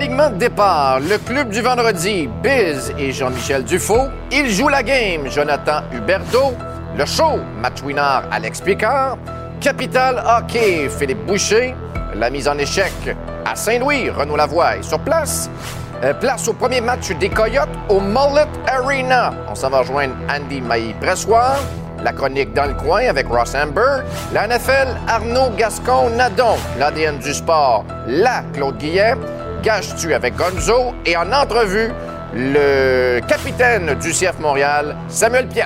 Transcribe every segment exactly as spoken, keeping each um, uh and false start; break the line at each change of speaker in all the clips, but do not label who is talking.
alignement de départ, le club du vendredi, Biz et Jean-Michel Dufault. Il joue la game, Jonathan Huberdeau. Le show, Matt Chouinard, Alex Picard. Capital Hockey, Philippe Boucher. La mise en échec à Saint-Louis, Renaud Lavoie est sur place. Euh, place au premier match des Coyotes au Mullet Arena. On s'en va rejoindre Andy Mailly-Pressoir. La chronique dans le coin avec Ross Amber. La N F L, Arnaud Gascon-Nadon. L'A D N du sport, la Claude Guillet. Gage-tu avec Gonzo. Et en entrevue, le capitaine du C F Montréal, Samuel Piette.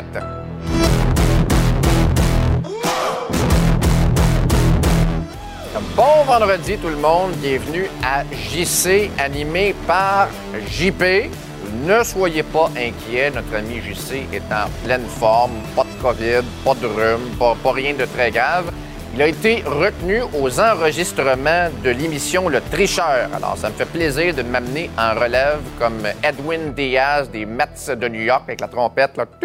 Bon vendredi tout le monde. Bienvenue à J C, animé par J P. Ne soyez pas inquiets, notre ami J C est en pleine forme, pas de COVID, pas de rhume, pas, pas rien de très grave. Il a été retenu aux enregistrements de l'émission Le Tricheur. Alors, ça me fait plaisir de m'amener en relève comme Edwin Diaz des Mets de New York avec la trompette. Là.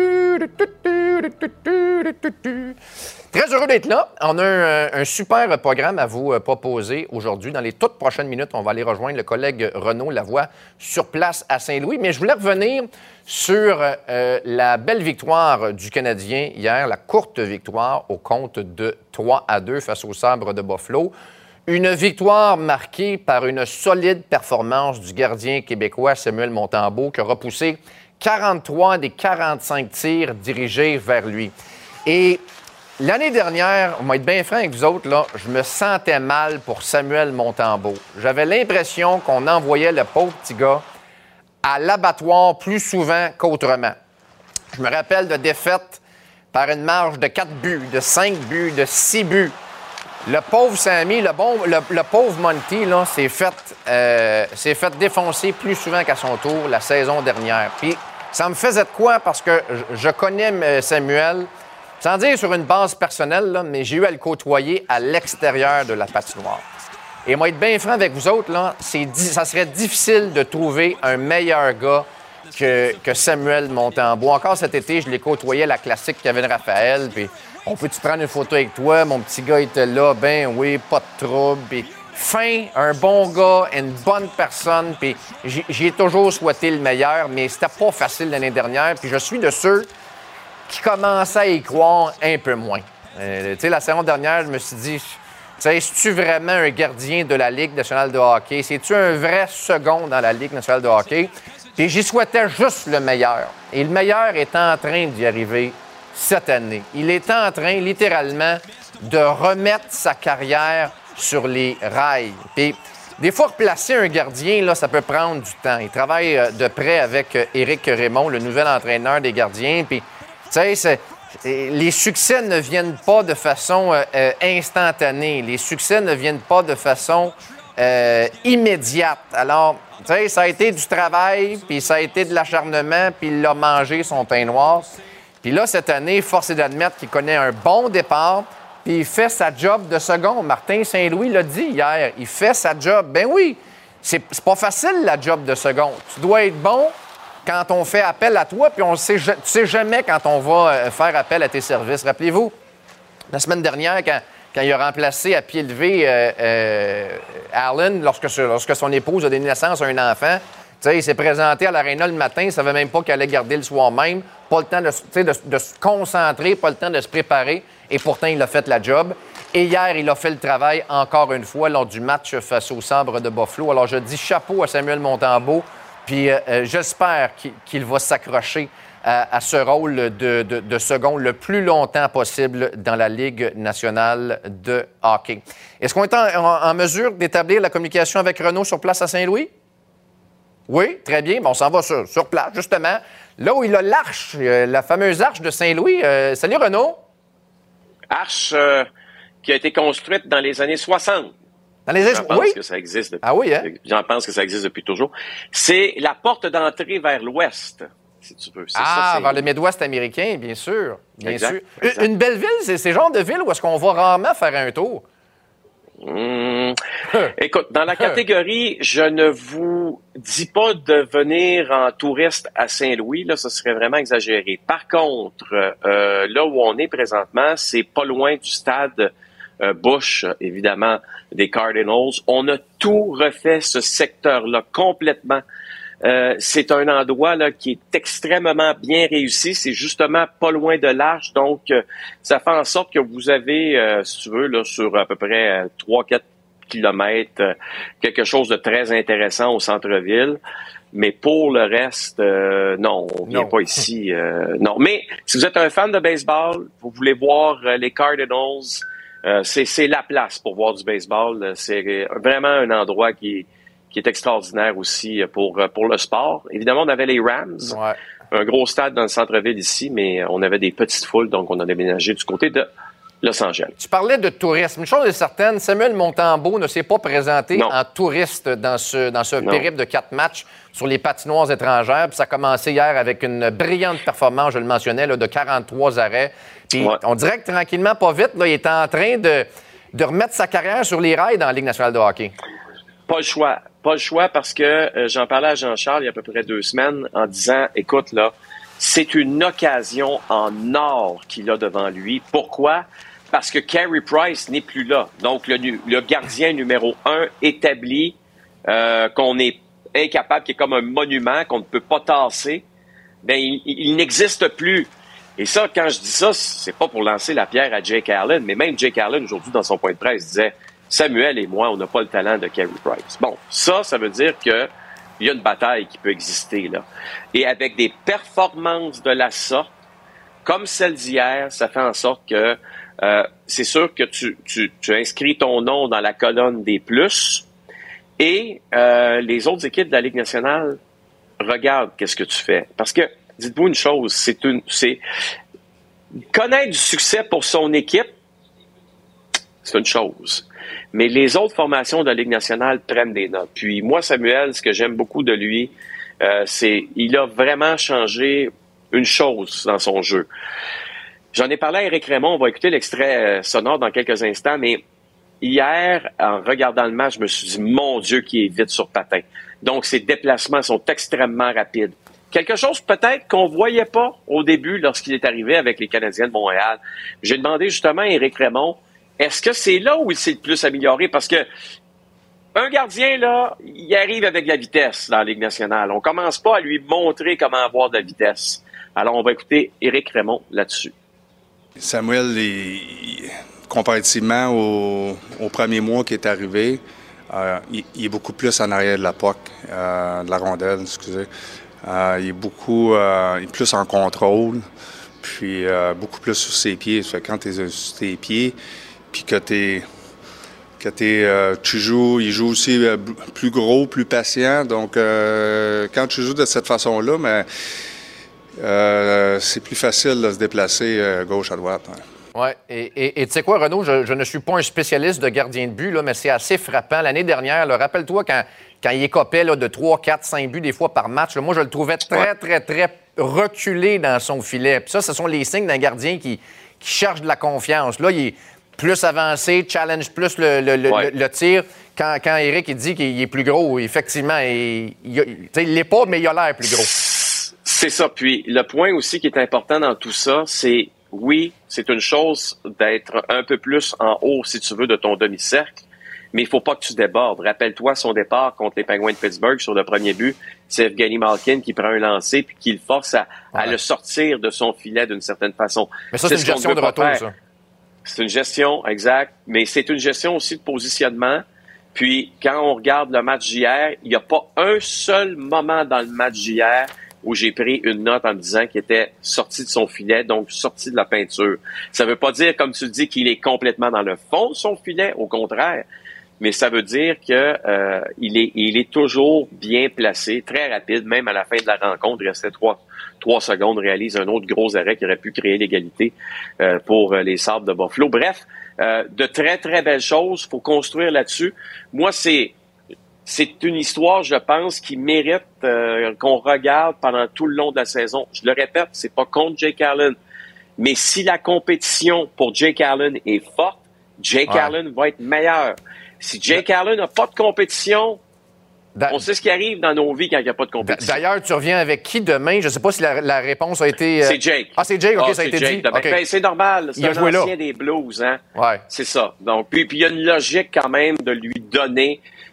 Très heureux d'être là. On a un, un super programme à vous proposer aujourd'hui. Dans les toutes prochaines minutes, on va aller rejoindre le collègue Renaud Lavoie sur place à Saint-Louis. Mais je voulais revenir sur euh, la belle victoire du Canadien hier, la courte victoire au compte de trois à deux face aux Sabres de Buffalo. Une victoire marquée par une solide performance du gardien québécois Samuel Montembeault qui a repoussé quarante-trois des quarante-cinq tirs dirigés vers lui. Et l'année dernière, on va être bien franc avec vous autres, là, je me sentais mal pour Samuel Montembeault. J'avais l'impression qu'on envoyait le pauvre petit gars à l'abattoir plus souvent qu'autrement. Je me rappelle de défaites par une marge de quatre buts, de cinq buts, de six buts. Le pauvre Sammy, le, bon, le, le pauvre Monty, là, s'est fait, euh, s'est fait défoncer plus souvent qu'à son tour la saison dernière. Puis ça me faisait de quoi parce que je, je connais Samuel, sans dire sur une base personnelle, là, mais j'ai eu à le côtoyer à l'extérieur de la patinoire. Et moi, être bien franc avec vous autres, là, c'est, ça serait difficile de trouver un meilleur gars que, que Samuel Montembeault. Encore cet été, je l'ai côtoyé à la classique Kevin Raphaël, puis on peut-tu prendre une photo avec toi? Mon petit gars était là, ben oui, pas de trouble. Puis fin, un bon gars, une bonne personne, puis j'ai, j'ai toujours souhaité le meilleur, mais c'était pas facile l'année dernière, puis je suis de ceux qui commençaient à y croire un peu moins. Euh, tu sais, la saison dernière, je me suis dit, tu sais, es-tu vraiment un gardien de la Ligue nationale de hockey? C'est-tu un vrai second dans la Ligue nationale de hockey? Puis j'y souhaitais juste le meilleur. Et le meilleur est en train d'y arriver cette année. Il est en train, littéralement, de remettre sa carrière sur les rails. Puis des fois, replacer un gardien, là, ça peut prendre du temps. Il travaille de près avec Éric Raymond, le nouvel entraîneur des gardiens. Puis, tu sais, c'est... les succès ne viennent pas de façon euh, instantanée. Les succès ne viennent pas de façon euh, immédiate. Alors, tu sais, ça a été du travail, puis ça a été de l'acharnement, puis il a mangé son pain noir. Puis là, cette année, force est d'admettre qu'il connaît un bon départ, puis il fait sa job de second. Martin Saint-Louis l'a dit hier, il fait sa job. Ben oui, c'est, c'est pas facile, la job de second. Tu dois être bon quand on fait appel à toi, puis on sait, tu sais jamais quand on va faire appel à tes services. Rappelez-vous, la semaine dernière, quand, quand il a remplacé à pied levé euh, euh, Allen, lorsque, lorsque son épouse a donné naissance à un enfant, tu sais, il s'est présenté à l'aréna le matin, il ne savait même pas qu'il allait garder le soir même, pas le temps de, de, de se concentrer, pas le temps de se préparer, et pourtant, il a fait la job. Et hier, il a fait le travail encore une fois lors du match face aux Sabres de Buffalo. Alors, je dis chapeau à Samuel Montembeault. Puis euh, j'espère qu'il, qu'il va s'accrocher à, à ce rôle de, de, de second le plus longtemps possible dans la Ligue nationale de hockey. Est-ce qu'on est en, en, en mesure d'établir la communication avec Renaud sur place à Saint-Louis? Oui, très bien. Bon, on s'en va sur, sur place, justement. Là où il a l'arche, euh, la fameuse arche de Saint-Louis. Euh, salut, Renaud.
Arche euh, qui a été construite dans les années soixante.
Dans les...
J'en pense
oui?
que ça existe depuis,
ah oui, hein?
J'en pense que ça existe depuis toujours. C'est la porte d'entrée vers l'ouest, si tu veux. C'est
ah,
ça,
vers le Midwest américain, bien sûr. Bien
exact,
sûr.
Exact.
Une belle ville, c'est ce genre de ville où est-ce qu'on va rarement faire un tour?
Mmh. Écoute, dans la catégorie, je ne vous dis pas de venir en touriste à Saint-Louis, là, ce serait vraiment exagéré. Par contre, euh, là où on est présentement, c'est pas loin du stade euh, Bush, évidemment, des Cardinals. On a tout refait ce secteur-là complètement. Euh, c'est un endroit là qui est extrêmement bien réussi. C'est justement pas loin de l'arche, donc euh, ça fait en sorte que vous avez, euh, si tu veux, là, sur à peu près trois quatre kilomètres, euh, quelque chose de très intéressant au centre-ville. Mais pour le reste, euh, non, on vient non. pas ici. Euh, non. Mais si vous êtes un fan de baseball, vous voulez voir euh, les Cardinals, euh, c'est, c'est la place pour voir du baseball. C'est vraiment un endroit qui est qui est extraordinaire aussi pour pour le sport. Évidemment, on avait les Rams, ouais. un gros stade dans le centre-ville ici, mais on avait des petites foules, donc on a déménagé du côté de Los Angeles.
Tu parlais de tourisme. Une chose est certaine, Samuel Montembeault ne s'est pas présenté non. en touriste dans ce dans ce non. périple de quatre matchs sur les patinoires étrangères. Puis ça a commencé hier avec une brillante performance, je le mentionnais, là, de quarante-trois arrêts. Puis ouais. on dirait que tranquillement, pas vite, là, il est en train de, de remettre sa carrière sur les rails dans la Ligue nationale de hockey.
Pas le choix. Pas le choix parce que euh, j'en parlais à Jean-Charles il y a à peu près deux semaines en disant, écoute, là, c'est une occasion en or qu'il a devant lui. Pourquoi? Parce que Carey Price n'est plus là. Donc, le, le gardien numéro un établi, euh, qu'on est incapable, qui est comme un monument, qu'on ne peut pas tasser, ben il, il n'existe plus. Et ça, quand je dis ça, c'est pas pour lancer la pierre à Jake Allen, mais même Jake Allen, aujourd'hui, dans son point de presse, disait Samuel et moi, on n'a pas le talent de Carey Price. Bon, ça, ça veut dire que il y a une bataille qui peut exister, là. Et avec des performances de la sorte, comme celle d'hier, ça fait en sorte que euh, c'est sûr que tu, tu, tu inscris ton nom dans la colonne des plus et euh, les autres équipes de la Ligue nationale regardent qu'est-ce que tu fais. Parce que, dites-vous une chose, c'est une, c'est connaître du succès pour son équipe, c'est une chose. Mais les autres formations de la Ligue nationale prennent des notes. Puis moi, Samuel, ce que j'aime beaucoup de lui, euh, c'est il a vraiment changé une chose dans son jeu. J'en ai parlé à Éric Raymond, on va écouter l'extrait sonore dans quelques instants, mais hier, en regardant le match, je me suis dit, mon Dieu, qui est vite sur patin. Donc, ses déplacements sont extrêmement rapides. Quelque chose peut-être qu'on voyait pas au début lorsqu'il est arrivé avec les Canadiens de Montréal. J'ai demandé justement à Éric Raymond, est-ce que c'est là où il s'est le plus amélioré? Parce que un gardien, là, il arrive avec de la vitesse dans la Ligue nationale. On commence pas à lui montrer comment avoir de la vitesse. Alors, on va écouter Éric Raymond là-dessus.
Samuel, il, comparativement au, au premier mois qui est arrivé, euh, il, il est beaucoup plus en arrière de la puck, euh, de la rondelle, excusez. Euh, il est beaucoup euh, il est plus en contrôle, puis euh, beaucoup plus sur ses pieds. Ça fait quand tu es sur tes pieds, puis que t'es, que t'es, euh, tu joues, il joue aussi euh, plus gros, plus patient. Donc, euh, quand tu joues de cette façon-là, mais, euh, c'est plus facile de se déplacer euh, gauche à droite. Hein.
Oui, et tu sais quoi, Renaud, je, je ne suis pas un spécialiste de gardien de but, là, mais c'est assez frappant. L'année dernière, là, rappelle-toi quand, quand il écopait là, de trois, quatre, cinq buts des fois par match, là, moi, je le trouvais très, très, très reculé dans son filet. Puis ça, ce sont les signes d'un gardien qui, qui cherche de la confiance. Là, il est plus avancé, challenge plus le, le, ouais. le, le tir. Quand, quand Éric il dit qu'il est plus gros, effectivement, il ne l'est pas, mais il a l'air plus gros.
C'est ça. Puis le point aussi qui est important dans tout ça, c'est oui, c'est une chose d'être un peu plus en haut, si tu veux, de ton demi-cercle, mais il faut pas que tu débordes. Rappelle-toi son départ contre les Penguins de Pittsburgh sur le premier but. C'est Evgeny Malkin qui prend un lancer puis qui le force à, ouais. à le sortir de son filet d'une certaine façon.
Mais ça, c'est, c'est une gestion de retour, ça.
C'est une gestion, exact, mais c'est une gestion aussi de positionnement. Puis, quand on regarde le match d'hier, il n'y a pas un seul moment dans le match d'hier où j'ai pris une note en me disant qu'il était sorti de son filet, donc sorti de la peinture. Ça veut pas dire, comme tu le dis, qu'il est complètement dans le fond de son filet, au contraire, mais ça veut dire que euh, il est il est toujours bien placé, très rapide, même à la fin de la rencontre, il restait trois, trois secondes, réalise un autre gros arrêt qui aurait pu créer l'égalité euh, pour les Sabres de Buffalo. Bref, euh, de très, très belles choses, faut construire là-dessus. Moi, c'est C'est une histoire, je pense, qui mérite euh, qu'on regarde pendant tout le long de la saison. Je le répète, c'est pas contre Jake Allen. Mais si la compétition pour Jake Allen est forte, Jake ouais. Allen va être meilleur. Si Jake D- Allen n'a pas de compétition, da- on sait ce qui arrive dans nos vies quand il n'y a pas de compétition.
D'ailleurs, tu reviens avec qui demain? Je ne sais pas si la, la réponse a été...
Euh... C'est Jake.
Ah, c'est Jake, OK,
ah,
ça a été
Jake.
dit. Okay.
Ben, c'est normal, c'est il un ancien là. Des Blues. Hein?
Ouais.
C'est ça. Donc, puis, puis il y a une logique quand même de lui donner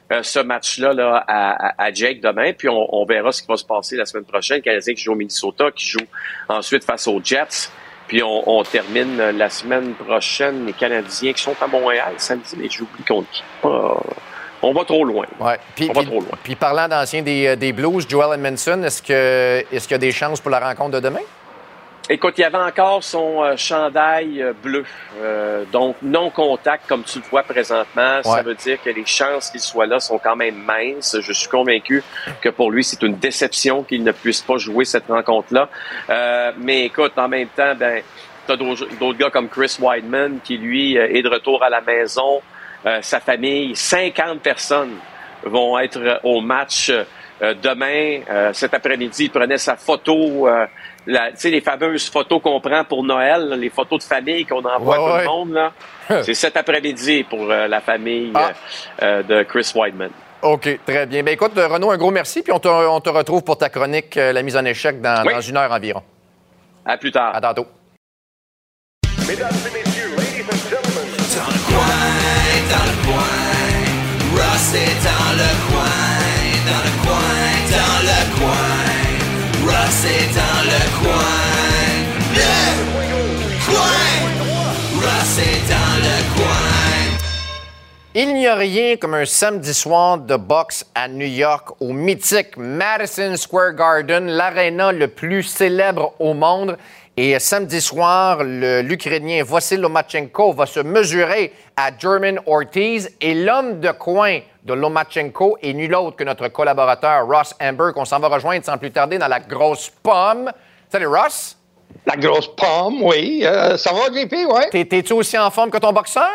euh, ce match-là là, à, à, à Jake demain, puis on, on verra ce qui va se passer la semaine prochaine. Canadien qui joue au Minnesota, qui joue ensuite face aux Jets. Puis on, on termine la semaine prochaine les Canadiens qui sont à Montréal samedi, mais j'oublie contre qui. Pas... On va trop loin.
Ouais. Puis,
on va
puis,
trop loin.
Puis parlant d'anciens des, des Blues, Joel Edmondson, est-ce que est-ce qu'il y a des chances pour la rencontre de demain?
Écoute, il y avait encore son euh, chandail euh, bleu, euh, donc non contact comme tu le vois présentement. Ouais. Ça veut dire que les chances qu'il soit là sont quand même minces. Je suis convaincu que pour lui, c'est une déception qu'il ne puisse pas jouer cette rencontre-là. Euh, mais écoute, en même temps, ben, t'as d'autres, d'autres gars comme Chris Wideman qui, lui, est de retour à la maison. Euh, sa famille, cinquante personnes vont être au match euh, demain. Euh, cet après-midi, il prenait sa photo... Euh, tu sais, les fameuses photos qu'on prend pour Noël, là, les photos de famille qu'on envoie ouais, à tout ouais. le monde, là, c'est cet après-midi pour euh, la famille ah. euh, de Chris Wideman.
OK, très bien. Ben écoute, Renaud, un gros merci, puis on te, on te retrouve pour ta chronique euh, La mise en échec dans, oui. dans une heure environ.
À plus tard.
À tantôt.
Mesdames et messieurs, ladies and gentlemen. Dans le coin, dans le coin, Ross est dans le coin, dans le coin, dans le coin. Ross est dans le coin, le coin, Ross est dans le coin.
Il n'y a rien comme un samedi soir de boxe à New York, au mythique Madison Square Garden, l'aréna le plus célèbre au monde. Et samedi soir, le, l'Ukrainien Vassil Lomachenko va se mesurer à German Ortiz. Et l'homme de coin de Lomachenko est nul autre que notre collaborateur Ross Amber, qu'on s'en va rejoindre sans plus tarder dans la grosse pomme. Salut Ross!
La grosse pomme, oui. Euh, ça va, J P, oui?
T'es, t'es-tu aussi en forme que ton boxeur?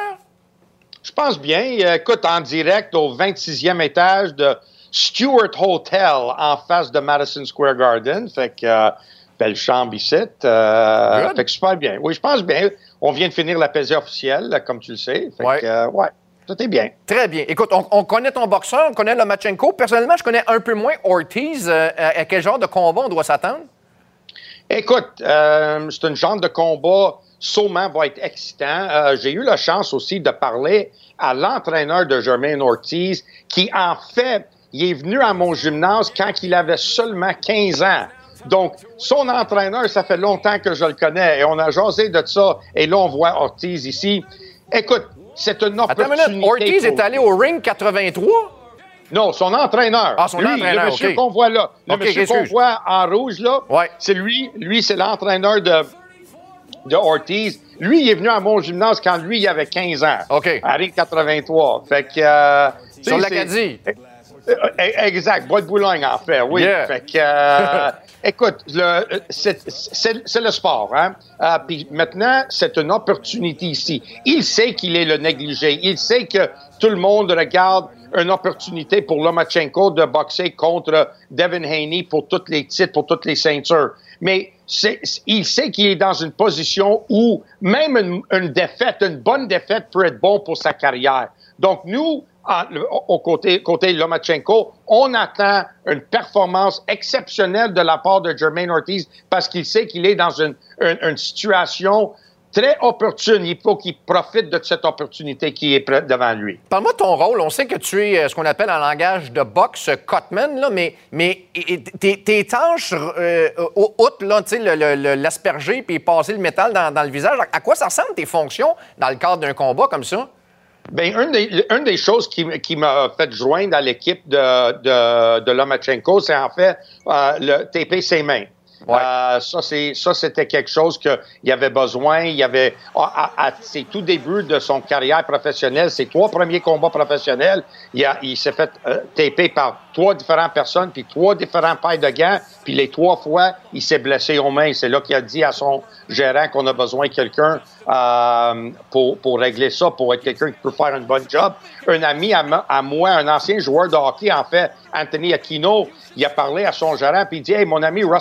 Je pense bien. Écoute, en direct au vingt-sixième étage de Stewart Hotel en face de Madison Square Garden. Fait que... Euh, belle chambre ici. Euh, fait que super bien. Oui, je pense bien. On vient de finir la pesée officielle, comme tu le sais. Fait ouais. que, euh, ouais, tout est bien.
Très bien. Écoute, on, on connaît ton boxeur, on connaît Lomachenko. Personnellement, je connais un peu moins Ortiz. Euh, à quel genre de combat on doit s'attendre?
Écoute, euh, c'est un genre de combat sûrement va être excitant. Euh, j'ai eu la chance aussi de parler à l'entraîneur de Germain Ortiz, qui, en fait, il est venu à mon gymnase quand il avait seulement quinze ans. Donc, son entraîneur, ça fait longtemps que je le connais et on a jasé de ça. Et là, on voit Ortiz ici. Écoute, c'est une opportunité.
Attends une minute, Ortiz pour... est allé au ring quatre-vingt-trois?
Non, son entraîneur.
Ah, son
lui,
entraîneur,
le monsieur
okay.
qu'on voit là. Le
okay,
monsieur qu'on voit en rouge là,
ouais.
c'est lui. Lui, c'est l'entraîneur de, de Ortiz. Lui, il est venu à mon gymnase quand lui, il avait quinze ans.
OK.
À ring quatre-vingt-trois. Fait que... Euh,
Sur l'Acadie.
Exact, Bois de Boulogne, en fait, oui.
Yeah.
Fait que, euh, écoute, le, c'est, c'est, c'est le sport, hein. Euh, puis maintenant, c'est une opportunité ici. Il sait qu'il est le négligé. Il sait que tout le monde regarde une opportunité pour Lomachenko de boxer contre Devin Haney pour tous les titres, pour toutes les ceintures. Mais c'est, il sait qu'il est dans une position où même une, une défaite, une bonne défaite peut être bon pour sa carrière. Donc, nous, En, au côté, côté Lomachenko, on attend une performance exceptionnelle de la part de Germain Ortiz parce qu'il sait qu'il est dans une, une, une situation très opportune. Il faut qu'il profite de cette opportunité qui est devant lui.
Parle-moi de ton rôle. On sait que tu es ce qu'on appelle en langage de boxe cutman, là, mais, mais tes, tes tâches, euh, outre là, le, le, l'asperger puis passer le métal dans, dans le visage, à quoi ça ressemble tes fonctions dans le cadre d'un combat comme ça?
Bien, une des, une des choses qui, qui m'a fait joindre à l'équipe de, de, de Lomachenko, c'est en fait euh, le taper ses mains. Ouais. Euh, ça, c'est, ça, c'était quelque chose qu'il y avait besoin. Il y avait, à, à, à ses tout débuts de son carrière professionnelle, ses trois premiers combats professionnels, il, a, il s'est fait euh, taper par trois différentes personnes, puis trois différents paires de gants, puis les trois fois, il s'est blessé aux mains. C'est là qu'il a dit à son gérant qu'on a besoin de quelqu'un euh, pour, pour régler ça, pour être quelqu'un qui peut faire un bon job. Un ami à, à moi, un ancien joueur de hockey, en fait, Anthony Aquino, il a parlé à son gérant, puis il dit « Hey, mon ami Ross Amber,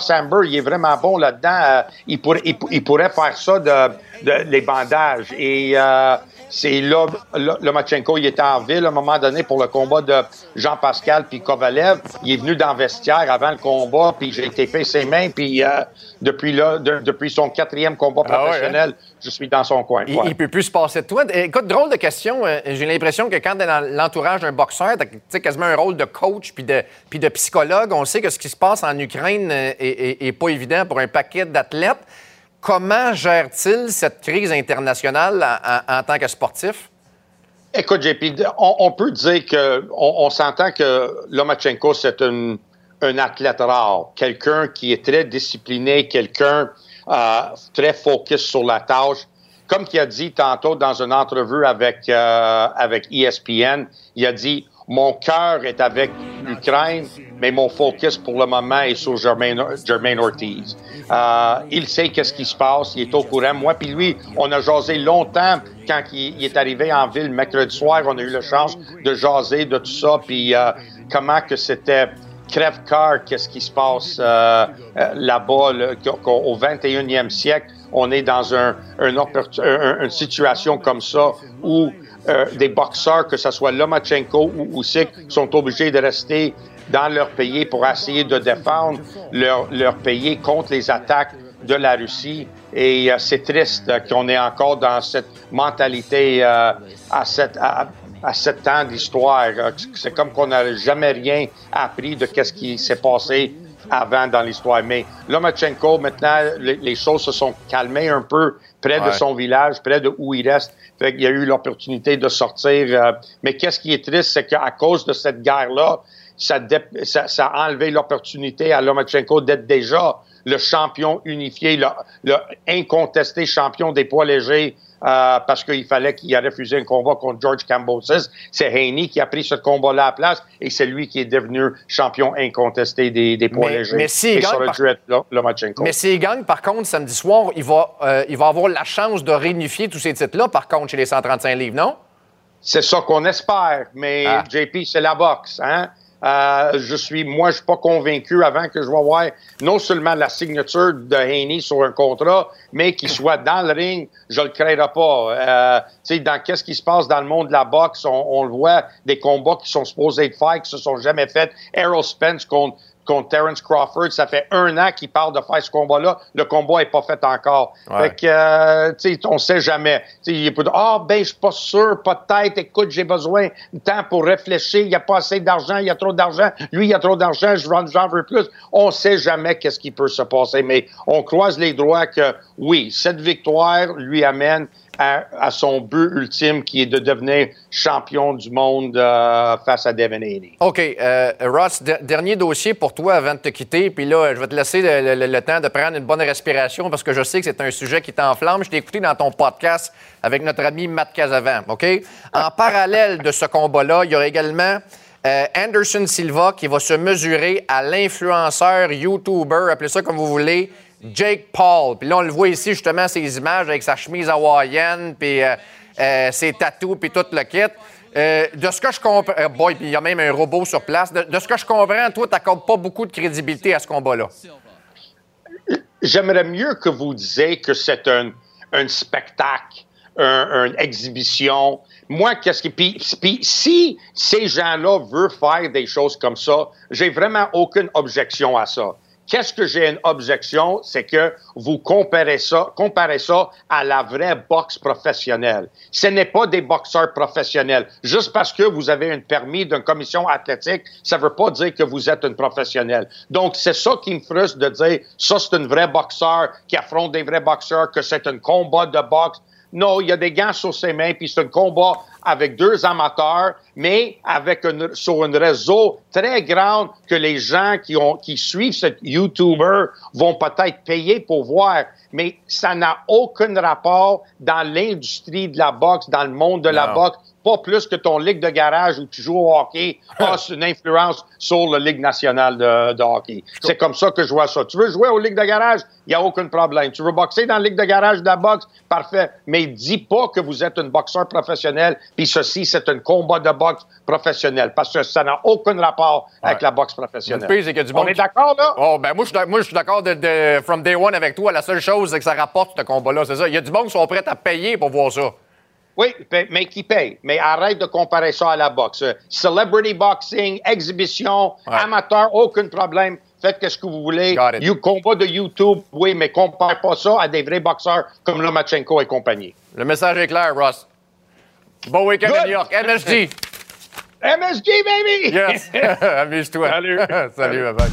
il est vraiment bon là-dedans. Euh, il, pourrait, il, il pourrait faire ça de, de les bandages. Et euh, c'est là, là, Lomachenko, il était en ville à un moment donné pour le combat de Jean-Pascal puis Kovalev. Il est venu dans le vestiaire avant le combat, puis j'ai tapé ses mains, puis euh, depuis là, de, depuis son quatrième combat professionnel, ah ouais, hein? Je suis dans son coin.
Il, ouais. il peut plus se passer de toi. Écoute, drôle de question. J'ai l'impression que quand tu es dans l'entourage d'un boxeur, tu as quasiment un rôle de coach puis de, puis de psychologue. On sait que ce qui se passe en Ukraine est, est, est pas évident pour un paquet d'athlètes. Comment gère-t-il cette crise internationale en, en, en tant que sportif?
Écoute, J P, on, on peut dire que on, on s'entend que Lomachenko, c'est un, un athlète rare, quelqu'un qui est très discipliné, quelqu'un euh, très focus sur la tâche. Comme il a dit tantôt dans une entrevue avec euh, avec E S P N, il a dit « Mon cœur est avec l'Ukraine, mais mon focus pour le moment est sur Jermaine, Jermaine Ortiz. Euh, il sait qu'est-ce qui se passe, il est au courant. Moi puis lui, on a jasé longtemps quand il, il est arrivé en ville mercredi soir. On a eu la chance de jaser de tout ça, puis euh, comment que c'était crève-cœur, qu'est-ce qui se passe euh, euh, là-bas, là, au vingt et unième siècle. On est dans un, un, un, une situation comme ça où euh, des boxeurs, que ce soit Lomachenko ou Usyk, sont obligés de rester dans leur pays pour essayer de défendre leur, leur pays contre les attaques de la Russie. Et euh, c'est triste euh, qu'on est encore dans cette mentalité euh, à cette... À, à sept ans d'histoire. C'est comme qu'on n'a jamais rien appris de ce qui s'est passé avant dans l'histoire. Mais Lomachenko, maintenant, les, les choses se sont calmées un peu près ouais. de son village, près de où il reste. Fait qu'il y a eu l'opportunité de sortir. Euh, mais qu'est-ce qui est triste, c'est qu'à cause de cette guerre-là, ça, dé- ça, ça a enlevé l'opportunité à Lomachenko d'être déjà le champion unifié, le, le incontesté champion des poids légers. Euh, parce qu'il fallait qu'il a refusé un combat contre George Kambosos. C'est Haney qui a pris ce combat-là à la place et c'est lui qui est devenu champion incontesté des, des poids mais, légers.
Mais s'il gagne, par...
Lomachenko.
Mais s'il gagne, par contre, samedi soir, il va, euh, il va avoir la chance de réunifier tous ces titres-là, par contre, chez les cent trente-cinq livres, non?
C'est ça qu'on espère, mais ah. J P, c'est la boxe, hein? Euh, je suis, moi, je suis pas convaincu avant que je vais voir non seulement la signature de Haney sur un contrat, mais qu'il soit dans le ring, je le créerai pas. Euh, tu sais, dans qu'est-ce qui se passe dans le monde de la boxe, on, on le voit, des combats qui sont supposés être faits, qui se sont jamais faits. Errol Spence contre contre Terence Crawford, ça fait un an qu'il parle de faire ce combat-là. Le combat est pas fait encore. Ouais. Fait que, euh, tu sais, on sait jamais. Tu sais, il peut dire, ah, ben, je suis pas sûr, peut-être, écoute, j'ai besoin de temps pour réfléchir, il y a pas assez d'argent, il y a trop d'argent, lui, il y a trop d'argent, j'en veux plus. On sait jamais qu'est-ce qui peut se passer, mais on croise les doigts que, oui, cette victoire lui amène À, à son but ultime qui est de devenir champion du monde euh, face à Devin Haney.
OK. Euh, Ross, de- dernier dossier pour toi avant de te quitter. Puis là, je vais te laisser le, le, le temps de prendre une bonne respiration parce que je sais que c'est un sujet qui t'enflamme. Je t'ai écouté dans ton podcast avec notre ami Matt Casavan. OK? En parallèle de ce combat-là, il y aura également euh, Anderson Silva qui va se mesurer à l'influenceur, YouTuber, appelez ça comme vous voulez, Jake Paul. Puis là, on le voit ici, justement, ces images avec sa chemise hawaïenne, puis euh, euh, ses tatous, puis tout le kit. Euh, de ce que je comprends... Euh, boy, puis il y a même un robot sur place. De, de ce que je comprends, toi, tu n'accordes pas beaucoup de crédibilité à ce combat-là.
J'aimerais mieux que vous disiez que c'est un, un spectacle, un, une exhibition. Moi, qu'est-ce qui... Puis, puis si ces gens-là veulent faire des choses comme ça, j'ai vraiment aucune objection à ça. Qu'est-ce que j'ai une objection, c'est que vous comparez ça, comparez ça à la vraie boxe professionnelle. Ce n'est pas des boxeurs professionnels. Juste parce que vous avez un permis d'une commission athlétique, ça ne veut pas dire que vous êtes un professionnel. Donc, c'est ça qui me frustre de dire, ça, c'est un vrai boxeur qui affronte des vrais boxeurs, que c'est un combat de boxe. Non, il y a des gants sur ses mains, puis c'est un combat avec deux amateurs, mais avec un, sur un réseau très grand que les gens qui ont qui suivent ce YouTuber vont peut-être payer pour voir. Mais ça n'a aucun rapport dans l'industrie de la boxe, dans le monde de la non. boxe. Pas plus que ton ligue de garage où tu joues au hockey a une influence sur la Ligue nationale de, de hockey. C'est comme ça que je vois ça. Tu veux jouer aux ligues de garage? Il n'y a aucun problème. Tu veux boxer dans la ligue de garage de la boxe? Parfait. Mais dis pas que vous êtes un boxeur professionnel puis ceci, c'est un combat de boxe professionnel, parce que ça n'a aucun rapport ouais. avec la boxe professionnelle.
Le pire, c'est que du bon
On est d'accord, là?
Oh, ben moi, je suis, moi, je suis d'accord de, de from day one avec toi. La seule chose, c'est que ça rapporte ce combat-là, c'est ça. Il y a du monde qui sont prêts à payer pour voir ça.
Oui, mais qui paye. Mais arrête de comparer ça à la boxe. Celebrity boxing, exhibition, ouais. amateur, aucun problème. Faites ce que vous voulez. You, combat de YouTube, oui, mais compare pas ça à des vrais boxeurs comme Lomachenko et compagnie.
Le message est clair, Ross. Bon week-end à New York. M S G.
M S G, baby!
Yes. Amuse-toi.
Salut.
Salut, bye-bye.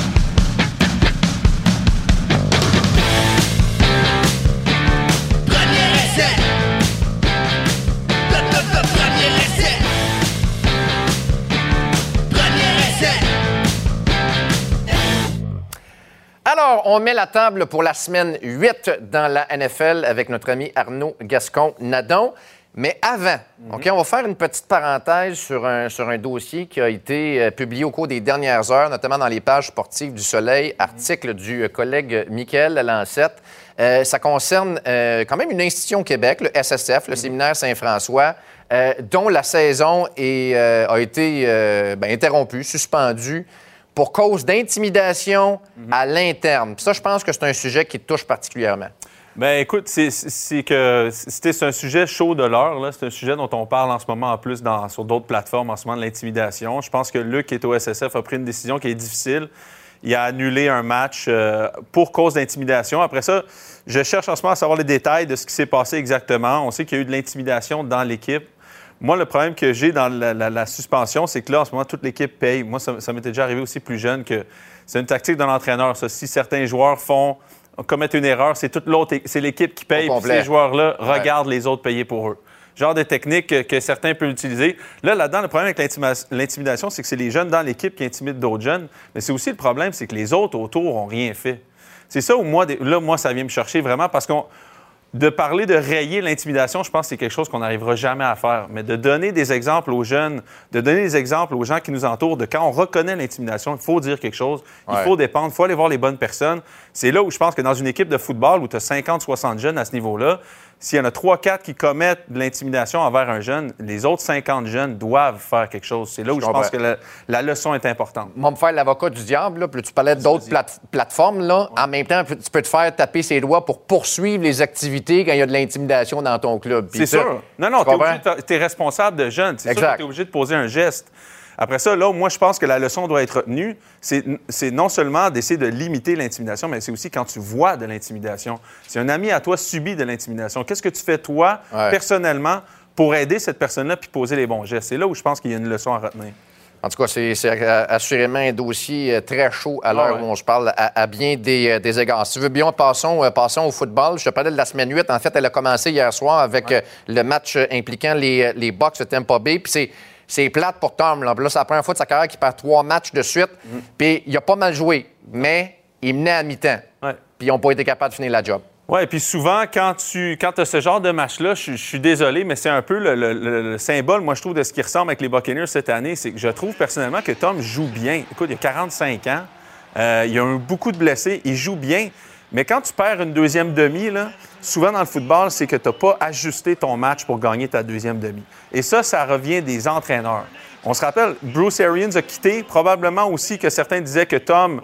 Alors, on met la table pour la semaine huit dans la N F L avec notre ami Arnaud Gascon-Nadon. Mais avant, mm-hmm. OK, on va faire une petite parenthèse sur un, sur un dossier qui a été euh, publié au cours des dernières heures, notamment dans les pages sportives du Soleil, mm-hmm. article du euh, collègue Michael Lancette. Euh, ça concerne euh, quand même une institution au Québec, le S S F, le mm-hmm. Séminaire Saint-François, euh, dont la saison est, euh, a été euh, ben, interrompue, suspendue, pour cause d'intimidation mm-hmm. à l'interne. Puis ça, je pense que c'est un sujet qui te touche particulièrement.
Bien, écoute, c'est, c'est que c'est un sujet chaud de l'heure. Là. C'est un sujet dont on parle en ce moment en plus dans, sur d'autres plateformes, en ce moment de l'intimidation. Je pense que Luc, qui est au S S F, a pris une décision qui est difficile. Il a annulé un match euh, pour cause d'intimidation. Après ça, je cherche en ce moment à savoir les détails de ce qui s'est passé exactement. On sait qu'il y a eu de l'intimidation dans l'équipe. Moi, le problème que j'ai dans la, la, la suspension, c'est que là, en ce moment, toute l'équipe paye. Moi, ça, ça m'était déjà arrivé aussi plus jeune que c'est une tactique de l'entraîneur. Ça. Si certains joueurs font, commettent une erreur, c'est toute l'autre, c'est l'équipe qui paye. Puis ces joueurs-là ouais. regardent les autres payer pour eux. Genre de technique que, que certains peuvent utiliser. Là, là-dedans, le problème avec l'intima- l'intimidation, c'est que c'est les jeunes dans l'équipe qui intimident d'autres jeunes. Mais c'est aussi le problème, c'est que les autres autour n'ont rien fait. C'est ça où moi, là, moi, ça vient me chercher vraiment parce qu'on de parler de rayer l'intimidation, je pense que c'est quelque chose qu'on n'arrivera jamais à faire. Mais de donner des exemples aux jeunes, de donner des exemples aux gens qui nous entourent, de quand on reconnaît l'intimidation, il faut dire quelque chose, il ouais. faut dépendre, il faut aller voir les bonnes personnes. C'est là où je pense que dans une équipe de football où tu as cinquante soixante jeunes à ce niveau-là, s'il y en a trois quatre qui commettent de l'intimidation envers un jeune, les autres cinquante jeunes doivent faire quelque chose. C'est là où je, je pense que la, la leçon est importante.
Moi, me faire l'avocat du diable, là, puis tu parlais d'autres plate- plateformes. Là. Ouais. En même temps, tu peux te faire taper ses doigts pour poursuivre les activités quand il y a de l'intimidation dans ton club.
Puis c'est ça, sûr. Non, non, tu es responsable de jeunes. C'est sûr que tu es obligé de poser un geste. Après ça, là, moi, je pense que la leçon doit être retenue. C'est, c'est non seulement d'essayer de limiter l'intimidation, mais c'est aussi quand tu vois de l'intimidation. Si un ami à toi subit de l'intimidation, qu'est-ce que tu fais, toi, ouais. personnellement, pour aider cette personne-là puis poser les bons gestes? C'est là où je pense qu'il y a une leçon à retenir.
En tout cas, c'est, c'est assurément un dossier très chaud à l'heure ah ouais. où on se parle à, à bien des, des égards. Si tu veux bien, passons, passons au football. Je te parlais de la semaine huit. En fait, elle a commencé hier soir avec ouais. le match impliquant les, les Bucks de Tampa Bay. Puis c'est... C'est plate pour Tom. Là, là c'est la première fois de sa carrière qu'il perd trois matchs de suite. Mm. Puis il a pas mal joué, mais il menait à mi-temps. Ouais. Puis ils n'ont pas été capables de finir la job.
Oui, et puis souvent, quand tu quand as ce genre de match-là, je, je suis désolé, mais c'est un peu le, le, le symbole, moi, je trouve, de ce qui ressemble avec les Buccaneers cette année. C'est que je trouve personnellement que Tom joue bien. Écoute, il a quarante-cinq ans. Euh, il y a eu beaucoup de blessés. Il joue bien. Mais quand tu perds une deuxième demi, là, souvent dans le football, c'est que tu n'as pas ajusté ton match pour gagner ta deuxième demi. Et ça, ça revient des entraîneurs. On se rappelle, Bruce Arians a quitté, probablement aussi que certains disaient que Tom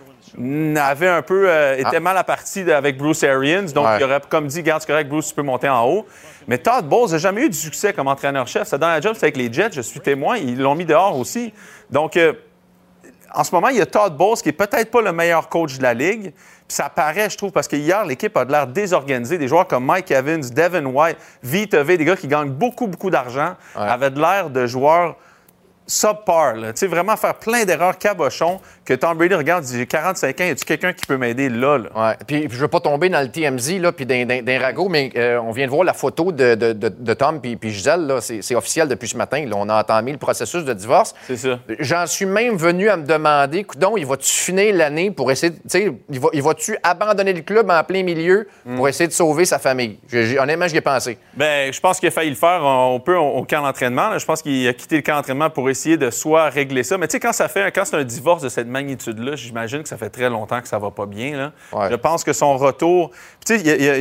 avait un peu euh, était ah. mal à partie avec Bruce Arians. Donc, ouais. il aurait comme dit, garde, c'est correct, Bruce, tu peux monter en haut. Mais Todd Bowles n'a jamais eu de succès comme entraîneur-chef. Sa dernière job, c'était avec les Jets. Je suis témoin. Ils l'ont mis dehors aussi. Donc, euh, en ce moment, il y a Todd Bowles qui est peut-être pas le meilleur coach de la Ligue. Puis ça paraît, je trouve, parce que hier, l'équipe a de l'air désorganisée. Des joueurs comme Mike Evans, Devin White, Vita V, des gars qui gagnent beaucoup, beaucoup d'argent, ouais. avaient de l'air de joueurs subpar. Tu sais, vraiment faire plein d'erreurs cabochons que Tom Brady regarde, dit, j'ai quarante-cinq ans, y a-tu quelqu'un qui peut m'aider là? là?
Ouais. Puis, puis je veux pas tomber dans le T M Z, là, puis d'un, d'un, d'un ragot, mais euh, on vient de voir la photo de, de, de, de Tom puis, puis Gisèle, là. C'est, c'est officiel depuis ce matin. Là. On a entamé le processus de divorce.
C'est ça.
J'en suis même venu à me demander, coudonc, il va-tu finir l'année pour essayer, tu sais, il, va, il va-tu abandonner le club en plein milieu mm. pour essayer de sauver sa famille? J'ai, j'ai, honnêtement, j'y ai pensé.
Bien, je pense qu'il a failli le faire. On peut au camp d'entraînement. Là. Je pense qu'il a quitté le camp d'entraînement pour essayer de soit régler ça. Mais tu sais, quand ça fait, quand c'est un divorce de cette magnitude-là, j'imagine que ça fait très longtemps que ça va pas bien. Là.
Ouais.
Je pense que son retour... Tu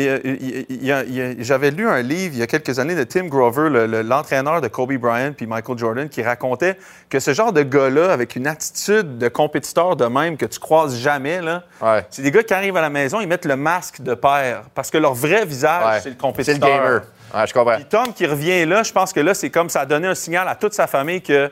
sais, j'avais lu un livre il y a quelques années de Tim Grover, le, le, l'entraîneur de Kobe Bryant puis Michael Jordan, qui racontait que ce genre de gars-là, avec une attitude de compétiteur de même que tu croises jamais, là,
ouais.
c'est des gars qui arrivent à la maison, ils mettent le masque de père parce que leur vrai visage,
ouais.
c'est le compétiteur.
C'est le gamer. Ouais, je comprends.
Puis Tom qui revient là, je pense que là, c'est comme ça a donné un signal à toute sa famille que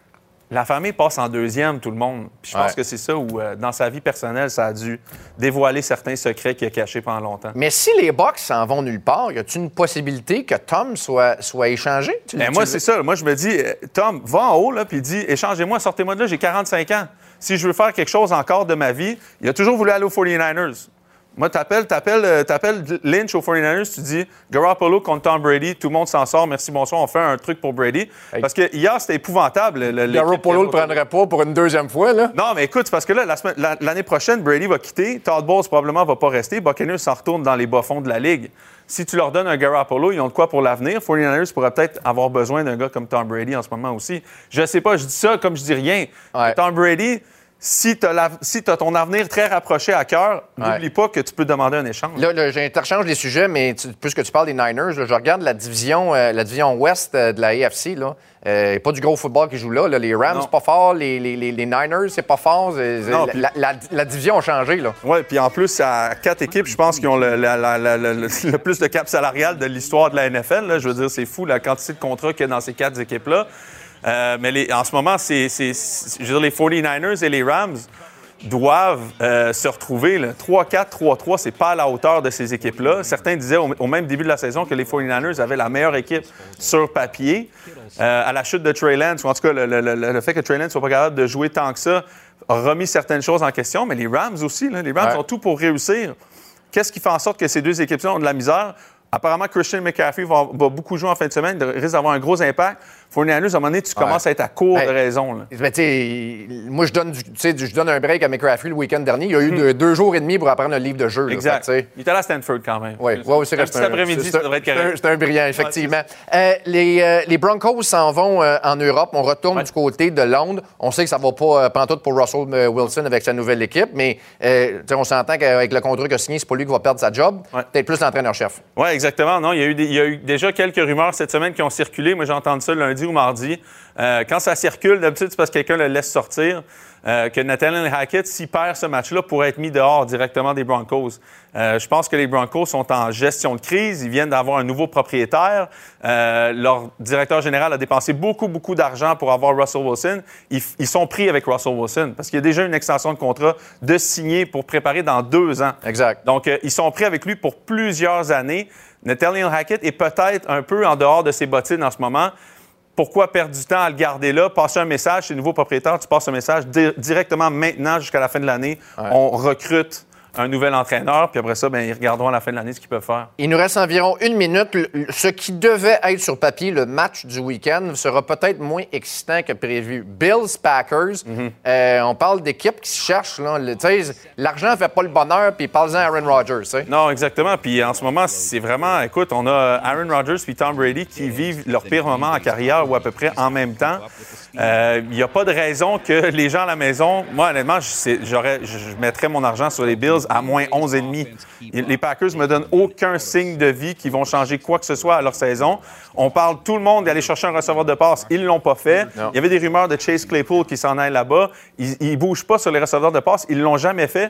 la famille passe en deuxième, tout le monde. Puis je pense
ouais.
que c'est ça où, euh, dans sa vie personnelle, ça a dû dévoiler certains secrets qu'il a cachés pendant longtemps.
Mais si les Bucks s'en vont nulle part, y a-t-il une possibilité que Tom soit, soit échangé? Tu,
ben
tu
moi,
le...
c'est ça. Moi, je me dis, Tom, va en haut, là, puis dis, échangez-moi, sortez-moi de là, j'ai quarante-cinq ans. Si je veux faire quelque chose encore de ma vie, il a toujours voulu aller aux forty-niners. Moi, t'appelles, t'appelles, t'appelles Lynch aux forty-niners, tu dis Garoppolo contre Tom Brady, tout le monde s'en sort, merci, bonsoir, on fait un truc pour Brady. Parce que hier, c'était épouvantable. Le,
Garoppolo le prendrait pas pour une deuxième fois, là?
Non, mais écoute, c'est parce que là, la semaine, la, l'année prochaine, Brady va quitter, Todd Bowles probablement va pas rester, Buccaneers s'en retourne dans les bas-fonds de la Ligue. Si tu leur donnes un Garoppolo, ils ont de quoi pour l'avenir. forty-niners pourraient peut-être avoir besoin d'un gars comme Tom Brady en ce moment aussi. Je sais pas, je dis ça comme je dis rien.
Ouais.
Tom Brady... Si tu as si ton avenir très rapproché à cœur, ouais. n'oublie pas que tu peux demander un échange.
Là, là j'interchange les sujets, mais tu, puisque tu parles des Niners, là, je regarde la division, euh, la division ouest euh, de la A F C. Là. Euh, pas du gros football qui joue là. là. Les Rams, c'est pas fort. Les, les, les, les Niners, c'est pas fort. C'est, non, la, pis... la, la, la division a changé. Là.
Oui, puis en plus, à quatre équipes, je pense, qui ont le, la, la, la, le, le plus de cap salarial de l'histoire de la N F L. Là. Je veux dire, c'est fou la quantité de contrats qu'il y a dans ces quatre équipes-là. Euh, mais les, en ce moment, c'est, c'est, c'est, je veux dire, les forty-niners et les Rams doivent euh, se retrouver. Là. trois quatre, trois trois, c'est pas à la hauteur de ces équipes-là. Certains disaient au, au même début de la saison que les forty-niners avaient la meilleure équipe sur papier. Euh, à la chute de Trey Lance, ou en tout cas le, le, le, le fait que Trey Lance soit pas capable de jouer tant que ça, a remis certaines choses en question. Mais les Rams aussi, là, les Rams ouais. ont tout pour réussir. Qu'est-ce qui fait en sorte que ces deux équipes-là ont de la misère? Apparemment, Christian McCaffrey va, va beaucoup jouer en fin de semaine. Il risque d'avoir un gros impact. forty-niners, à un moment donné, tu commences ouais. à être à court hey, de raison. Là.
Ben, moi, je donne, du, je donne un break à McCaffrey le week-end dernier. Il y a eu mm. deux, deux jours et demi pour apprendre un livre de jeu. Là,
exact.
Fait,
il était à Stanford quand même.
Oui, ouais, ouais, c'est
un petit après-midi, ça devrait être correct.
C'est un, un brillant, effectivement. Ouais, euh, les, euh, les Broncos s'en vont euh, en Europe. On retourne ouais. du côté de Londres. On sait que ça ne va pas euh, pantoute pour Russell Wilson avec sa nouvelle équipe, mais euh, on s'entend qu'avec le contrat qu'il a signé, c'est pas lui qui va perdre sa job. Ouais. Peut-être plus l'entraîneur-chef.
Oui, exactement. Non, il y a eu des Il y a eu déjà quelques rumeurs cette semaine qui ont circulé. Moi, j'ai entendu ça lundi ou mardi. Euh, quand ça circule, d'habitude, c'est parce que quelqu'un le laisse sortir. Euh, que Nathaniel Hackett, s'il perd ce match-là, pourrait être mis dehors directement des Broncos. Euh, je pense que les Broncos sont en gestion de crise. Ils viennent d'avoir un nouveau propriétaire. Euh, leur directeur général a dépensé beaucoup, beaucoup d'argent pour avoir Russell Wilson. Ils, ils sont pris avec Russell Wilson parce qu'il y a déjà une extension de contrat de signer pour préparer dans deux ans.
Exact.
Donc, euh, ils sont pris avec lui pour plusieurs années. Nathaniel Hackett est peut-être un peu en dehors de ses bottines en ce moment. Pourquoi perdre du temps à le garder là? Passer un message, c'est le nouveau propriétaire, tu passes un message di- directement maintenant jusqu'à la fin de l'année. Ouais. On recrute un nouvel entraîneur, puis après ça, bien, ils regarderont à la fin de l'année ce qu'ils peuvent faire.
Il nous reste environ une minute. Ce qui devait être sur papier le match du week-end sera peut-être moins excitant que prévu. Bills-Packers, mm-hmm. euh, on parle d'équipes qui se cherchent. Là. Le, l'argent ne fait pas le bonheur, puis parle-en à Aaron Rodgers. T'sais.
Non, exactement. Puis en ce moment, c'est vraiment... Écoute, on a Aaron Rodgers puis Tom Brady qui vivent leur pire moment en carrière ou à peu près en même temps. Il euh, n'y a pas de raison que les gens à la maison... Moi, honnêtement, je, j'aurais, je mettrais mon argent sur les Bills à moins onze virgule cinq. Les Packers ne me donnent aucun signe de vie qui vont changer quoi que ce soit à leur saison. On parle tout le monde d'aller chercher un receveur de passe. Ils ne l'ont pas fait. Non. Il y avait des rumeurs de Chase Claypool qui s'en aille là-bas. Ils ne bougent pas sur les receveurs de passe. Ils ne l'ont jamais fait.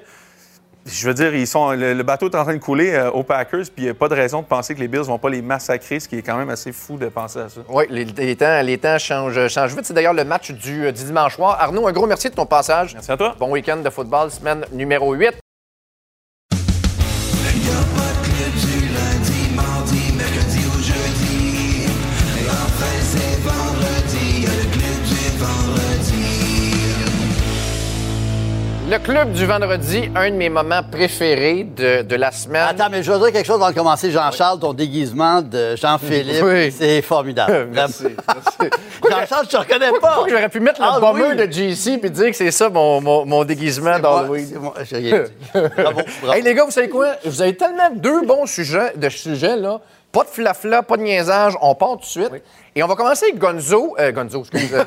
Je veux dire, ils sont, le, le bateau est en train de couler euh, aux Packers, puis il n'y a pas de raison de penser que les Bills ne vont pas les massacrer, ce qui est quand même assez fou de penser à ça.
Oui, les, les temps, les temps changent, changent vite. C'est d'ailleurs le match du, du dimanche soir. Arnaud, un gros merci de ton passage.
Merci à toi.
Bon week-end de football, semaine numéro huit. Le club du vendredi, un de mes moments préférés de, de la semaine.
Attends, mais je veux dire quelque chose dans le commencer. Jean-Charles, ton déguisement de Jean-Philippe, oui. c'est formidable.
Merci, merci.
Jean-Charles, je te reconnais pas.
Pourquoi j'aurais pu mettre le ah, bomber oui. de J C et dire que c'est ça mon, mon, mon déguisement d'Halloween? C'est moi, j'ai rien dit. Bravo, bravo. Hey les gars, vous savez quoi? Vous avez tellement deux bons sujets, de sujets, là, Pas de flafla, pas de niaisage. On part tout de suite. Oui. Et on va commencer avec Gonzo. Euh, Gonzo, excusez.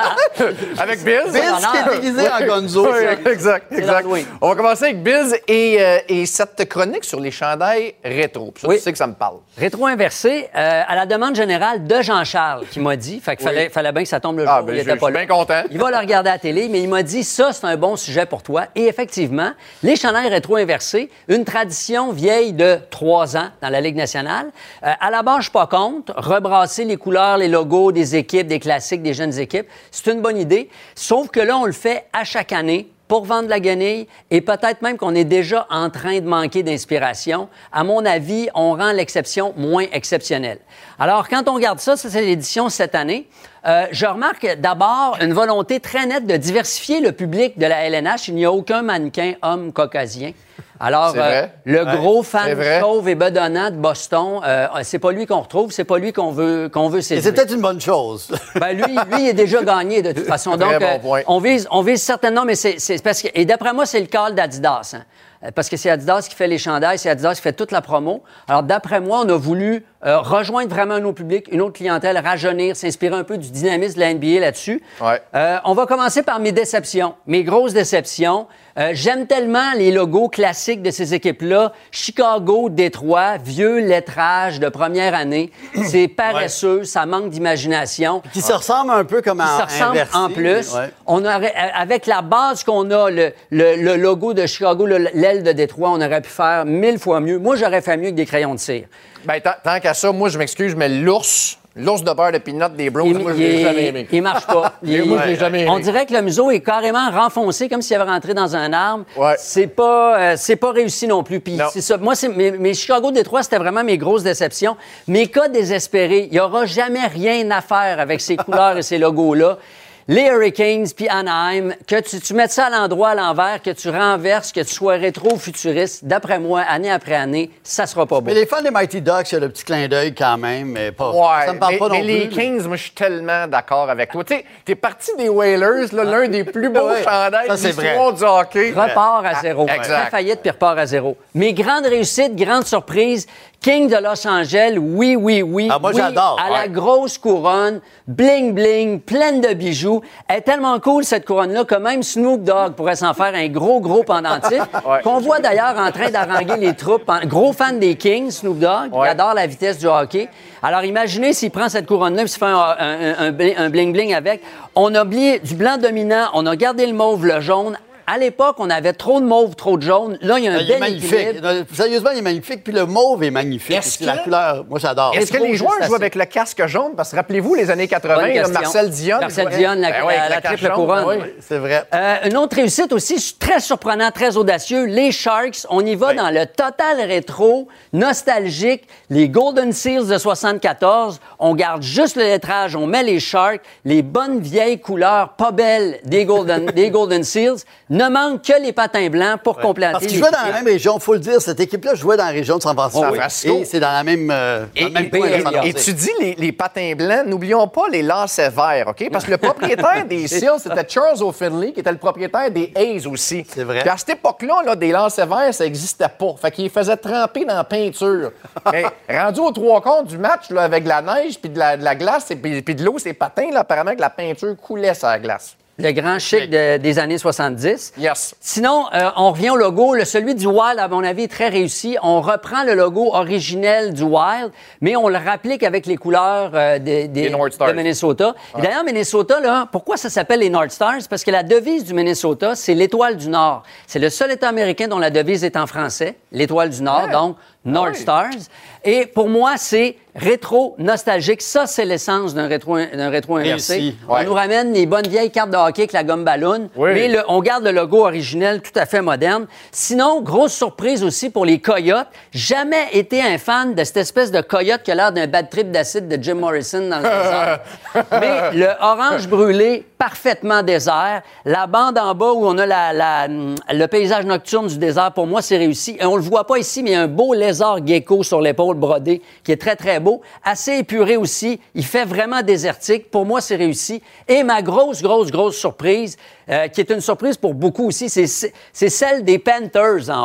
avec Biz.
Biz qui est déguisé oui. en Gonzo.
Oui, exact, exact. On va commencer avec Biz et, euh, et cette chronique sur les chandails rétro. Puis ça, oui. tu sais que ça me parle.
Rétro inversé, euh, à la demande générale de Jean-Charles, qui m'a dit, fait qu'il oui. fallait, fallait bien que ça tombe le jour
ah,
où
ben,
il
était
pas
là. Je suis bien content.
Il va le regarder à la télé, mais il m'a dit, ça, c'est un bon sujet pour toi. Et effectivement, les chandails rétro inversés, une tradition vieille de trois ans dans la Ligue nationale. Euh, à la base, je suis pas contre. Rebrasser les couleurs, les logos des équipes, des classiques, des jeunes équipes, c'est une bonne idée. Sauf que là, on le fait à chaque année pour vendre la guenille et peut-être même qu'on est déjà en train de manquer d'inspiration. À mon avis, on rend l'exception moins exceptionnelle. Alors, quand on regarde ça, ça c'est l'édition cette année, euh, je remarque d'abord une volonté très nette de diversifier le public de la L N H. Il n'y a aucun mannequin homme caucasien. Alors, euh, le ouais, gros fan chauve et bedonnant de Boston, euh, c'est pas lui qu'on retrouve, c'est pas lui qu'on veut qu'on veut séduire.
Et c'est peut-être une bonne chose.
Ben lui, lui, il est déjà gagné de toute façon. Donc, euh, bon on vise, on vise certainement, mais c'est, c'est parce que et d'après moi, c'est le call d'Adidas. Hein. Parce que c'est Adidas qui fait les chandails, c'est Adidas qui fait toute la promo. Alors, d'après moi, on a voulu euh, rejoindre vraiment un autre public, une autre clientèle, rajeunir, s'inspirer un peu du dynamisme de la N B A là-dessus.
Ouais.
Euh, on va commencer par mes déceptions, mes grosses déceptions. Euh, j'aime tellement les logos classiques de ces équipes-là. Chicago, Détroit, vieux lettrage de première année. C'est paresseux, ouais. ça manque d'imagination.
Qui se ressemble un peu comme
Qui
en
se ressemble
inversé,
en plus.
Ouais.
On aurait, avec la base qu'on a, le, le, le logo de Chicago, le, l'aile de Détroit, on aurait pu faire mille fois mieux. Moi, j'aurais fait mieux avec des crayons de cire.
Bien, tant, tant qu'à ça, moi, je m'excuse, mais l'ours... L'ours de beurre de peanut des Bros, moi, je l'ai jamais aimé.
Il marche pas.
Il, moi, je l'ai jamais aimé.
On dirait que le museau est carrément renfoncé, comme s'il avait rentré dans un arbre.
Ouais.
C'est pas, euh, c'est pas réussi non plus. Puis c'est ça. Moi, c'est, mes, mes Chicago Détroit, c'était vraiment mes grosses déceptions. Mes cas désespérés, il y aura jamais rien à faire avec ces couleurs et ces logos-là. Les Hurricanes puis Anaheim, que tu, tu mettes ça à l'endroit, à l'envers, que tu renverses, que tu sois rétro-futuriste, d'après moi, année après année, ça sera pas beau.
Mais les fans des Mighty Ducks, il y a le petit clin d'œil quand même, mais pas.
Ouais,
ça me parle
mais,
pas non
mais
plus.
les Kings, moi, je suis tellement d'accord avec toi. Tu sais, t'es parti des Whalers, là, l'un des plus beaux
ouais.
chandails
de
l'histoire du hockey.
Repart à zéro.
Ah, exact.
Très faillite puis repart à zéro. Mes grandes réussites, grandes surprises, King de Los Angeles, oui, oui, oui.
Ah, moi,
oui,
j'adore.
À
ouais.
la grosse couronne, bling, bling, pleine de bijoux. Elle est tellement cool, cette couronne-là, que même Snoop Dogg pourrait s'en faire un gros, gros pendentif. Ouais. Qu'on voit d'ailleurs en train d'haranguer les troupes. Gros fan des Kings, Snoop Dogg. Ouais. Il adore la vitesse du hockey. Alors, imaginez s'il prend cette couronne-là et s'il fait un, un, un, un bling-bling avec. On a oublié du blanc dominant, on a gardé le mauve, le jaune. À l'époque, on avait trop de mauve, trop de jaune. Là, il y a un
il
bel équilibre.
Sérieusement, il est magnifique. Puis le mauve est magnifique.
Est-ce que...
la couleur, moi, j'adore.
Est-ce que les joueurs jouent avec le casque jaune? Parce que rappelez-vous, les années quatre-vingt, là, Marcel Dion.
Marcel Dion, la,
ben ouais,
la, la triple couronne.
Ben oui, c'est vrai.
Euh, une autre réussite aussi, très surprenant, très audacieux, les Sharks. On y va oui. dans le total rétro, nostalgique, les Golden Seals de soixante-quatorze. On garde juste le lettrage, on met les Sharks, les bonnes vieilles couleurs pas belles des Golden, des Golden Seals. Ne manque que les patins blancs pour ouais. compléter.
Parce qu'ils jouaient dans la même région, il faut le dire. Cette équipe-là jouait dans la région de San Francisco.
Oh, oui.
Et c'est dans la même, euh,
et,
dans le même
et,
coin.
Et, et tu dis les, les patins blancs, n'oublions pas les lacets verts, OK? Parce que le propriétaire des Seals, c'était Charles O'Finley, qui était le propriétaire des A's aussi.
C'est vrai.
Puis à cette époque-là, là, des lacets verts, ça n'existait pas. Fait qu'ils les faisaient tremper dans la peinture. Mais rendu aux trois quarts du match, là, avec de la neige, puis de la, de la glace, et puis, puis de l'eau, ces patins, là, apparemment que la peinture coulait sur la glace.
Le grand chic de, des années soixante-dix.
Yes.
Sinon, euh, on revient au logo. Le, celui du Wild, à mon avis, est très réussi. On reprend le logo originel du Wild, mais on le rapplique avec les couleurs euh, des, des, de Minnesota. Ouais. Et d'ailleurs, Minnesota, là, pourquoi ça s'appelle les North Stars? Parce que la devise du Minnesota, c'est l'étoile du Nord. C'est le seul État américain dont la devise est en français, l'étoile du Nord, ouais. donc North oui. Stars. Et pour moi, c'est rétro-nostalgique. Ça, c'est l'essence d'un rétro, d'un rétro inversé. On ouais. nous ramène les bonnes vieilles cartes de hockey avec la gomme ballon, oui. mais le, on garde le logo originel tout à fait moderne. Sinon, grosse surprise aussi pour les Coyotes. Jamais été un fan de cette espèce de coyote qui a l'air d'un bad trip d'acide de Jim Morrison dans le désert. Mais le orange brûlé, parfaitement désert. La bande en bas où on a la, la, le paysage nocturne du désert, pour moi, c'est réussi. Et on le voit pas ici, mais il y a un beau lézard gecko sur l'épaule brodé qui est très, très beau. Assez épuré aussi. Il fait vraiment désertique. Pour moi, c'est réussi. Et ma grosse, grosse, grosse surprise, euh, qui est une surprise pour beaucoup aussi, c'est, c'est celle des Panthers en haut.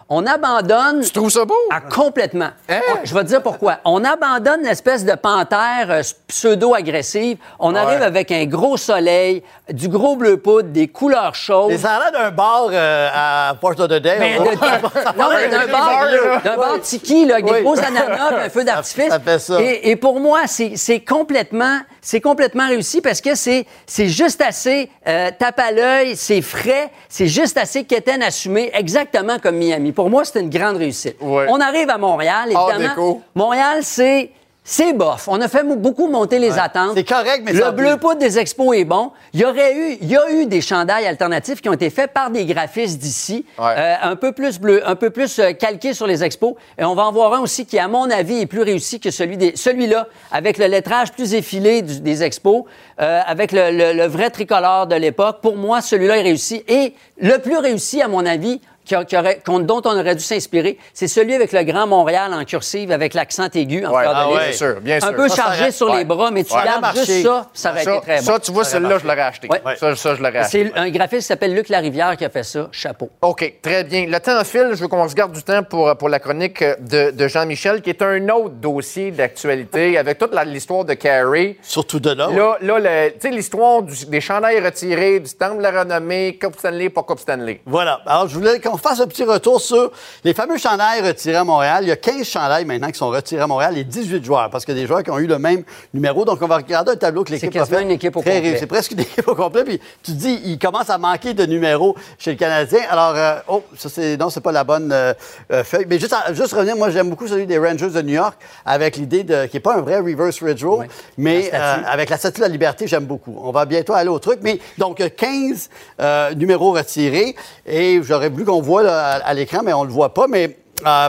On abandonne...
Tu trouves ça beau?
Ah, complètement.
Hein?
On- je vais te dire pourquoi. On abandonne l'espèce de panthère euh, pseudo-agressive. On arrive
Ouais.
avec un gros soleil, du gros bleu poudre, des couleurs chaudes.
Et ça a l'air d'un bar euh, à Port of the Day.
Mais
On-
de- non, mais d'un bar, d'un bar tiki, là, avec
Oui.
des gros ananas, puis un feu d'artifice.
ça fait ça.
Et, et pour moi, c'est c'est complètement, c'est complètement réussi parce que c'est c'est juste assez euh, tape à l'œil, c'est frais, c'est juste assez quétaine assumé, exactement comme Miami. Pour moi, c'est une grande réussite.
Ouais.
On arrive à Montréal,
Hors
évidemment.
déco.
Montréal, c'est c'est bof. On a fait mo- beaucoup monter les attentes.
C'est correct, mais
le
ça
bleu
plus.
poudre des expos est bon. Il y aurait eu, il y a eu des chandails alternatifs qui ont été faits par des graphistes d'ici,
Ouais.
euh, un peu plus bleu, un peu plus euh, calqués sur les expos. Et on va en voir un aussi qui, à mon avis, est plus réussi que celui des, celui-là, avec le lettrage plus effilé du- des expos, euh, avec le, le- le vrai tricolore de l'époque. Pour moi, celui-là est réussi. Et le plus réussi, à mon avis, qui a- qui aurait- qu'on- dont on aurait dû s'inspirer, c'est celui avec le Grand Montréal en cursive, avec l'accent aigu en
Ouais,
fleur de
ah
lys.
ouais, bien sûr, bien
Un
sûr.
peu
Ça, ça
chargé
aurait-
sur
ouais.
les bras, mais tu
Ouais.
gardes
Ça aurait
juste
marché.
ça, ça aurait
Ça,
été très bon.
ça, tu vois, celui-là, je l'aurais acheté.
Ouais.
Ça, ça, je l'aurais acheté.
C'est un graphiste qui s'appelle Luc Larivière qui a fait ça. Chapeau.
OK, très bien. Le temps file. Je veux qu'on se garde du temps pour, pour la chronique de, de Jean-Michel, qui est un autre dossier d'actualité avec toute la- l'histoire de Carey.
Surtout de là. ouais.
Là, là le- tu sais, l'histoire du- des chandails retirés, du Temple de la Renommée, Coupe Stanley, pas Coupe Stanley.
Voilà. Alors, je voulais qu'on fasse un petit retour sur les fameux chandails retirés à Montréal. Il y a quinze chandails maintenant qui sont retirés à Montréal et dix-huit joueurs, parce que des joueurs qui ont eu le même numéro. Donc, on va regarder un tableau que l'équipe a
quasiment
fait.
une équipe au
très
complet.
réussi. C'est presque une équipe au complet. Puis, tu te dis, il commence à manquer de numéros chez le Canadien. Alors, euh, oh, ça, c'est, non, c'est pas la bonne euh, euh, feuille. Mais juste, à- juste revenir, moi, j'aime beaucoup celui des Rangers de New York, avec l'idée de, qui n'est pas un vrai reverse retro,
Oui.
mais
La statue.
euh, avec la statue de la liberté, j'aime beaucoup. On va bientôt aller au truc. Mais donc, euh, quinze euh, numéros retirés. Et j'aurais voulu qu'on voit là, à, à l'écran, mais on ne le voit pas. Mais euh,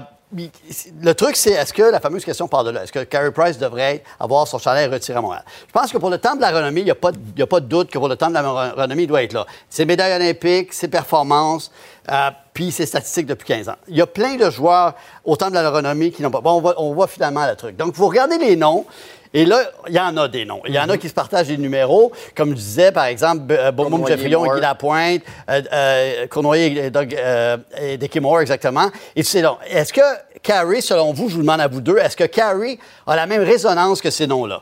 le truc, c'est est-ce que la fameuse question part de là? Est-ce que Carey Price devrait avoir son chandail retiré à Montréal? Je pense que pour le Temple de la Renommée, il n'y a, pas de- il y a pas de doute que pour le Temple de la Re- Renommée, il doit être là. Ses médailles olympiques, ses performances, euh, puis ses statistiques depuis quinze ans. Il y a plein de joueurs au Temple de la Renommée qui n'ont pas. Bon, on, va, on voit finalement le truc. Donc, vous regardez les noms. Et là, il y en a des noms. Il y en a qui se partagent des numéros. Comme je disais, par exemple, euh, Beaumont
Cournoyer,
Jeffrion et
Moore.
Guy Lapointe, euh, euh, Cournoyer et, Doug, euh, et Dickie Moore, exactement. Et c'est long. Est-ce que Carey, selon vous, je vous demande à vous deux, est-ce que Carey a la même résonance que ces noms-là?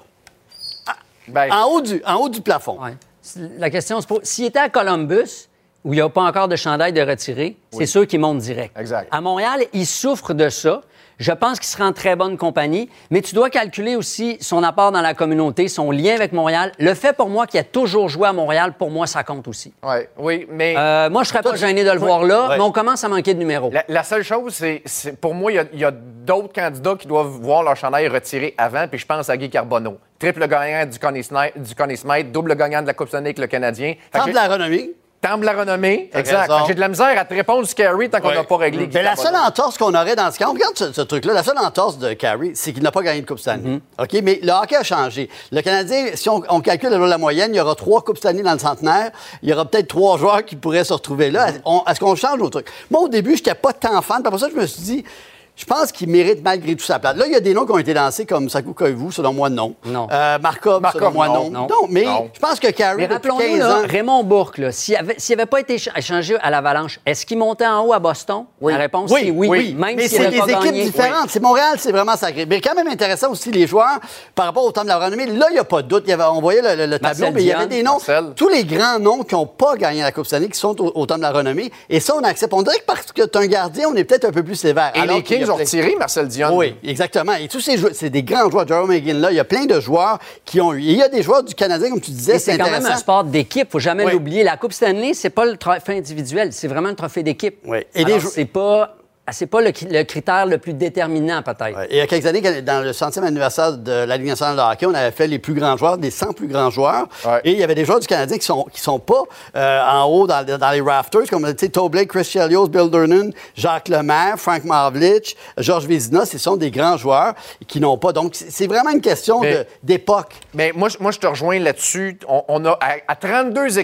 Ben,
En haut du, en haut du plafond.
Ouais. La question se pose. S'il était à Columbus, où il n'y a pas encore de chandail de retiré, c'est sûr qu'il monte direct.
Exact.
À Montréal, il souffre de ça. Je pense qu'il sera en très bonne compagnie, mais tu dois calculer aussi son apport dans la communauté, son lien avec Montréal. Le fait pour moi qu'il a toujours joué à Montréal, pour moi, ça compte aussi.
ouais, oui, mais
Euh, moi, je serais pas gêné de le voir là,
Ouais.
mais on commence à manquer de numéros.
la, la seule chose, c'est, c'est- pour moi, il y a, il y a d'autres candidats qui doivent voir leur chandail retiré avant, puis je pense à Guy Carbonneau. Triple gagnant du Conn Smythe, du Conn Smythe, double gagnant de la Coupe Stanley avec le Canadien. Fait que
Temple de la Renommée.
Temple de la Renommée,
T'as
exact.
raison.
Fait que j'ai de la misère à te répondre du Carey tant qu'on
Ouais.
n'a pas réglé. Guy
Mais la seule
Carbonneau.
entorse qu'on aurait dans ce cas, on regarde ce, ce truc-là, la seule entorse de Carey, c'est qu'il n'a pas gagné de Coupe Stanley. OK? Mais le hockey a changé. Le Canadien, si on, on calcule la, la moyenne, il y aura trois Coupes Stanley dans le centenaire. Il y aura peut-être trois joueurs qui pourraient se retrouver là. On- Est-ce qu'on change nos trucs? Moi, au début, je n'étais pas tant fan. Puis après ça, je me suis dit, je pense qu'il mérite malgré tout sa place. Là, il y a des noms qui ont été lancés comme Sakou Koivu, selon moi, non.
Non.
Euh, Markov,
Markov,
selon moi,
non.
non.
Non.
mais
Non.
je pense que Carey,
Mais
depuis
rappelons-nous,
quinze
là,
ans...
Raymond Bourque, là, s'il n'avait pas été écha- échangé à l'Avalanche, est-ce qu'il montait en haut à Boston? La réponse, c'est oui.
oui.
Même
mais
s'il
c'est
avait
des
pas
équipes
gagné.
différentes. C'est Montréal, c'est vraiment sacré. Mais quand même intéressant aussi, les joueurs, par rapport au temps de la renommée, là, il n'y a pas de doute. Il y avait, on voyait le, le- le tableau,
Marcel
mais il y avait
Dionne.
des noms.
Marcel.
Tous les grands noms qui n'ont pas gagné la Coupe Stanley, qui sont au, au temps de la renommée. Et ça, on accepte. On dirait que parce que tu es un gardien, on est peut-être un peu plus sévère.
Et
Alors
les
qu'il y a
Kings ont
plein-
retiré Marcel Dionne.
Oui, exactement. Et tous ces joueurs, c'est des grands joueurs. Jerome Higgin, là, il y a plein de joueurs qui ont eu. Et il y a des joueurs du Canadien, comme tu disais,
Et c'est quand même
intéressant.
un sport d'équipe, faut jamais
Oui.
l'oublier. La Coupe Stanley, c'est pas le trophée individuel, c'est vraiment le trophée d'équipe.
Oui. Et
Alors,
les jou-
c'est pas, c'est pas le, cri- le critère le plus déterminant, peut-être.
Ouais. Et il y a quelques années, dans le centième anniversaire de la Ligue nationale de hockey, on avait fait les plus grands joueurs, les cent plus grands joueurs.
Ouais.
Et il y avait des joueurs du Canadien qui sont, qui sont pas euh, en haut dans, dans les rafters, comme tu sais, Tobley, Chris Chelios, Bill Durnan, Jacques Lemaire, Frank Maravlich, Georges Vézina. Ce sont des grands joueurs qui n'ont pas. Donc, c'est c'est vraiment une question
Mais-
de- d'époque.
Mais moi, je- moi, je te rejoins là-dessus. On, on a à, à trente-deux équipes,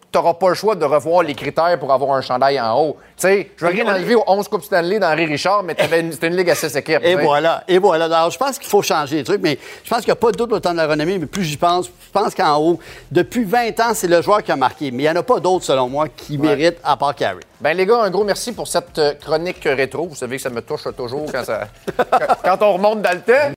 n'auras pas le choix de revoir les critères pour avoir un chandail en haut. Tu sais, je veux rien enlever aux onze Coupes Stanley d'Henri Richard, mais une, c'était une ligue à six équipes.
Et
t'sais.
voilà, et voilà. Alors, je pense qu'il faut changer les trucs, mais je pense qu'il n'y a pas de doute au temps de la renommée, mais plus j'y pense, je pense qu'en haut, depuis vingt ans, c'est le joueur qui a marqué. Mais il n'y en a pas d'autres, selon moi, qui ouais. méritent à part Carey.
Ben les gars, un gros merci pour cette chronique rétro. Vous savez que ça me touche toujours quand, ça, quand, quand on remonte dans le temps.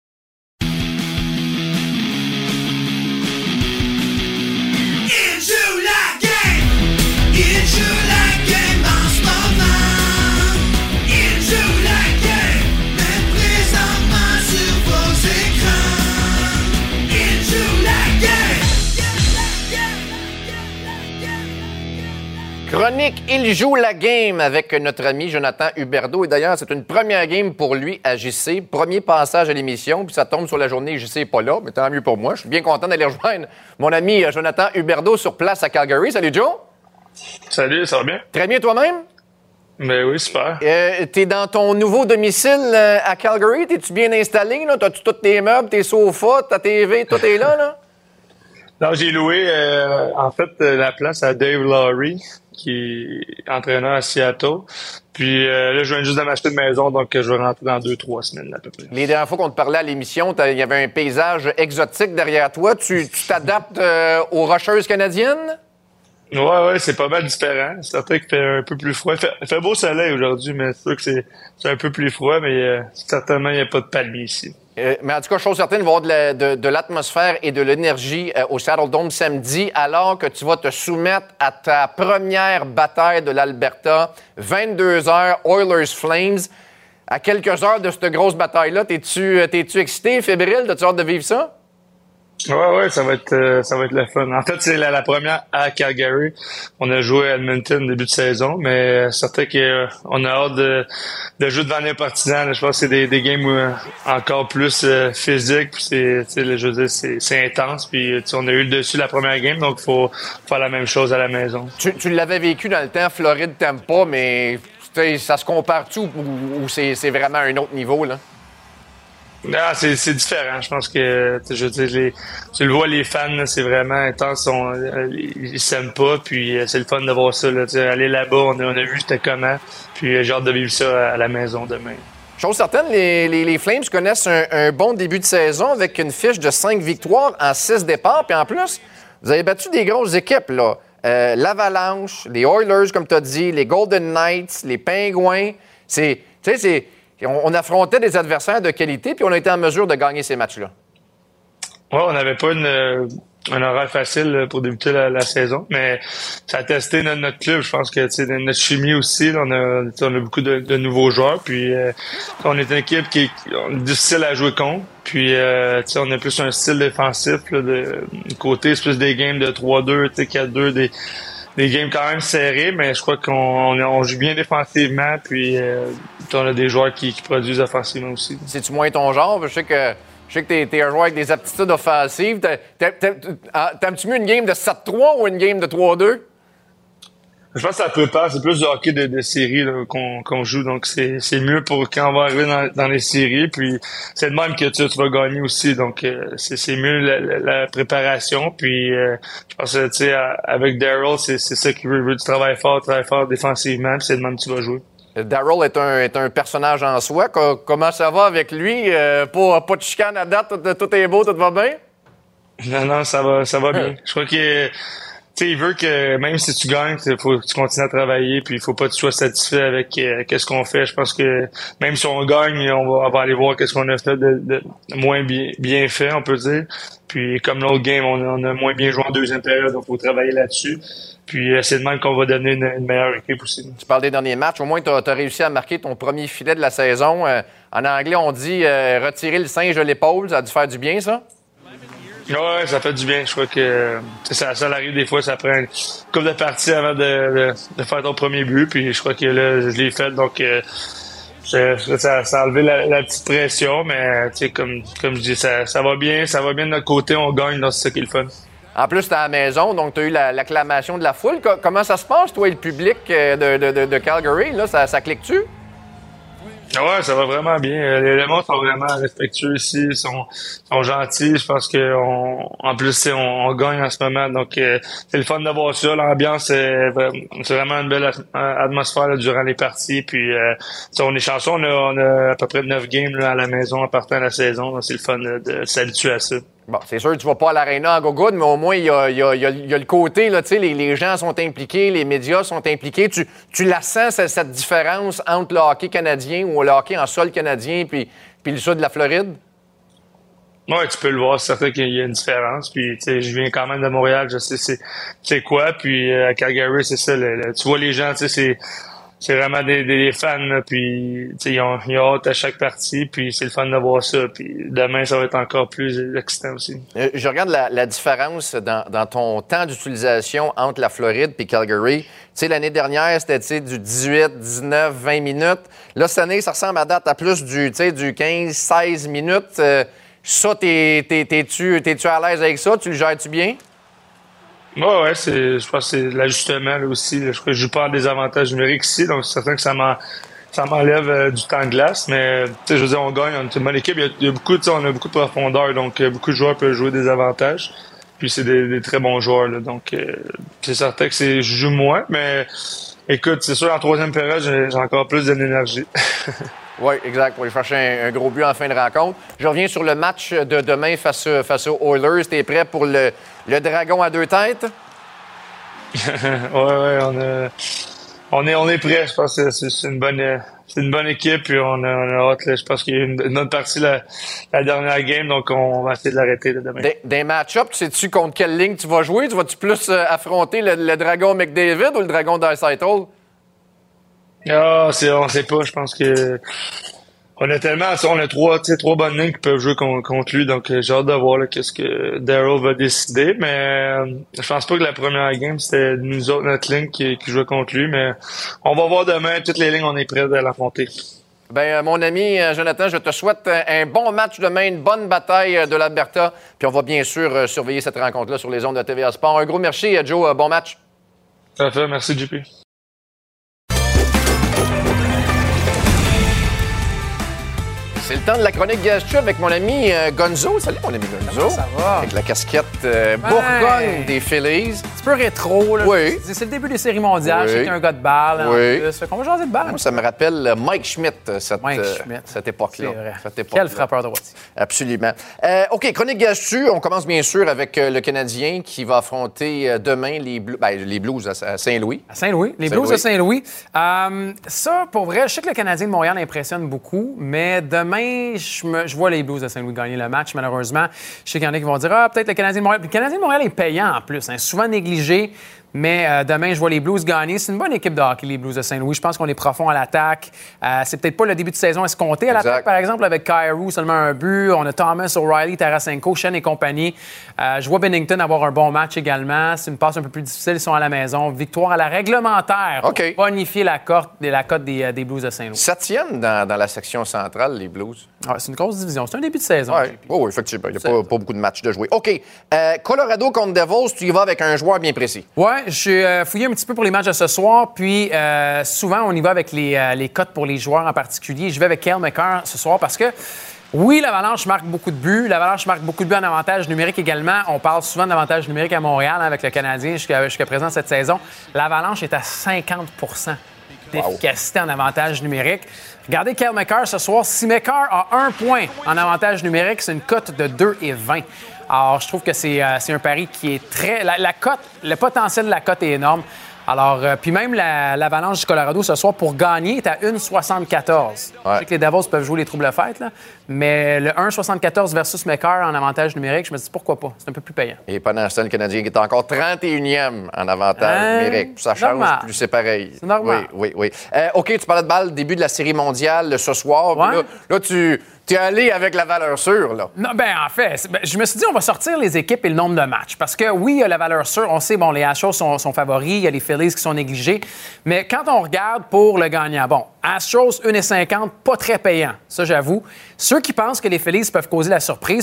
Chronique, il joue la game avec notre ami Jonathan Huberdeau. Et d'ailleurs, c'est une première game pour lui à J C. Premier passage à l'émission, puis ça tombe sur la journée J C n'est pas là, mais tant mieux pour moi. Je suis bien content d'aller rejoindre mon ami Jonathan Huberdeau sur place à Calgary. Salut Joe!
Salut, ça va bien?
Très bien toi-même?
Ben oui, super.
Euh, t'es dans ton nouveau domicile euh, à Calgary? T'es-tu bien installé? Là? T'as-tu tous tes meubles, tes sofas, ta T V, tout est là? là?
Non, j'ai loué, euh, en fait, la place à Dave Lowry, qui est entraîneur à Seattle. Puis euh, là, je viens juste de m'acheter une maison, donc je vais rentrer dans deux, trois semaines à peu près.
Les dernières fois qu'on te parlait à l'émission, il y avait un paysage exotique derrière toi. Tu, tu t'adaptes euh, aux Rocheuses canadiennes?
Ouais, ouais, c'est pas mal différent. C'est certain qu'il fait un peu plus froid. Il fait, il fait beau soleil aujourd'hui, mais c'est sûr que c'est, c'est un peu plus froid, mais euh, certainement, il n'y a pas de palmiers ici.
Euh, mais en tout cas, chose certaine, il va y avoir de, la, de, de l'atmosphère et de l'énergie euh, au Saddle Dome samedi, alors que tu vas te soumettre à ta première bataille de l'Alberta. vingt-deux heures, Oilers Flames. À quelques heures de cette grosse bataille-là, t'es-tu, t'es-tu excité, fébrile? T'as-tu hâte de vivre ça?
Ouais, ouais, ça va être euh, ça va être le fun. En fait, c'est la, la première à Calgary. On a joué à Edmonton début de saison, mais euh, certain qu'on euh, a hâte de, de jouer devant les partisans. Je pense que c'est des, des games euh, encore plus euh, physiques. Puis c'est, je veux dire, c'est, c'est intense. Puis on a eu le dessus la première game, donc il faut faire la même chose à la maison.
Tu, tu l'avais vécu dans le temps, Floride t'aime pas, mais ça se compare-tu ou, ou c'est, c'est vraiment un autre niveau, là?
Ah, c'est, c'est différent. Je pense que, je veux dire, les, tu le vois, les fans, là, c'est vraiment intense. On, ils s'aiment pas, puis c'est le fun de voir ça. Là, aller là-bas, on a, on a vu c'était comment, puis j'ai hâte de vivre ça à la maison demain.
Chose certaine, les, les, les Flames connaissent un, un bon début de saison avec une fiche de cinq victoires en six départs. Puis en plus, vous avez battu des grosses équipes, là. Euh, L'Avalanche, les Oilers, comme tu as dit, les Golden Knights, les Pingouins. C'est, tu sais, c'est... On affrontait des adversaires de qualité, puis on a été en mesure de gagner ces matchs-là.
Oui, on n'avait pas une, un horaire facile pour débuter la, la saison, mais ça a testé notre, notre club. Je pense que notre chimie aussi, là, on, a, on a beaucoup de, de nouveaux joueurs. Puis euh, on est une équipe qui est, on est difficile à jouer contre. Puis euh, on a plus un style défensif. Là, de, de côté, c'est plus des games de trois deux, quatre deux, des... Des games quand même serrés, mais je crois qu'on on, on joue bien défensivement, puis euh, on a des joueurs qui, qui produisent offensivement aussi.
C'est-tu moins ton genre? Je sais que je sais que t'es, t'es un joueur avec des aptitudes offensives. T'aimes-tu mieux une game de sept trois ou une game de trois deux?
Je pense que ça peut pas. C'est plus du hockey de, de série là, qu'on, qu'on joue, donc c'est, c'est mieux pour quand on va arriver dans, dans les séries. Puis c'est de même que tu, tu vas gagner aussi, donc euh, c'est, c'est mieux la, la, la préparation. Puis euh, je pense que tu sais avec Darryl, c'est, c'est ça qu'il veut, il veut du travail fort, travail fort défensivement. Puis c'est de même que tu vas jouer.
Darryl est un, est un personnage en soi. Comment ça va avec lui? Euh, pas, pas de chicane à date, tout, tout est beau, tout va bien?
Non, non, ça va, ça va bien. Je crois que tu sais, il veut que même si tu gagnes, il faut que tu continues à travailler, puis il faut pas que tu sois satisfait avec euh, qu'est-ce qu'on fait. Je pense que même si on gagne, on va, on va aller voir qu'est-ce qu'on a fait de, de moins bien, bien fait, on peut dire. Puis comme l'autre game, on, on a moins bien joué en deuxième période, donc il faut travailler là-dessus. Puis euh, c'est de même qu'on va devenir une, une meilleure équipe aussi.
Tu parles des derniers matchs. Au moins, tu as réussi à marquer ton premier filet de la saison. Euh, en anglais, on dit euh, retirer le singe de l'épaule. Ça a dû faire du bien, ça?
Ouais, ça fait du bien. Je crois que ça, ça arrive des fois, ça prend une couple de parties avant de, de, de faire ton premier but. Puis je crois que là, je l'ai fait. Donc euh, ça, ça, ça a enlevé la, la petite pression, mais tu sais, comme, comme je dis, ça, ça va bien, ça va bien de notre côté, on gagne, donc c'est ça qui est le fun.
En plus, tu es à la maison, donc tu as eu la, l'acclamation de la foule. Comment ça se passe, toi et le public de, de, de, de Calgary? Là, ça, ça clique-tu?
Ouais, ça va vraiment bien. Les éléments sont vraiment respectueux ici, ils sont, sont gentils. Je pense que on, en plus, on, on gagne en ce moment, donc euh, c'est le fun d'avoir ça. L'ambiance, c'est, c'est vraiment une belle atmosphère là, durant les parties. Puis, euh, on est chanceux, on a, on a à peu près neuf games là, à la maison en partant de la saison. Donc c'est le fun là, de s'habituer à ça.
Bon, c'est sûr que tu vas pas à l'aréna à Gogood, mais au moins, il y a, y a, y a, y a le côté, là, tu sais, les, les gens sont impliqués, les médias sont impliqués. Tu, tu la sens, cette, cette différence entre le hockey canadien ou le hockey en sol canadien puis, puis le sud de la Floride?
Oui, tu peux le voir, c'est certain qu'il y a une différence. Puis, tu sais, je viens quand même de Montréal, je sais c'est, c'est quoi. Puis, à Calgary, c'est ça. Le, le, tu vois les gens, tu sais, c'est... C'est vraiment des, des fans, là, puis ils ont, ils ont hâte à chaque partie, puis c'est le fun de voir ça. Puis demain, ça va être encore plus excitant aussi.
Euh, je regarde la, la différence dans, dans ton temps d'utilisation entre la Floride et Calgary. Tu sais, l'année dernière, c'était du dix-huit, dix-neuf, vingt minutes. Là, cette année, ça ressemble à date à plus du, du quinze, seize minutes. Euh, ça, t'es, t'es, t'es-tu, t'es-tu à l'aise avec ça? Tu le gères-tu bien?
Ouais, ouais, c'est, je pense que c'est l'ajustement là aussi. Là. Je crois que je joue pas en désavantage numérique ici, donc c'est certain que ça m'en, ça m'enlève euh, du temps de glace. Mais tu sais, je veux dire, on gagne, on est une bonne équipe. Il y a, il y a beaucoup, tu sais, on a beaucoup de profondeur, donc euh, beaucoup de joueurs peuvent jouer des avantages. Puis c'est des, des très bons joueurs, là, donc euh, c'est certain que c'est, je joue moins. Mais écoute, c'est sûr en troisième période, j'ai, j'ai encore plus d'énergie.
Oui, exact. Pour aller chercher un, un gros but en fin de rencontre. Je reviens sur le match de demain face, face aux Oilers. T'es prêt pour le, le dragon à deux têtes?
ouais, ouais, on, a, on est, on est prêt. Je pense que c'est, c'est une bonne, c'est une bonne équipe. Puis on a, on a hâte. Là. Je pense qu'il y a une, une bonne partie la, la dernière game, donc on va essayer de l'arrêter là, demain.
Des, des match-ups, sais-tu contre quelle ligne tu vas jouer? Tu vas-tu plus euh, affronter le, le dragon McDavid ou le dragon d'Eisaitl?
Ah, c'est, on sait pas. Je pense que on a tellement, on a trois, tu sais, trois bonnes lignes qui peuvent jouer contre, contre lui. Donc j'ai hâte de voir là, qu'est-ce que Daryl va décider. Mais euh, je pense pas que la première game c'était nous autres notre ligne qui, qui jouait contre lui. Mais on va voir demain. Toutes les lignes, on est prêts à l'affronter.
Ben, mon ami euh, Jonathan, je te souhaite un bon match demain, une bonne bataille de l'Alberta. Puis on va bien sûr euh, surveiller cette rencontre-là sur les ondes de T V A Sport. Un gros merci, Joe. Bon match.
Ça fait, merci J P.
C'est le temps de la chronique Gastu avec mon ami euh, Gonzo. Salut, mon ami Gonzo.
Comment ça va?
Avec la casquette euh, Bourgogne des Phillies.
Un petit peu rétro, là.
Oui.
C'est, c'est le début des séries mondiales.
Oui.
Je sais qu'il y a un gars de balle.
Oui.
En plus. Fait qu'on va jaser de balle.
Ça me rappelle Mike Schmidt, cette,
Mike
euh,
Schmidt.
cette époque-là.
C'est vrai.
Cette époque-là.
Quel frappeur droitier.
Absolument. Euh, OK, chronique Gastu. On commence bien sûr avec euh, le Canadien qui va affronter euh, demain les, Blu- ben, les Blues à, à Saint-Louis.
À Saint-Louis. Les
Saint-Louis.
Blues de Saint-Louis. Euh, ça, pour vrai, je sais que le Canadien de Montréal impressionne beaucoup, mais demain, je, me, je vois les Blues de Saint-Louis gagner le match, malheureusement. Je sais qu'il y en a qui vont dire « Ah, peut-être le Canadien de Montréal. » Le Canadien de Montréal est payant en plus, hein, souvent négligé. Mais euh, demain, je vois les Blues gagner. C'est une bonne équipe de hockey, les Blues de Saint-Louis. Je pense qu'on est profond à l'attaque. Euh, c'est peut-être pas le début de saison escompté à
Exact.
l'attaque, par exemple, avec Kyrou, seulement un but. On a Thomas, O'Reilly, Tarasenko, Shen et compagnie. Euh, je vois Binnington avoir un bon match également. C'est une passe un peu plus difficile. Ils sont à la maison. Victoire à la réglementaire pour
OK.
bonifier la cote, la cote des, des Blues de Saint-Louis.
Septième dans, dans la section centrale, les Blues.
Ouais, c'est une grosse division. C'est un début de saison.
Oui,
J P.
oui, effectivement. Il n'y a pas, pas beaucoup de matchs de jouer. OK. Euh, Colorado contre Devils, tu y vas avec un joueur bien précis.
Oui, j'ai euh, fouillé un petit peu pour les matchs de ce soir. Puis euh, souvent, on y va avec les, euh, les cotes pour les joueurs en particulier. Je vais avec Cale Makar ce soir parce que oui, l'Avalanche marque beaucoup de buts. L'Avalanche marque beaucoup de buts en avantage numérique également. On parle souvent d'avantage numérique à Montréal hein, avec le Canadien jusqu'à, jusqu'à présent cette saison. L'Avalanche est à cinquante pour cent d'efficacité en avantage numérique. Regardez Cale Makar ce soir. Si Makar a un point en avantage numérique, c'est une cote de deux virgule vingt. Alors, je trouve que c'est, euh, c'est un pari qui est très... La, la cote, le potentiel de la cote est énorme. Alors, euh, puis même la, l'Avalanche du Colorado ce soir, pour gagner, est à un virgule soixante-quatorze.
Ouais.
Je sais que les Devils peuvent jouer les troubles fêtes, là, mais le un virgule soixante-quatorze versus Makar en avantage numérique, je me dis pourquoi pas. C'est un peu plus payant.
Et pendant ce temps, le Canadien qui est encore trente et unième en avantage
Hein?
numérique. Ça change,
Normal.
plus c'est pareil.
C'est normal.
Oui, oui, oui. Euh, OK, tu parlais de balle, début de la Série mondiale ce soir.
Ouais.
Puis Là, là, tu es allé avec la valeur sûre, là.
Non, ben en fait, c'est- ben, je me suis dit on va sortir les équipes et le nombre de matchs. Parce que oui, il y a la valeur sûre. On sait, bon, les Astros sont, sont favoris, il y a les Phillies qui sont négligés. Mais quand on regarde pour le gagnant, bon, Astros un virgule cinquante, pas très payant, ça j'avoue. Ceux qui pensent que les Phillies peuvent causer la surprise, puis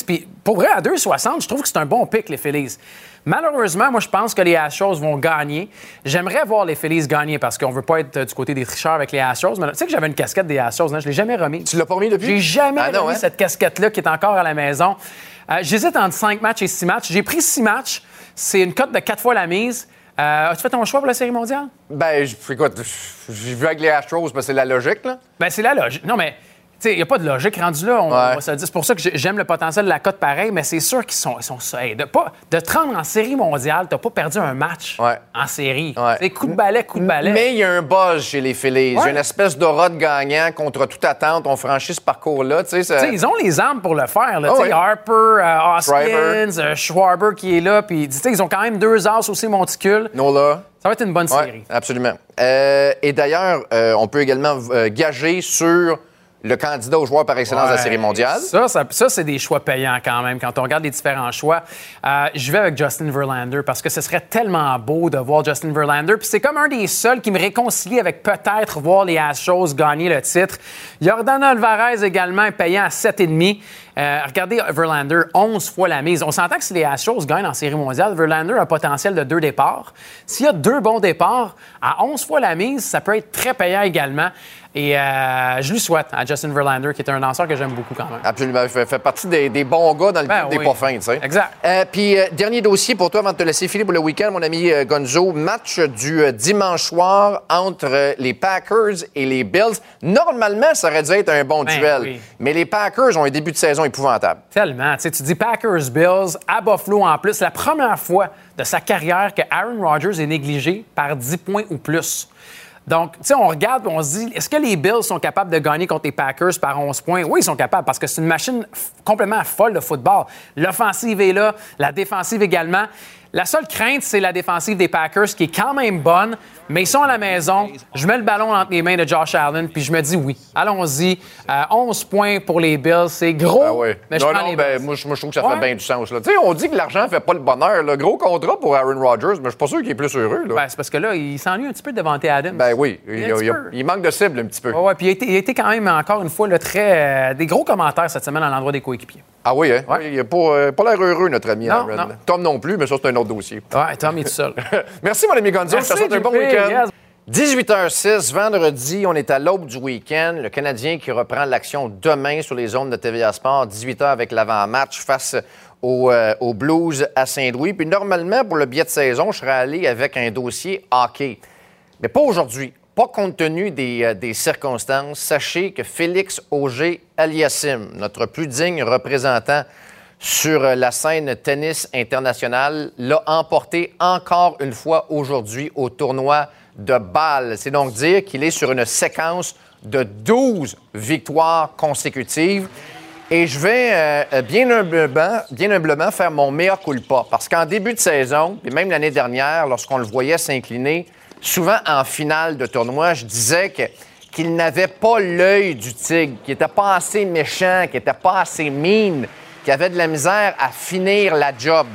pour vrai, à deux soixante, je trouve que c'est un bon pick, les Phillies. Malheureusement, moi, je pense que les Astros vont gagner. J'aimerais voir les Phillies gagner parce qu'on veut pas être du côté des tricheurs avec les Astros. Mais tu sais que j'avais une casquette des Astros, hein? Je l'ai jamais remise.
Tu l'as pas remis depuis?
J'ai jamais
ah, non,
remis
hein?
cette casquette-là qui est encore à la maison. Euh, j'hésite entre cinq matchs et six matchs. J'ai pris six matchs. C'est une cote de quatre fois la mise. Euh, as-tu fait ton choix pour la Série mondiale?
Ben, écoute, j'ai vu avec les Astros, parce que c'est la logique, là.
Ben, c'est la logique. Non, mais... il n'y a pas de logique rendu là, on,
ouais.
on va se le dire. C'est pour ça que j'aime le potentiel de la cote pareil, mais c'est sûr qu'ils sont, ils sont hey, de, pas, de te rendre en série mondiale, tu n'as pas perdu un match
ouais.
en série.
Ouais.
C'est coup de balai, coup de balai.
Mais il y a un buzz chez les Phillies. Il
ouais.
y a une espèce d'aura de gagnant contre toute attente. On franchit ce parcours-là. Ça...
Ils ont les armes pour le faire. Là.
Oh, ouais.
Harper, euh, Hoskins, euh, Schwarber qui est là. Puis ils ont quand même deux as aussi monticules.
Nola.
Ça va être une bonne série.
Ouais, absolument. Euh, et d'ailleurs, euh, on peut également euh, gager sur le candidat au joueur par excellence
ouais,
de la Série mondiale.
Ça, ça, ça, c'est des choix payants quand même, quand on regarde les différents choix. Euh, je vais avec Justin Verlander parce que ce serait tellement beau de voir Justin Verlander. Puis c'est comme un des seuls qui me réconcilie avec peut-être voir les Astros gagner le titre. Yordan Alvarez également est payant à sept virgule cinq. Euh, regardez Verlander, onze fois la mise. On s'entend que si les Astros gagnent en Série mondiale, Verlander a un potentiel de deux départs. S'il y a deux bons départs, à onze fois la mise, ça peut être très payant également. Et euh, je lui souhaite à Justin Verlander, qui est un lanceur que j'aime beaucoup quand même.
Absolument. Il fait, fait partie des, des bons gars dans le
ben,
club des
oui.
pas fins, tu sais.
Exact.
Euh, Puis, euh, dernier dossier pour toi avant de te laisser filer pour le week-end, mon ami euh, Gonzo. Match du euh, dimanche soir entre euh, les Packers et les Bills. Normalement, ça aurait dû être un bon
ben,
duel.
Oui.
Mais les Packers ont un début de saison épouvantable.
Tellement. Tu sais, tu dis Packers-Bills à Buffalo en plus. C'est la première fois de sa carrière que Aaron Rodgers est négligé par dix points ou plus. Donc, tu sais, on regarde et on se dit, est-ce que les Bills sont capables de gagner contre les Packers par onze points? Oui, ils sont capables parce que c'est une machine f- complètement folle de football. L'offensive est là, la défensive également. La seule crainte, c'est la défensive des Packers qui est quand même bonne, mais ils sont à la maison. Je mets le ballon entre les mains de Josh Allen, puis je me dis oui. Allons-y. Euh, onze points pour les Bills, c'est gros,
Ah oui.
mais je
non,
prends
non,
les
ben,
Bills.
moi, je, moi, je trouve que ça
Ouais.
fait bien du sens. Là. Tu sais, on dit que l'argent fait pas le bonheur. Là. Gros contrat pour Aaron Rodgers, mais je suis pas sûr qu'il est plus heureux. Là.
Ben, c'est parce que là, il s'ennuie un petit peu de Davante Adams.
Ben oui, il,
Un
il,
petit
il-
peu.
il manque de cible un petit peu.
Ouais, ouais, puis il a, été, il a été quand même, encore une fois, là, très, euh, des gros commentaires cette semaine à l'endroit des coéquipiers.
Ah oui, hein?
Ouais.
Il n'a pas, euh, pas l'air heureux, notre ami
Non,
Aaron.
non.
Tom non plus, mais ça, c'est un autre dossier.
Ouais, Tom est tout seul.
Merci, mon ami Gonzo. Je te
Merci,
souhaite un bon
J P,
week-end.
yes.
dix-huit heures six, vendredi, on est à l'aube du week-end. Le Canadien qui reprend l'action demain sur les ondes de T V A Sport, dix-huit heures avec l'avant-match face aux, euh, aux Blues à Saint-Louis. Puis normalement, pour le billet de saison, je serais allé avec un dossier hockey. Mais pas aujourd'hui. Pas compte tenu des, euh, des circonstances. Sachez que Félix Auger-Aliassime, notre plus digne représentant sur la scène tennis internationale, l'a emporté encore une fois aujourd'hui au tournoi de Bâle. C'est donc dire qu'il est sur une séquence de douze victoires consécutives. Et je vais euh, bien, humblement, bien humblement faire mon mea culpa. Parce qu'en début de saison, et même l'année dernière, lorsqu'on le voyait s'incliner, souvent en finale de tournoi, je disais que, qu'il n'avait pas l'œil du tigre, qu'il n'était pas assez méchant, qu'il n'était pas assez mean, qui avait de la misère à finir la job.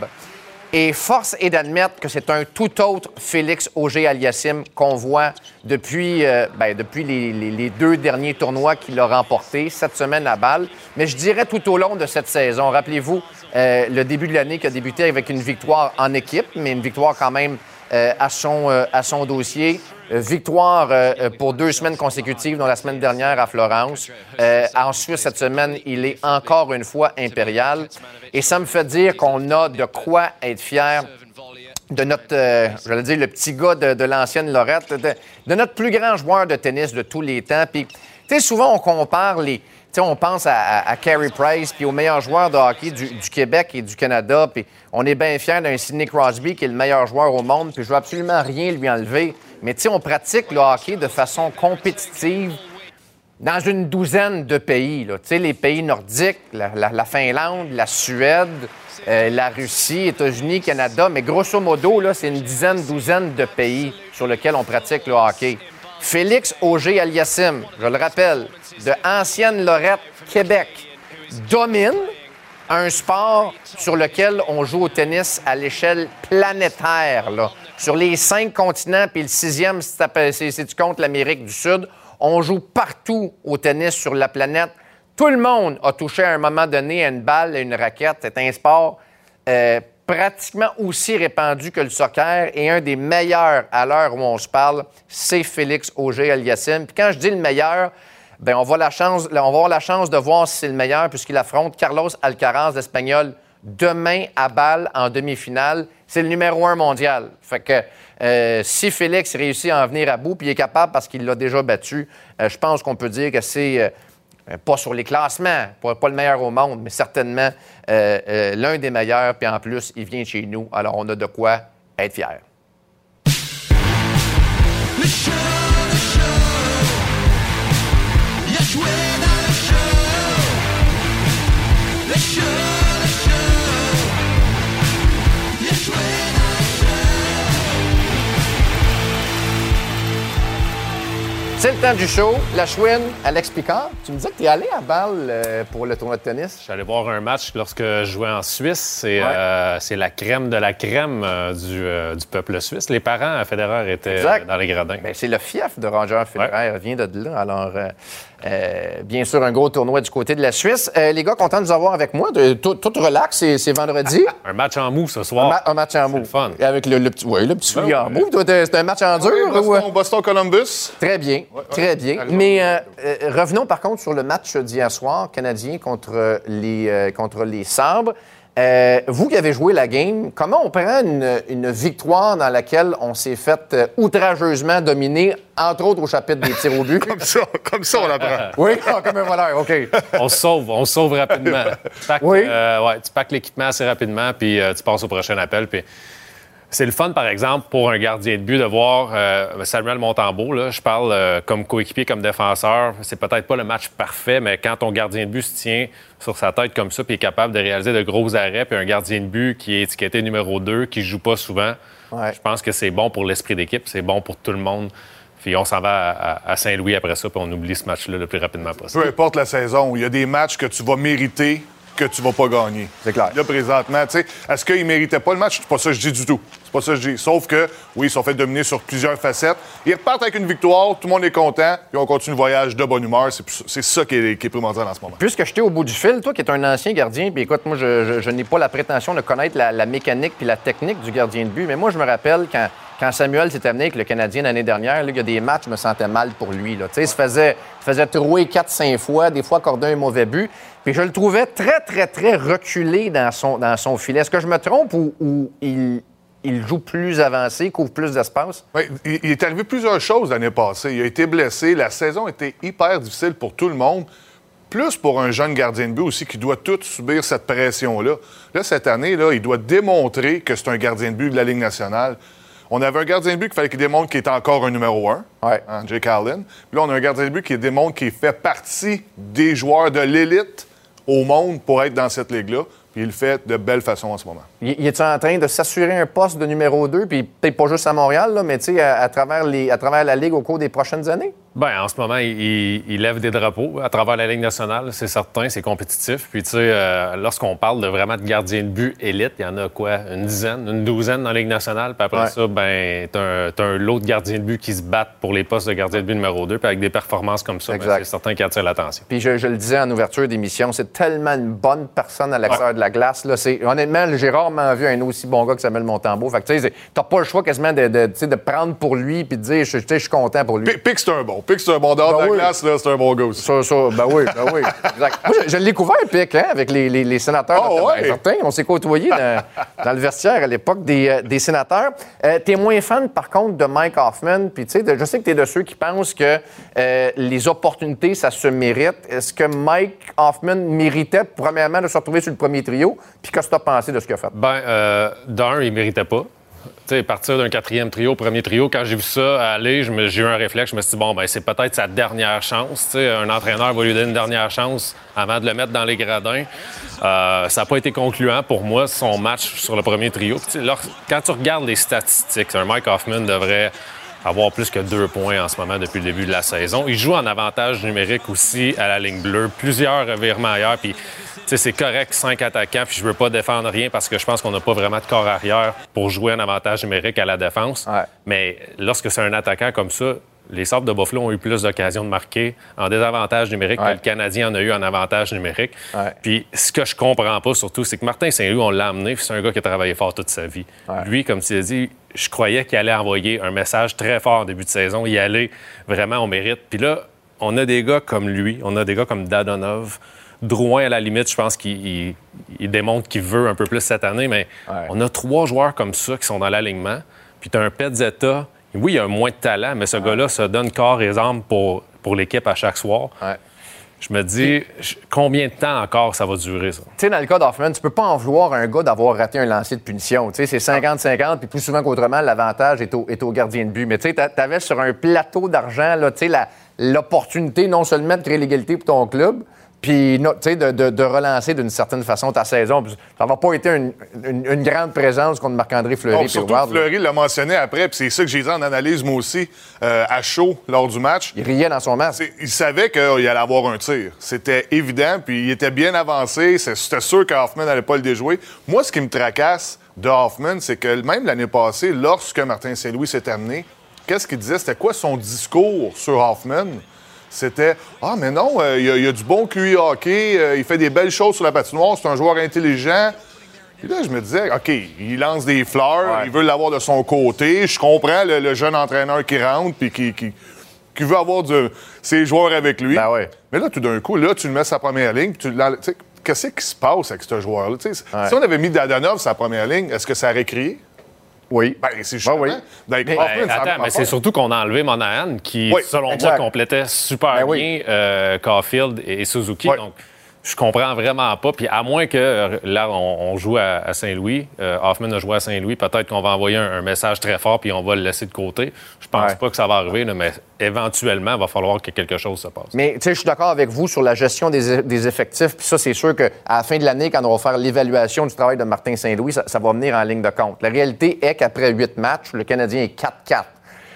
Et force est d'admettre que c'est un tout autre Félix Auger-Aliassime qu'on voit depuis, euh, ben, depuis les, les, les deux derniers tournois qu'il a remportés, cette semaine à Bâle. Mais je dirais tout au long de cette saison. Rappelez-vous, euh, le début de l'année qui a débuté avec une victoire en équipe, mais une victoire quand même euh, à, son, euh, à son dossier. Euh, victoire euh, pour deux semaines consécutives, dont la semaine dernière à Florence. Euh, ensuite, cette semaine, il est encore une fois impérial. Et ça me fait dire qu'on a de quoi être fier de notre, euh, j'allais dire, le petit gars de, de l'ancienne Lorette, de, de notre plus grand joueur de tennis de tous les temps. Puis, tu sais, souvent, on compare les... Tu sais, on pense à, à, à Carey Price, puis aux meilleurs joueurs de hockey du, du Québec et du Canada. Puis, on est bien fiers d'un Sidney Crosby, qui est le meilleur joueur au monde. Puis, je veux absolument rien lui enlever. Mais, tu sais, on pratique le hockey de façon compétitive dans une douzaine de pays. Tu sais, les pays nordiques, la, la, la Finlande, la Suède, euh, la Russie, États-Unis, Canada. Mais grosso modo, là, c'est une dizaine, douzaine de pays sur lesquels on pratique le hockey. Félix Auger-Aliassime, je le rappelle, de Ancienne Lorette, Québec, domine un sport sur lequel on joue au tennis à l'échelle planétaire. Là. Sur les cinq continents, puis le sixième, si tu comptes l'Amérique du Sud, on joue partout au tennis sur la planète. Tout le monde a touché à un moment donné à une balle, à une raquette. C'est un sport euh, pratiquement aussi répandu que le soccer et un des meilleurs à l'heure où on se parle, c'est Félix Auger-Aliassime. Puis quand je dis le meilleur, bien, on, va la chance, on va avoir la chance de voir si c'est le meilleur puisqu'il affronte Carlos Alcaraz, l'Espagnol, demain à Bâle en demi-finale. C'est le numéro un mondial. Fait que euh, si Félix réussit à en venir à bout puis il est capable parce qu'il l'a déjà battu, euh, je pense qu'on peut dire que c'est... Euh, pas sur les classements, pas, pas le meilleur au monde, mais certainement euh, euh, l'un des meilleurs. Puis en plus, il vient de chez nous. Alors, on a de quoi être fiers.
Le show, le show. Il a joué dans le show. Le show, le show. Il a joué dans le show.
C'est le temps du show. La chouine, Alex Picard. Tu me disais que tu es allé à Bâle euh, pour le tournoi de tennis.
Je suis allé voir un match lorsque je jouais en Suisse. C'est
ouais.
euh, c'est la crème de la crème euh, du, euh, du peuple suisse. Les parents à Federer étaient
exact.
dans les gradins.
Bien, c'est le fief de Roger Federer. Ouais. vient de là. Alors, euh, euh, bien sûr, un gros tournoi du côté de la Suisse. Euh, les gars, content de vous avoir avec moi. De, tout, tout relax, c'est, c'est vendredi.
Un match en mou ce soir.
Un, ma- un match en mou.
C'est le fun.
Avec le, le petit, ouais, le petit
ben,
soulier
ouais.
en mou. C'est un match en dur.
Oui, Boston,
ou...
Boston Columbus.
Très bien, ouais, très ouais. bien. Mais euh, euh, revenons par contre sur le match d'hier soir, Canadien contre les, euh, contre les Sabres. Euh, vous qui avez joué la game, comment on prend une, une victoire dans laquelle on s'est fait euh, outrageusement dominer, entre autres au chapitre des tirs au but?
Comme ça, comme ça on l'apprend.
Oui, ah, comme un voleur, OK.
On se sauve, on se sauve rapidement. Tu packes,
oui.
euh, ouais, tu packes l'équipement assez rapidement, puis euh, tu passes au prochain appel, puis... C'est le fun, par exemple, pour un gardien de but de voir euh, Samuel Montembeault. Là, je parle euh, comme coéquipier, comme défenseur. C'est peut-être pas le match parfait, mais quand ton gardien de but se tient sur sa tête comme ça puis est capable de réaliser de gros arrêts, puis un gardien de but qui est étiqueté numéro deux, qui joue pas souvent, ouais. je pense que c'est bon pour l'esprit d'équipe, c'est bon pour tout le monde. Puis on s'en va à, à, à Saint-Louis après ça, puis on oublie ce match-là le plus rapidement possible.
Peu importe la saison, il y a des matchs que tu vas mériter que tu vas pas gagner.
C'est clair.
Là, présentement, tu sais, est-ce qu'ils méritaient pas le match? C'est pas ça que je dis du tout. C'est pas ça que je dis. Sauf que, oui, ils sont fait dominer sur plusieurs facettes. Ils repartent avec une victoire, tout le monde est content, puis on continue le voyage de bonne humeur. C'est, c'est ça qui est, qui est primordial en ce moment.
Puisque j'étais au bout du fil, toi qui es un ancien gardien, puis écoute, moi, je, je, je n'ai pas la prétention de connaître la, la mécanique puis la technique du gardien de but, mais moi, je me rappelle quand... Quand Samuel s'est amené avec le Canadien l'année dernière, là, il y a des matchs, je me sentais mal pour lui. Là. Il se faisait, il faisait trouer quatre cinq fois, des fois accorder un mauvais but. Puis je le trouvais très, très, très reculé dans son, dans son filet. Est-ce que je me trompe ou, ou il, il joue plus avancé, couvre plus d'espace?
Oui, il, il est arrivé plusieurs choses l'année passée. Il a été blessé. La saison était hyper difficile pour tout le monde. Plus pour un jeune gardien de but aussi qui doit tout subir cette pression-là. Là, cette année, là, il doit démontrer que c'est un gardien de but de la Ligue nationale. On avait un gardien de but qu'il fallait qu'il démontre qu'il est encore un numéro un,
ouais.
hein, Jake Allen. Puis là, on a un gardien de but qui démontre qu'il fait partie des joueurs de l'élite au monde pour être dans cette ligue-là. Puis il le fait de belle façon en ce moment.
Il, il est en train de s'assurer un poste de numéro deux, puis peut-être pas juste à Montréal, là, mais tu sais, à, à, travers les, à travers la Ligue au cours des prochaines années?
Bien, en ce moment, il, il, il lève des drapeaux à travers la Ligue nationale, c'est certain, c'est compétitif. Puis, tu sais, euh, lorsqu'on parle de vraiment de gardiens de but élite, il y en a quoi? Une dizaine, une douzaine dans la Ligue nationale. Puis après ouais. ça, ben t'as un, t'as un lot de gardiens de but qui se battent pour les postes de gardien de but numéro deux. Puis avec des performances comme ça, ben, c'est certain qu'ils attirent l'attention.
Puis je, je le disais en ouverture d'émission, c'est tellement une bonne personne à l'extérieur ouais. de la glace. Là, c'est, honnêtement, j'ai rarement vu un aussi bon gars que Samuel Montembeault. Fait que, tu sais, t'as pas le choix quasiment de, de, de prendre pour lui puis de dire, je, je suis content pour lui.
Pic, c'est un bon. Pic, c'est un bon dehors ben de la oui. glace, là, c'est un bon gars aussi.
Ça, ça, ben oui, ben oui. Exact. Moi, je, je l'ai couvert, Pic, hein, avec les, les, les sénateurs.
Oh, ouais.
Certains. On s'est côtoyés dans, dans le vestiaire à l'époque des, euh, des sénateurs. Euh, t'es moins fan, par contre, de Mike Hoffman. Puis, tu sais, je sais que t'es de ceux qui pensent que euh, les opportunités, ça se mérite. Est-ce que Mike Hoffman méritait, premièrement, de se retrouver sur le premier trio? Puis, qu'est-ce que t'as pensé de ce qu'il a fait?
Ben, euh, d'un, il méritait pas. Tu sais, partir d'un quatrième trio, premier trio, quand j'ai vu ça aller, je me, j'ai eu un réflexe, je me suis dit, bon, ben c'est peut-être sa dernière chance. Tu sais, un entraîneur va lui donner une dernière chance avant de le mettre dans les gradins. Euh, ça n'a pas été concluant pour moi, son match sur le premier trio. Puis, là, quand tu regardes les statistiques, un Mike Hoffman devrait avoir plus que deux points en ce moment depuis le début de la saison. Il joue en avantage numérique aussi à la ligne bleue. Plusieurs revirements ailleurs, puis c'est correct, cinq attaquants, puis je veux pas défendre rien parce que je pense qu'on n'a pas vraiment de corps arrière pour jouer en avantage numérique à la défense.
Ouais.
Mais lorsque c'est un attaquant comme ça, les Sabres de Buffalo ont eu plus d'occasions de marquer en désavantage numérique
ouais.
que le Canadien en a eu en avantage numérique.
Ouais.
Puis ce que je comprends pas surtout, c'est que Martin Saint-Louis, on l'a amené, c'est un gars qui a travaillé fort toute sa vie.
Ouais.
Lui, comme tu l'as dit, je croyais qu'il allait envoyer un message très fort en début de saison, y aller vraiment au mérite. Puis là, on a des gars comme lui, on a des gars comme Dadonov, Drouin, à la limite, je pense qu'il il, il démontre qu'il veut un peu plus cette année, mais
ouais.
on a trois joueurs comme ça qui sont dans l'alignement. Puis tu as un Pezzetta. Oui, il a un moins de talent, mais ce ouais. gars-là se donne corps et âme pour, pour l'équipe à chaque soir.
Ouais.
Je me dis, je, combien de temps encore ça va durer, ça?
Tu sais, dans le cas d'Hoffman, tu peux pas en vouloir à un gars d'avoir raté un lancer de punition. Tu sais, c'est cinquante cinquante, puis plus souvent qu'autrement, l'avantage est au, est au gardien de but. Mais tu sais, tu avais sur un plateau d'argent, là, tu sais, la, l'opportunité non seulement de créer l'égalité pour ton club, puis de, de, de relancer d'une certaine façon ta saison. Ça va pas été une, une, une grande présence contre Marc-André Fleury.
Oh, surtout que Fleury l'a mentionné après, puis c'est ça que j'ai dit en analyse, moi aussi, euh, à chaud, lors du match.
Il riait dans son match.
C'est, il savait qu'il allait avoir un tir. C'était évident, puis il était bien avancé. C'était sûr qu'Hoffman n'allait pas le déjouer. Moi, ce qui me tracasse de Hoffman, c'est que même l'année passée, lorsque Martin Saint-Louis s'est amené, qu'est-ce qu'il disait? C'était quoi son discours sur Hoffman? C'était « Ah, mais non, euh, il, a, il a du bon Q I hockey, euh, il fait des belles choses sur la patinoire, c'est un joueur intelligent. » Puis là, je me disais « OK, il lance des fleurs, ouais. il veut l'avoir de son côté. Je comprends le, le jeune entraîneur qui rentre puis qui, qui, qui veut avoir du, ses joueurs avec lui.
Ben ouais. »
Mais là, tout d'un coup, là, tu le mets sa première ligne. Tu, là, qu'est-ce qui se passe avec ce joueur-là? Ouais. Si on avait mis Dadonov sa première ligne, est-ce que ça aurait crié?
Oui.
Ben, c'est justement.
Ben oui.
Ben,
ben,
Hoffman,
attends, mais c'est surtout qu'on a enlevé Monahan, qui,
oui,
selon
exact.
moi, complétait super
ben oui.
bien euh, Caulfield et Suzuki.
Oui.
Donc, je comprends vraiment pas. Puis à moins que, là, on, on joue à, à Saint-Louis, euh, Hoffman a joué à Saint-Louis, peut-être qu'on va envoyer un, un message très fort puis on va le laisser de côté. Je pense
ouais.
pas que ça va arriver, là, mais éventuellement, il va falloir que quelque chose se passe.
Mais, tu sais, je suis d'accord avec vous sur la gestion des, des effectifs. Puis ça, c'est sûr qu'à la fin de l'année, quand on va faire l'évaluation du travail de Martin Saint-Louis, ça, ça va venir en ligne de compte. La réalité est qu'après huit matchs, le Canadien est quatre quatre.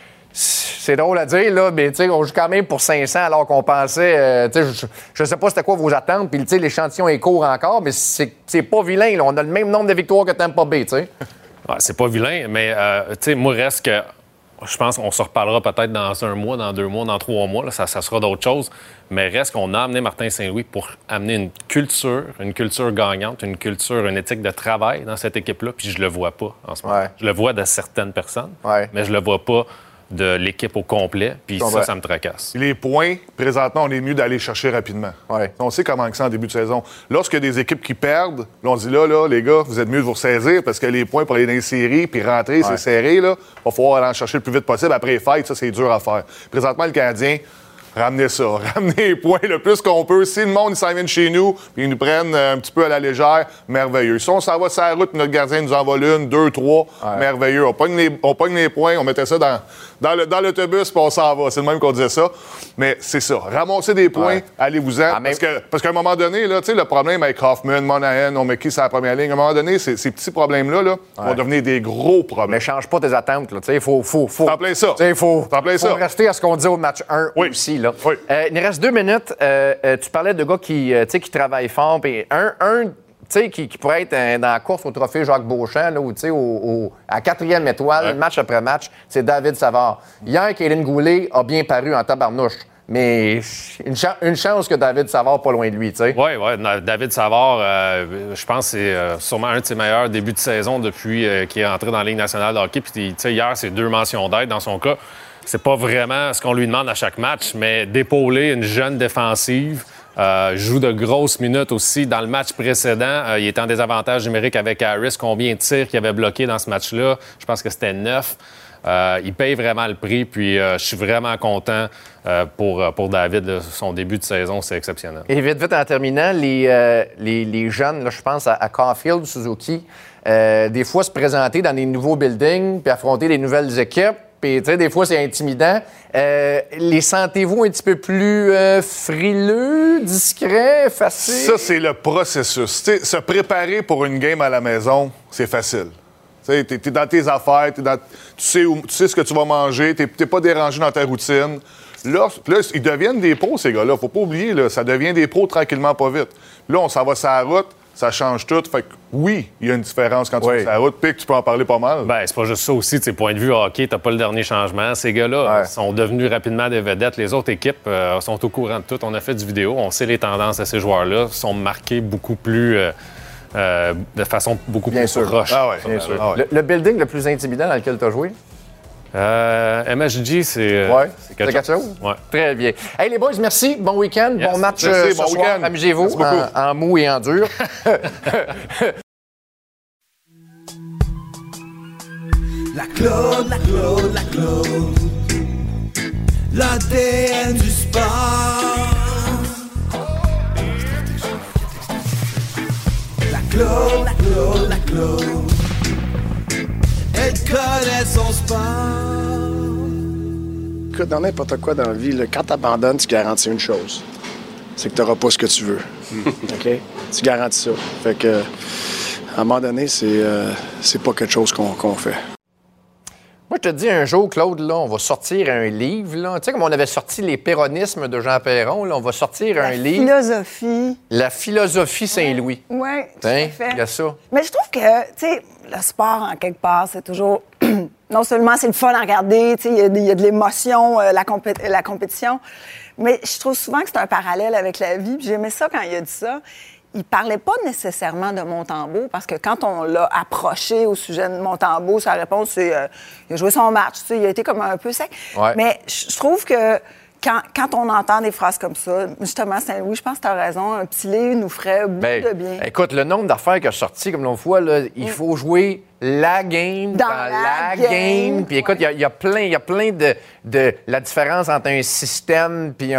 C'est drôle à dire, là, mais on joue quand même pour cinq cents alors qu'on pensait... Euh, je, je sais pas c'était quoi vos attentes, puis l'échantillon est court encore, mais c'est, c'est pas vilain. Là. On a le même nombre de victoires que Tampa Bay, tu sais.
Ouais, c'est pas vilain, mais euh, tu sais, moi, reste que... Je pense qu'on se reparlera peut-être dans un mois, dans deux mois, dans trois mois. Là, ça, ça sera d'autres choses. Mais reste qu'on a amené Martin Saint-Louis pour amener une culture, une culture gagnante, une culture, une éthique de travail dans cette équipe-là, puis je le vois pas en ce moment. Ouais. Je le vois de certaines personnes,
ouais.
mais je le vois pas de l'équipe au complet, puis ça,
vrai.
ça me tracasse.
Les points, présentement, on est mieux d'aller chercher rapidement.
Ouais.
On sait comment c'est en début de saison. Lorsqu'il y a des équipes qui perdent, là, on dit là, là, les gars, vous êtes mieux de vous ressaisir parce que les points pour aller dans les séries puis rentrer, ouais. c'est serré, là. Il va falloir aller en chercher le plus vite possible. Après les fêtes, ça, c'est dur à faire. Présentement, le Canadien, ramenez ça. Ramenez les points le plus qu'on peut. Si le monde il s'en vient de chez nous puis ils nous prennent un petit peu à la légère, merveilleux. Si on s'en va sur la route notre gardien nous en vole une, deux, trois, ouais. merveilleux. On pogne, les, on pogne les points, on mettait ça dans, dans, le, dans l'autobus puis on s'en va. C'est le même qu'on disait ça. Mais c'est ça. Ramasser des points, ouais. allez-vous-en. Ah, parce, que, parce qu'à un moment donné, là, le problème avec Hoffman, Monahan, on met qui sur la première ligne, à un moment donné, ces, ces petits problèmes-là là, ouais. vont devenir des gros problèmes.
Mais change pas tes attentes. Il faut, faut, faut,
T'en plein ça.
Il faut,
T'en plein
faut
ça.
rester à ce qu'on dit au match un
oui.
aussi. Là.
Oui.
Euh, il nous reste deux minutes. Euh, euh, tu parlais de gars qui, euh, qui travaillent fort. Puis un, un qui, qui pourrait être euh, dans la course au trophée Jacques Beauchamp, là, où, au, au, à quatrième étoile, ouais. match après match, c'est David Savard. Hier, Kaylin Goulet a bien paru en tabarnouche. Mais une, ch- une chance que David Savard pas loin de lui, tu sais.
Oui, oui. David Savard, euh, je pense que c'est euh, sûrement un de ses meilleurs débuts de saison depuis euh, qu'il est entré dans la Ligue nationale de hockey. Puis, tu sais, hier, c'est deux mentions d'aide dans son cas. C'est pas vraiment ce qu'on lui demande à chaque match, mais d'épauler une jeune défensive, euh, joue de grosses minutes aussi. Dans le match précédent, euh, il était en désavantage numérique avec Harris. Combien de tirs qu'il avait bloqué dans ce match-là? Je pense que c'était neuf. Euh, il paye vraiment le prix, puis euh, je suis vraiment content euh, pour, pour David. Là, son début de saison, c'est exceptionnel.
Et vite, vite, en terminant, les, euh, les, les jeunes, là, je pense à, à Caulfield, Suzuki, euh, des fois se présenter dans des nouveaux buildings puis affronter des nouvelles équipes. Puis, tu sais, des fois, c'est intimidant. Euh, les sentez-vous un petit peu plus euh, frileux, discrets, faciles?
Ça, c'est le processus. T'sais, se préparer pour une game à la maison, c'est facile. Tu es, es dans tes affaires, dans, tu, sais où, tu sais ce que tu vas manger, tu n'es pas dérangé dans ta routine. Là, là, ils deviennent des pros, ces gars-là. Faut pas oublier, là, ça devient des pros tranquillement, pas vite. Là, on s'en va sur la route. ça change tout. Fait que oui, il y a une différence quand tu
Oui.
fais la route. Pic, tu peux en parler pas mal.
Ben, c'est pas juste ça aussi. Tu sais, point de vue hockey, t'as pas le dernier changement. Ces gars-là
Ouais.
sont devenus rapidement des vedettes. Les autres équipes euh, sont au courant de tout. On a fait du vidéo. On sait les tendances de ces joueurs-là. Ils sont marqués beaucoup plus... euh, euh, de façon beaucoup
Bien
plus
sûr.
proche.
Ah ouais,
Bien sûr.
Ah ouais.
Le, le building le plus intimidant dans lequel tu as joué?
Euh, M S G, c'est... euh,
Ouais.
c'est
C'est quelque chose?
Ouais.
Très bien. Hey, les boys, merci. Bon week-end.
Yes.
Bon match
Merci,
euh, ce
bon
soir.
week-end.
Amusez-vous
Merci beaucoup.
en, en mou et en dur.
La Claude, la Claude, la Claude, l'A D N du sport. La Claude, la Claude, la Claude, elle connaît son sport.
Écoute, dans n'importe quoi dans la vie, là, quand tu abandonnes, tu garantis une chose. C'est que tu n'auras pas ce que tu veux. OK? Tu garantis ça. Fait que, à un moment donné, c'est, euh, c'est pas quelque chose qu'on, qu'on fait.
Moi, je te dis un jour, Claude, là, on va sortir un livre. Là. Tu sais, comme on avait sorti les péronismes de Jean Perron, là, on va sortir un livre.
Philosophie.
La philosophie Saint-Louis.
Oui, tout
Hein?
à fait.
Il y a ça.
Mais je trouve que, tu sais, le sport, en quelque part, c'est toujours... non seulement c'est le fun à regarder, tu sais, il y a de- il y, a de l'émotion, euh, la, compé- la compétition, mais je trouve souvent que c'est un parallèle avec la vie. Puis j'aimais ça quand il a dit ça. Il parlait pas nécessairement de Montembeault, parce que quand on l'a approché au sujet de Montembeault, sa réponse, c'est euh, il a joué son match, tu sais, il a été comme un peu sec.
Ouais.
Mais je je trouve que quand, quand on entend des phrases comme ça, justement, Saint-Louis, je pense que tu as raison, un petit lait nous ferait beaucoup
Ben,
de bien.
écoute, le nombre d'affaires qui a sorti, comme l'on voit, là, il faut jouer la game
Dans
dans,
la
la game.
game.
Puis écoute, il y a- il y, a plein, il y a plein de, de... La différence entre un système puis un...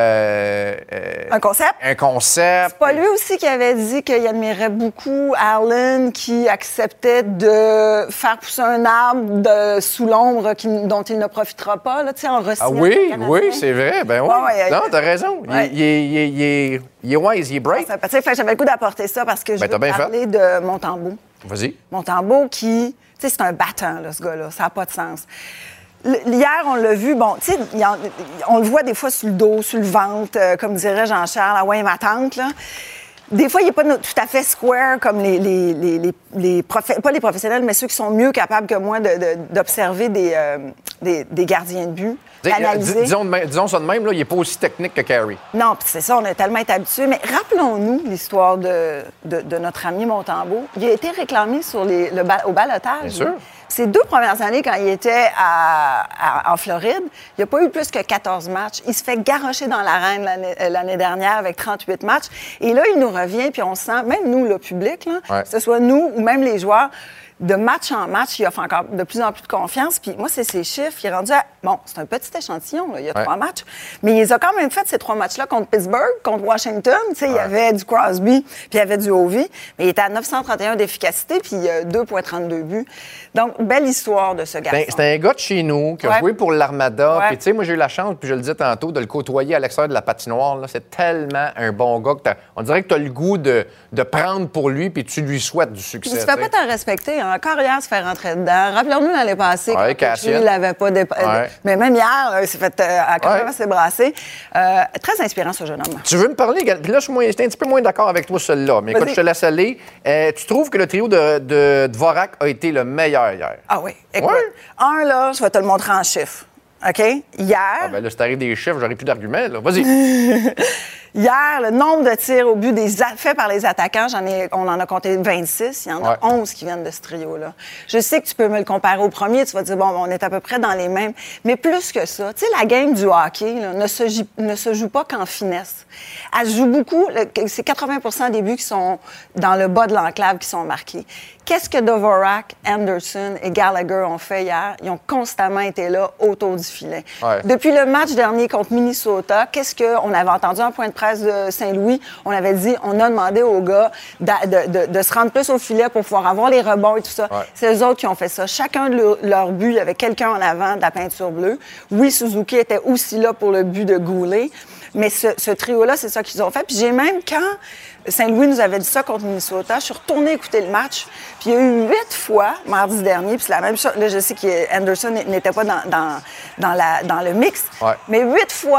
euh, euh,
Un concept?
un concept.
C'est pas lui aussi qui avait dit qu'il admirait beaucoup Allen, qui acceptait de faire pousser un arbre de, sous l'ombre qui- dont il ne profitera pas, là, tu sais, en re
Ah oui, oui, c'est vrai. Ben oui.
Ouais, ouais,
non,
euh,
t'as raison. Il-
ouais.
Il, est- il est- il est- il est wise, il est bright.
J'avais le goût d'apporter ça parce que je
Ben,
veux
t'as bien fait.
parler de Montembeault.
Vas-y.
Montembeault qui, tu sais, c'est un battant, là, ce gars-là. Ça n'a pas de sens. L- Hier, on l'a vu, bon, tu sais, il y en- on le voit des fois sur le dos, sur le ventre, euh, comme dirait Jean-Charles, ah ouais, ma tante, là. Des fois, il n'est pas no- tout à fait square comme les, les, les, les, les profe- pas les professionnels, mais ceux qui sont mieux capables que moi de- de- d'observer des, euh, des, des gardiens de but,
Dis- euh,
d'analyser.
dis- disons, de même- disons ça de même, là, il n'est pas aussi technique que Carey.
Non, puis c'est ça, on a tellement été habitués. Mais rappelons-nous l'histoire de, de, de notre ami Montembeault. Il a été réclamé sur les, le ba- au ballottage.
Bien sûr.
Ces deux premières années, quand il était à- à- en Floride, il n'a pas eu plus que quatorze matchs. Il se fait garrocher dans l'arène l'année, euh, l'année dernière avec trente-huit matchs. Et là, il nous revient, puis on sent, même nous, le public, là,
Ouais.
que ce soit nous ou même les joueurs, de match en match, il offre encore de plus en plus de confiance. Puis moi, c'est ses chiffres. Il est rendu à... Bon, c'est un petit échantillon, là. Il y a
Ouais.
trois matchs. Mais il a quand même fait ces trois matchs-là contre Pittsburgh, contre Washington. Tu sais, il y avait du Crosby, puis il y avait du Ovi. Mais il était à neuf cent trente et un d'efficacité, puis euh, deux virgule trente-deux buts. Donc, belle histoire de ce garçon.
Ben, c'est un gars de chez nous qui a
Ouais.
joué pour l'Armada.
Ouais.
Puis, tu sais, moi, j'ai eu la chance, puis je le disais tantôt, de le côtoyer à l'extérieur de la patinoire. Là. C'est tellement un bon gars que t'as- on dirait que tu as le goût de, de prendre pour lui, puis tu lui souhaites du succès.
Il se fait
tu sais.
pas t'en respecter. Hein. Encore hier, se fait rentrer dedans. Rappelons-nous l'année passée,
Ouais,
quand Petrie
Cassian.
l'avait pas dépa-
Ouais.
Mais même hier, euh, il s'est fait euh, à quand
Ouais.
même assez brasser. Euh, très inspirant, ce jeune homme.
Tu veux me parler, Gal- puis là, je suis moins- j'étais un petit peu moins d'accord avec toi, celle-là. Mais écoute,
Vas-y.
je te laisse aller. Euh, tu trouves que le trio de, de Dvorak a été le meilleur hier?
Ah oui. Écoute,
Ouais.
un, là, je vais te le montrer en chiffres. OK? Hier,
Ah, ben là, si t'arrives des chiffres, j'aurais plus d'arguments. là. Vas-y.
hier, le nombre de tirs au but des a- faits par les attaquants, j'en ai, on en a compté vingt-six. Il y en a
Ouais.
onze qui viennent de ce trio-là. Je sais que tu peux me le comparer au premier. Tu vas dire, bon, on est à peu près dans les mêmes. Mais plus que ça, tu sais, la game du hockey là, ne, se, joue- ne se joue pas qu'en finesse. Elle se joue beaucoup. le- C'est quatre-vingts pour cent des buts qui sont dans le bas de l'enclave qui sont marqués. Qu'est-ce que Dvorak, Anderson et Gallagher ont fait hier? Ils ont constamment été là autour du filet.
Ouais.
Depuis le match dernier contre Minnesota, qu'est-ce qu'on avait entendu un point de presse de Saint-Louis? On avait dit, on a demandé aux gars d'a- de, de- de se rendre plus au filet pour pouvoir avoir les rebonds et tout ça.
Ouais.
C'est eux autres qui ont fait ça. Chacun de leur, leur but, il y avait quelqu'un en avant de la peinture bleue. Oui, Suzuki était aussi là pour le but de Goulet. Mais ce, ce trio-là, c'est ça qu'ils ont fait. Puis j'ai même, quand Saint-Louis nous avait dit ça contre Minnesota, je suis retournée écouter le match. Puis il y a eu huit fois, mardi dernier, puis c'est la même chose. Là, je sais qu'Anderson n'était pas dans, dans, dans, la, dans le mix.
Ouais.
Mais huit fois,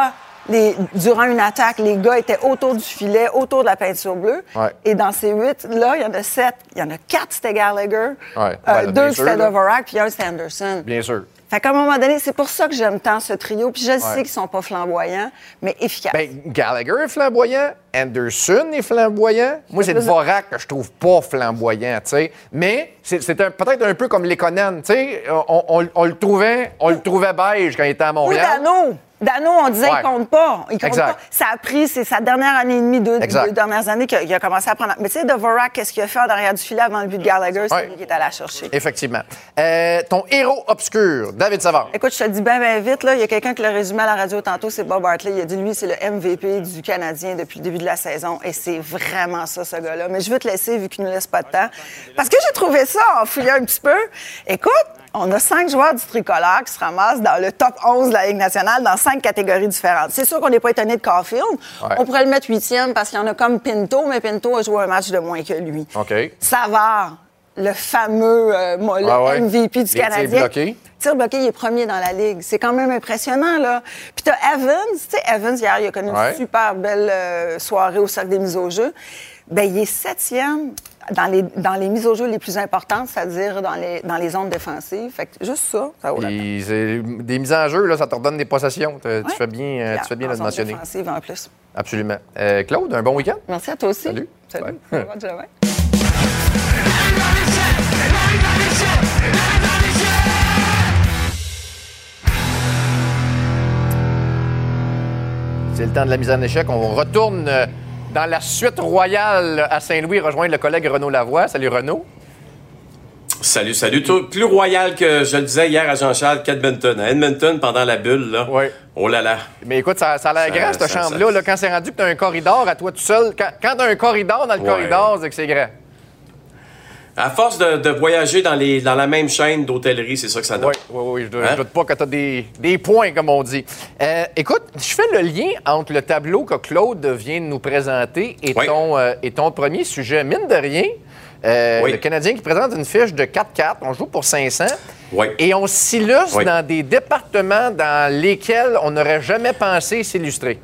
Les, durant une attaque, les gars étaient autour du filet, autour de la peinture bleue.
Ouais.
Et dans ces huit, là, il y en a sept. Il y en a quatre, c'était Gallagher.
Ouais.
Euh,
Ben,
deux,
sûr,
c'était
là.
Dvorak, puis un, c'était Anderson.
Bien sûr.
Fait qu'à un moment donné, c'est pour ça que j'aime tant ce trio. Puis je
Ouais.
sais qu'ils sont pas flamboyants, mais efficaces.
Ben, Gallagher est flamboyant, Anderson est flamboyant. Moi, c'est
plus-
Dvorak que je trouve pas flamboyant, tu sais. Mais c'est, c'est un- peut-être un peu comme Lekonen, tu sais. On, on- on le trouvait, on le trouvait beige quand il était à
Ou
Montréal.
Dano. Dano, on disait
Ouais.
qu'il compte pas. Il compte
Exact.
pas. Ça a pris, c'est sa dernière année et demie, deux,
Exact.
deux dernières années qu'il a, il a commencé à prendre. Mais tu sais, Dvorak, qu'est-ce qu'il a fait en arrière du filet avant le but de Gallagher? C'est
Ouais.
lui qui est allé la chercher.
Effectivement. Euh, ton héros obscur, David Savard.
Écoute, je te le dis bien, bien vite, là. Il y a quelqu'un qui l'a résumé à la radio tantôt, c'est Bob Hartley. Il a dit, lui, c'est le M V P du Canadien depuis le début de la saison. Et c'est vraiment ça, ce gars-là. Mais je veux te laisser, vu qu'il ne nous laisse pas de temps. Parce que j'ai trouvé ça en fouillant un petit peu. Écoute, on a cinq joueurs du tricolore qui se ramassent dans le top onze de la Ligue nationale dans cinq catégories différentes. C'est sûr qu'on n'est pas étonné de Caulfield.
Ouais.
On pourrait le mettre huitième parce qu'il y en a comme Pinto, mais Pinto a joué un match de moins que lui.
OK.
Savard, le fameux euh, moi, le
Ah ouais.
M V P du
Les tirs
Canadien.
bloqués.
Tir bloqué, il est premier dans la Ligue. C'est quand même impressionnant, là. Puis t'as Evans, tu sais, Evans, hier, il a connu
Ouais.
une super belle euh, soirée au Cercle des mises au jeu. Bien, il est septième dans les, dans les mises au jeu les plus importantes, c'est-à-dire dans les, dans les zones défensives. Fait que juste ça, ça vaut la peine.
Puis c'est- des mises en jeu, là, ça te redonne des possessions. Tu, tu
Ouais.
fais bien, euh, tu fais bien
En
de le
zone
mentionner.
défensive, en plus.
Absolument. Euh, Claude, un bon week-end?
Merci à toi aussi.
Salut.
Salut.
Ouais.
Au revoir, Joël.
C'est le temps de la mise en échec. On retourne euh, dans la suite royale à Saint-Louis rejoindre le collègue Renaud Lavoie. Salut Renaud.
Salut, salut. Tout plus royal que je le disais hier à Jean-Charles qu'Edmonton. À Edmonton, pendant la bulle, là.
Oui.
Oh là là.
Mais écoute, ça, ça a l'air
Ça-
grand, cette
ça-
chambre-là.
ça-
Là, quand c'est rendu que tu as un corridor à toi tout seul, quand, quand tu as un corridor dans le
Ouais.
corridor, c'est que c'est grand.
À force de, de voyager dans, les, dans la même chaîne d'hôtellerie, c'est ça que ça donne.
Oui, oui, oui. Je ne
Hein?
doute pas que tu as des, des points, comme on dit. Euh, écoute, je fais le lien entre le tableau que Claude vient de nous présenter et,
Oui.
ton, euh, et ton premier sujet. Mine de rien, euh,
Oui.
le Canadien qui présente une fiche de quatre quatre, on joue pour cinq cents.
Oui.
Et on s'illustre
Oui.
dans des départements dans lesquels on n'aurait jamais pensé s'illustrer.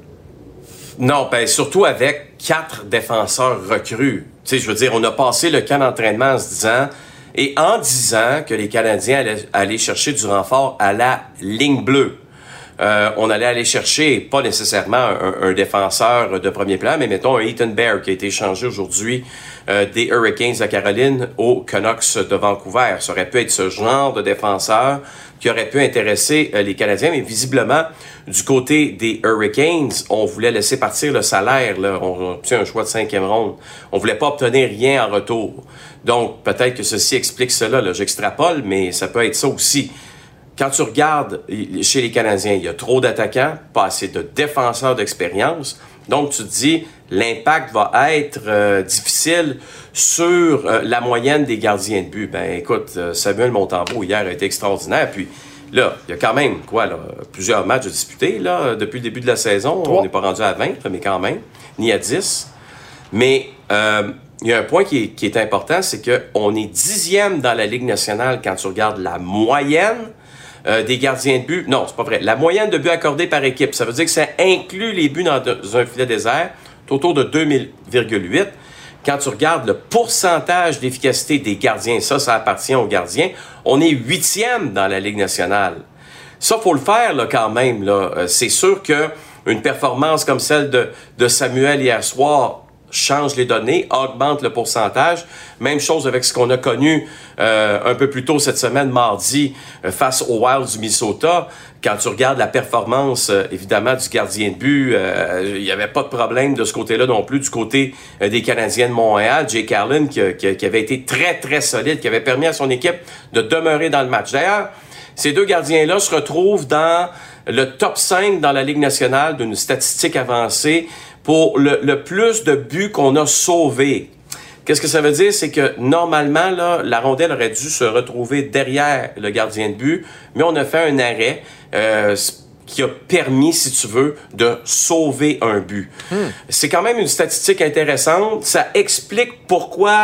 Non, ben surtout avec quatre défenseurs recrues. Tu sais, je veux dire, on a passé le camp d'entraînement en se disant, et en disant que les Canadiens allaient aller chercher du renfort à la ligne bleue. Euh, on allait aller chercher, pas nécessairement un, un défenseur de premier plan, mais mettons un Ethan Bear qui a été échangé aujourd'hui euh, des Hurricanes de Caroline aux Canucks de Vancouver. Ça aurait pu être ce genre de défenseur qui aurait pu intéresser euh, les Canadiens, mais visiblement, du côté des Hurricanes, on voulait laisser partir le salaire. Là. On a obtenu un choix de cinquième ronde. On voulait pas obtenir rien en retour. Donc, peut-être que ceci explique cela. Là. J'extrapole, mais ça peut être ça aussi. Quand tu regardes chez les Canadiens, il y a trop d'attaquants, pas assez de défenseurs d'expérience. Donc, tu te dis, l'impact va être euh, difficile sur euh, la moyenne des gardiens de but. Ben, écoute, euh, Samuel Montembeault, hier, a été extraordinaire. Puis là, il y a quand même, quoi, là, plusieurs matchs disputés, là, depuis le début de la saison. On n'est pas rendu à vingt, mais quand même, ni à dix. Mais euh, il y a un point qui est, qui est important, c'est qu'on est dixième dans la Ligue nationale quand tu regardes la moyenne Euh, des gardiens de but. Non, c'est pas vrai. La moyenne de buts accordés par équipe, ça veut dire que ça inclut les buts dans, de, dans un filet désert, c'est autour de deux virgule huit. Quand tu regardes le pourcentage d'efficacité des gardiens, ça, ça appartient aux gardiens, on est huitième dans la Ligue nationale. Ça, faut le faire là, quand même. Là. Euh, c'est sûr que une performance comme celle de, de Samuel hier soir change les données, augmente le pourcentage. Même chose avec ce qu'on a connu euh, un peu plus tôt cette semaine, mardi, euh, face aux Wild du Minnesota. Quand tu regardes la performance, euh, évidemment, du gardien de but, euh, il n'y avait pas de problème de ce côté-là non plus, du côté euh, des Canadiens de Montréal. Jake Allen, qui, qui, qui avait été très, très solide, qui avait permis à son équipe de demeurer dans le match. D'ailleurs, ces deux gardiens-là se retrouvent dans le top cinq dans la Ligue nationale d'une statistique avancée pour le, le plus de buts qu'on a sauvés. Qu'est-ce que ça veut dire? C'est que normalement, là, la rondelle aurait dû se retrouver derrière le gardien de but, mais on a fait un arrêt euh, qui a permis, si tu veux, de sauver un but. Hmm. C'est quand même une statistique intéressante. Ça explique pourquoi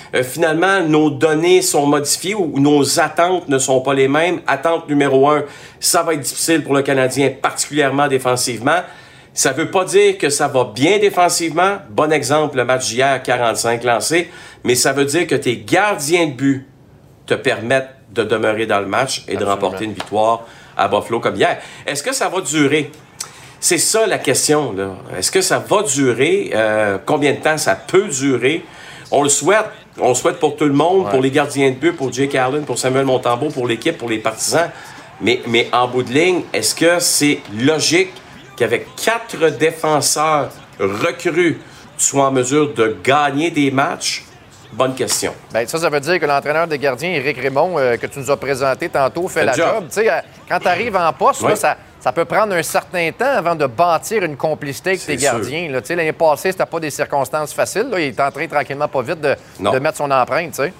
euh, finalement, nos données sont modifiées ou nos attentes ne sont pas les mêmes. Attente numéro un, ça va être difficile pour le Canadien, particulièrement défensivement. Ça veut pas dire que ça va bien défensivement. Bon exemple, le match d'hier, quarante-cinq lancés. Mais ça veut dire que tes gardiens de but te permettent de demeurer dans le match et de Absolument. remporter une victoire à Buffalo comme hier. Est-ce que ça va durer? C'est ça la question, là. Est-ce que ça va durer? Euh, combien de temps ça peut durer? On le souhaite. On le souhaite pour tout le monde, ouais. pour les gardiens de but, pour Jake Allen, pour Samuel Montembeault, pour l'équipe, pour les partisans. Mais, mais en bout de ligne, est-ce que c'est logique qu'avec quatre défenseurs recrues, tu sois en mesure de gagner des matchs? Bonne question.
Bien, ça, ça veut dire que l'entraîneur des gardiens, Éric Raymond, euh, que tu nous as présenté tantôt, fait, fait la job. job. Tu sais, euh, quand tu arrives en poste, oui. là, ça, ça peut prendre un certain temps avant de bâtir une complicité avec tes gardiens. Là. Tu sais, l'année passée, c'était pas des circonstances faciles. Là. Il est en train, tranquillement, pas vite, de, de mettre son empreinte. Tu sais.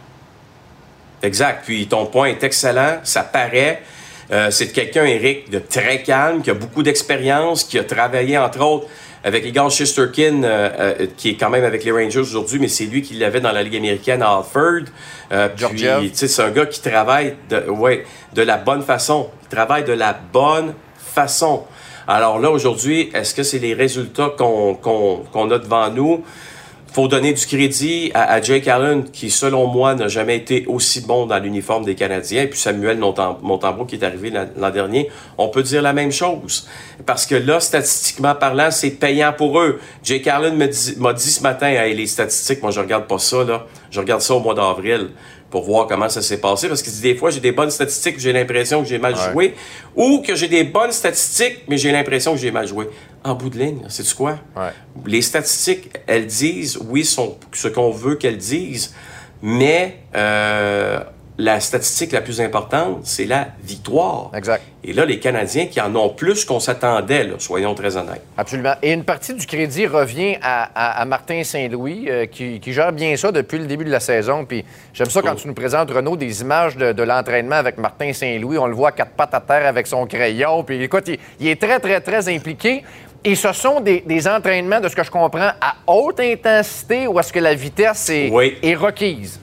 Exact. Puis ton point est excellent. Ça paraît. Euh, c'est quelqu'un, Éric, de très calme, qui a beaucoup d'expérience, qui a travaillé, entre autres, avec Igor Shesterkin, euh, euh, qui est quand même avec les Rangers aujourd'hui, mais c'est lui qui l'avait dans la Ligue américaine à Hartford. Euh, puis, tu sais, c'est un gars qui travaille de, ouais, de la bonne façon. Il travaille de la bonne façon. Alors là, aujourd'hui, est-ce que c'est les résultats qu'on, qu'on, qu'on a devant nous? Il faut donner du crédit à, à Jake Allen, qui, selon moi, n'a jamais été aussi bon dans l'uniforme des Canadiens. Et puis Samuel Montembeault, qui est arrivé l'an, l'an dernier, on peut dire la même chose. Parce que là, statistiquement parlant, c'est payant pour eux. Jake Allen m'a dit, m'a dit ce matin, hey, les statistiques, moi, je regarde pas ça, là. Je regarde ça au mois d'avril pour voir comment ça s'est passé. Parce qu'il dit, des fois, j'ai des bonnes statistiques, j'ai l'impression que j'ai mal ouais. joué. Ou que j'ai des bonnes statistiques, mais j'ai l'impression que j'ai mal joué. En bout de ligne, sais-tu quoi? Ouais. Les statistiques, elles disent, oui, sont ce qu'on veut qu'elles disent, mais euh, la statistique la plus importante, c'est la victoire.
Exact.
Et là, les Canadiens qui en ont plus qu'on s'attendait, là, soyons très honnêtes.
Absolument. Et une partie du crédit revient à, à, à Martin Saint-Louis, euh, qui, qui gère bien ça depuis le début de la saison. Puis j'aime ça quand tu nous présentes, Renaud, des images de, de l'entraînement avec Martin Saint-Louis. On le voit à quatre pattes à terre avec son crayon. Puis écoute, il, il est très, très, très impliqué. Et ce sont des, des entraînements, de ce que je comprends, à haute intensité ou est-ce que la vitesse est,
oui.
est requise?